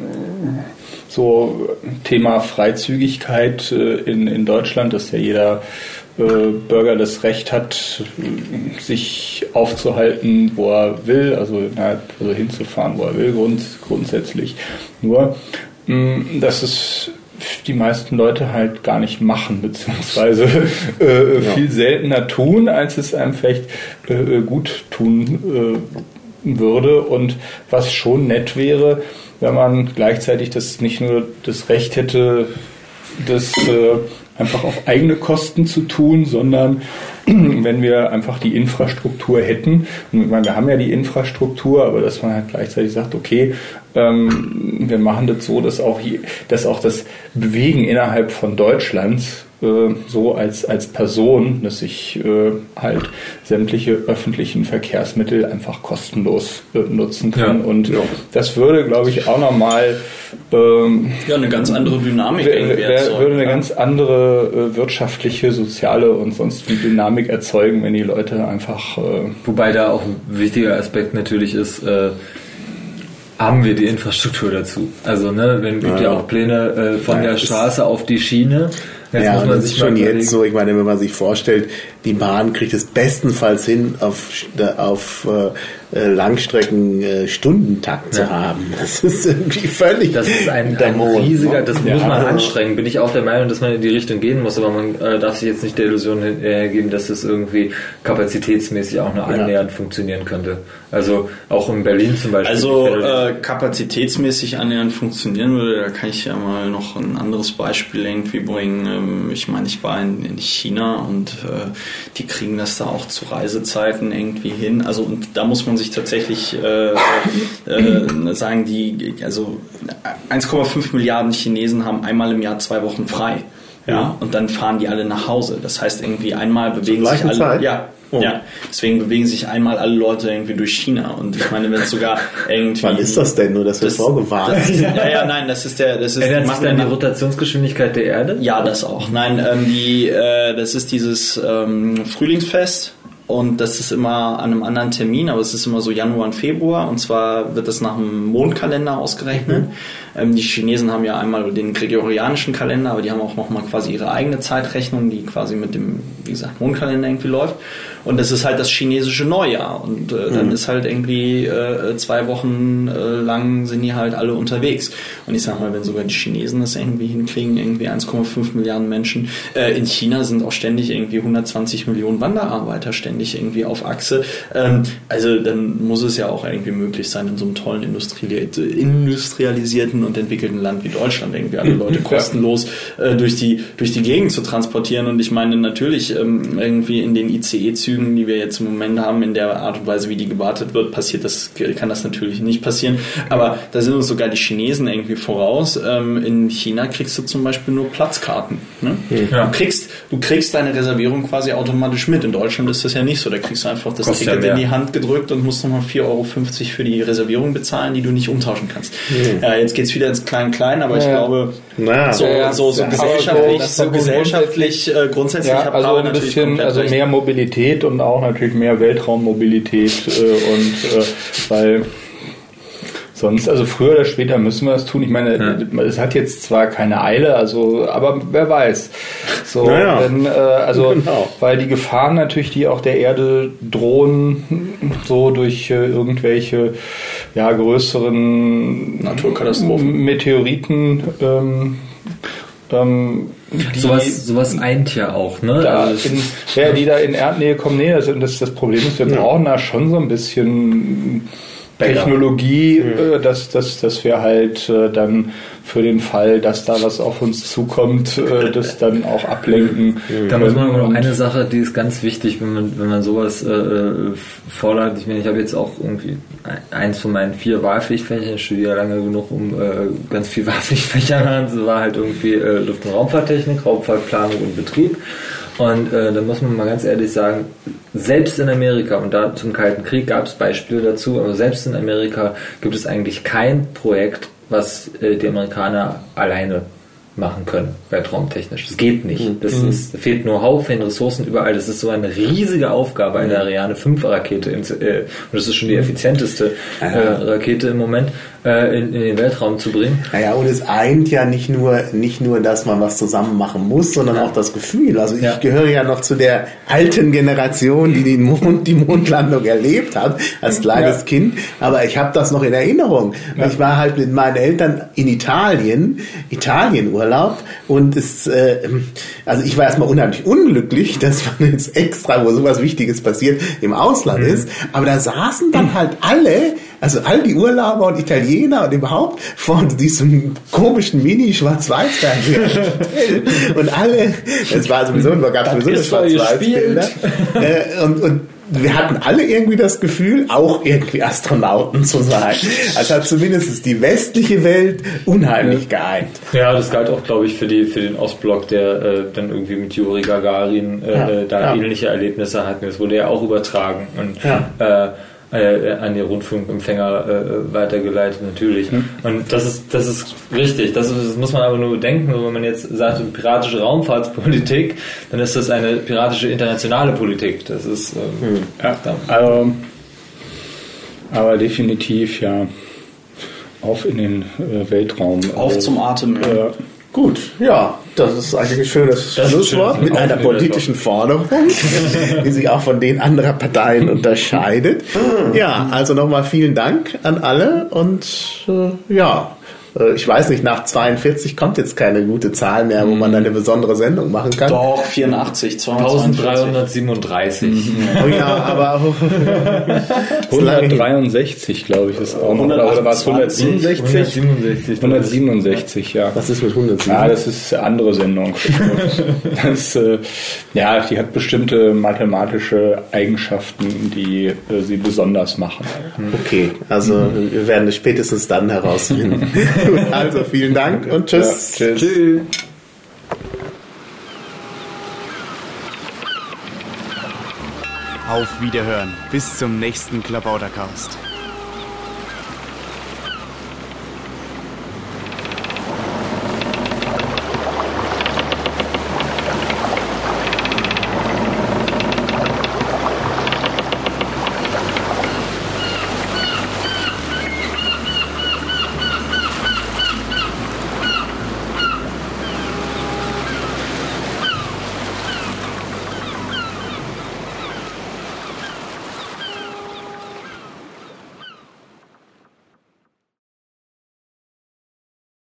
so Thema Freizügigkeit äh, in, in Deutschland, dass ja jeder äh, Bürger das Recht hat, sich aufzuhalten, wo er will, also, na, also hinzufahren, wo er will, grund, grundsätzlich. Nur, mh, dass es die meisten Leute halt gar nicht machen, beziehungsweise äh, ja. viel seltener tun, als es einem vielleicht äh, gut tun äh, würde. Und was schon nett wäre, wenn man gleichzeitig das nicht nur das Recht hätte, das äh, einfach auf eigene Kosten zu tun, sondern wenn wir einfach die Infrastruktur hätten, und ich meine, wir haben ja die Infrastruktur, aber dass man halt gleichzeitig sagt, okay, ähm, wir machen das so, dass auch, hier, dass auch das Bewegen innerhalb von Deutschlands äh, so als, als Person, dass ich äh, halt sämtliche öffentlichen Verkehrsmittel einfach kostenlos äh, nutzen kann. Ja. Und ja. das würde, glaube ich, auch nochmal ähm, ja, eine ganz andere Dynamik wär, wär, würde eine ja. ganz andere äh, wirtschaftliche, soziale und sonst wie Dynamik erzeugen, wenn die Leute einfach... Äh, Wobei da auch ein wichtiger Aspekt natürlich ist, äh, haben wir die Infrastruktur dazu. Also ne, wenn gibt ja, ja auch Pläne äh, von ja, der Straße auf die Schiene. Jetzt ja, muss man das sich ist schon jetzt so, ich meine, wenn man sich vorstellt, die Bahn kriegt es bestenfalls hin, auf, auf äh, Langstrecken äh, Stundentakt ja. zu haben. Das ist irgendwie völlig Das ist ein, ein riesiger, das ja. muss man anstrengen. Bin ich auch der Meinung, dass man in die Richtung gehen muss, aber man äh, darf sich jetzt nicht der Illusion hergeben, dass das irgendwie kapazitätsmäßig auch nur annähernd ja. funktionieren könnte. Also auch in Berlin zum Beispiel. Also äh, kapazitätsmäßig annähernd funktionieren würde, da kann ich ja mal noch ein anderes Beispiel irgendwie bringen. Ich meine, ich war in, in China und äh, die kriegen das da auch zu Reisezeiten irgendwie hin. Also und da muss man sich tatsächlich äh, äh, sagen, die also eins Komma fünf Milliarden Chinesen haben einmal im Jahr zwei Wochen frei. Ja, und dann fahren die alle nach Hause. Das heißt, irgendwie einmal bewegen sich alle. Zeit? Ja. Oh. Ja, deswegen bewegen sich einmal alle Leute irgendwie durch China und ich meine, wenn es sogar irgendwie... Wann ist das denn nur, dass wir das, vorgewarnt das, Ja, ja, nein, das ist der... Das ist, Ändert sich dann die Rotationsgeschwindigkeit der Erde? Ja, das auch. Nein, ähm, die, äh, das ist dieses ähm, Frühlingsfest und das ist immer an einem anderen Termin, aber es ist immer so Januar und Februar und zwar wird das nach dem Mondkalender ausgerechnet. Mhm. Ähm, die Chinesen haben ja einmal den gregorianischen Kalender, aber die haben auch nochmal quasi ihre eigene Zeitrechnung, die quasi mit dem, wie gesagt, Mondkalender irgendwie läuft. Und das ist halt das chinesische Neujahr. Und äh, dann mhm. ist halt irgendwie äh, zwei Wochen äh, lang sind die halt alle unterwegs. Und ich sag mal, wenn sogar die Chinesen das irgendwie hinkriegen, irgendwie eins Komma fünf Milliarden Menschen. Äh, in China sind auch ständig irgendwie hundertzwanzig Millionen Wanderarbeiter ständig irgendwie auf Achse. Ähm, also dann muss es ja auch irgendwie möglich sein, in so einem tollen industrialisierten und entwickelten Land wie Deutschland irgendwie alle Leute kostenlos äh, durch die durch die Gegend zu transportieren. Und ich meine natürlich ähm, irgendwie in den I C E-Zügen, die wir jetzt im Moment haben, in der Art und Weise, wie die gewartet wird, passiert das, kann das natürlich nicht passieren. Aber da sind uns sogar die Chinesen irgendwie voraus. Ähm, in China kriegst du zum Beispiel nur Platzkarten. Ne? Ja. Du kriegst, du kriegst deine Reservierung quasi automatisch mit. In Deutschland ist das ja nicht so. Da kriegst du einfach das Kostet Ticket ja in die Hand gedrückt und musst nochmal vier Euro fünfzig für die Reservierung bezahlen, die du nicht umtauschen kannst. Mhm. Ja, jetzt geht's wieder ins Klein-Klein, aber ja. ich glaube, naja. so, ja, so, so ja. gesellschaftlich, so gesellschaftlich äh, grundsätzlich ja, also ein bisschen, also mehr Mobilität und auch natürlich mehr Weltraummobilität äh, und äh, weil sonst, also früher oder später müssen wir das tun. Ich meine, ja. es hat jetzt zwar keine Eile, also, aber wer weiß. So, naja. wenn, äh, also, genau. weil die Gefahren natürlich, die auch der Erde drohen, so durch äh, irgendwelche ja größeren Naturkatastrophen, Meteoriten. Ähm, ähm, Die, sowas, sowas eint ja auch, ne? Da in, ja, die da in Erdnähe kommen. Nee, also das, das Problem ist, wir ja. brauchen da schon so ein bisschen Technologie, mhm. äh, dass, dass, dass wir halt äh, dann für den Fall, dass da was auf uns zukommt, äh, das dann auch ablenken. Mhm. Da muss man noch eine Sache, die ist ganz wichtig, wenn man, wenn man sowas äh, fordert. Ich meine, ich habe jetzt auch irgendwie eins von meinen vier Wahlpflichtfächern, ich studiere lange genug, um äh, ganz viel Wahlpflichtfächer an. Das war halt irgendwie äh, Luft- und Raumfahrttechnik, Raumfahrtplanung und Betrieb. Und äh, da muss man mal ganz ehrlich sagen, selbst in Amerika, und da zum Kalten Krieg gab es Beispiele dazu, aber selbst in Amerika gibt es eigentlich kein Projekt, was äh, die Amerikaner alleine machen können, weltraumtechnisch. Das geht nicht. Das mhm. ist, fehlt Know-how, fehlen Ressourcen überall. Das ist so eine riesige Aufgabe, eine Ariane fünf Rakete, in, äh, und das ist schon die effizienteste äh, Rakete im Moment, äh, in, in den Weltraum zu bringen. Naja, und es eint ja nicht nur, nicht nur, dass man was zusammen machen muss, sondern ja. auch das Gefühl. Also ich ja. gehöre ja noch zu der alten Generation, die den Mond, die Mondlandung erlebt hat, als kleines ja. Kind, aber ich habe das noch in Erinnerung. Ja. Ich war halt mit meinen Eltern in Italien, Italien Urlaub und es, äh, also ich war erstmal unheimlich unglücklich, dass man jetzt extra, wo sowas Wichtiges passiert, im Ausland mhm. ist, aber da saßen dann halt alle, also all die Urlauber und Italiener und überhaupt vor diesem komischen Mini-Schwarz-Weiß-Fernseher und alle, es war sowieso, man gab sowieso Schwarz-Weiß-Bilder äh, und, und wir hatten alle irgendwie das Gefühl, auch irgendwie Astronauten zu sein. Also hat zumindest die westliche Welt unheimlich geeint. Ja, das galt auch, glaube ich, für die für den Ostblock, der äh, dann irgendwie mit Juri Gagarin äh, ja, da ja. ähnliche Erlebnisse hatten. Das wurde ja auch übertragen und ja. äh, äh, an die Rundfunkempfänger äh, weitergeleitet, natürlich. Hm. Und das ist das ist richtig. Das, ist, das muss man aber nur bedenken. Wenn man jetzt sagt, piratische Raumfahrtspolitik, dann ist das eine piratische internationale Politik. Das ist ähm, hm. ja, also, aber definitiv ja auf in den äh, Weltraum. Auf also, zum Atmen. Äh, gut, ja, das ist eigentlich ein schönes das Schlusswort schön, mit einer politischen Forderung, die sich auch von den anderer Parteien unterscheidet. Ja, also nochmal vielen Dank an alle und äh, ja, ich weiß nicht, nach zweiundvierzig kommt jetzt keine gute Zahl mehr, wo man dann eine besondere Sendung machen kann. Doch, vierundachtzig, eintausenddreihundertsiebenunddreißig. Oh ja, aber hundertdreiundsechzig, glaube ich, ist auch noch. Oder war es hundertsiebenundsechzig? hundertsiebenundsechzig. hundertsiebenundsechzig, ja. Was ist mit hundertsieben? Ja, das ist eine andere Sendung. Das, äh, ja, die hat bestimmte mathematische Eigenschaften, die äh, sie besonders machen. Okay, also mhm. wir werden es spätestens dann herausfinden. Also vielen Dank und tschüss. Ja, tschüss. Tschüss. Auf Wiederhören. Bis zum nächsten Klabautercast.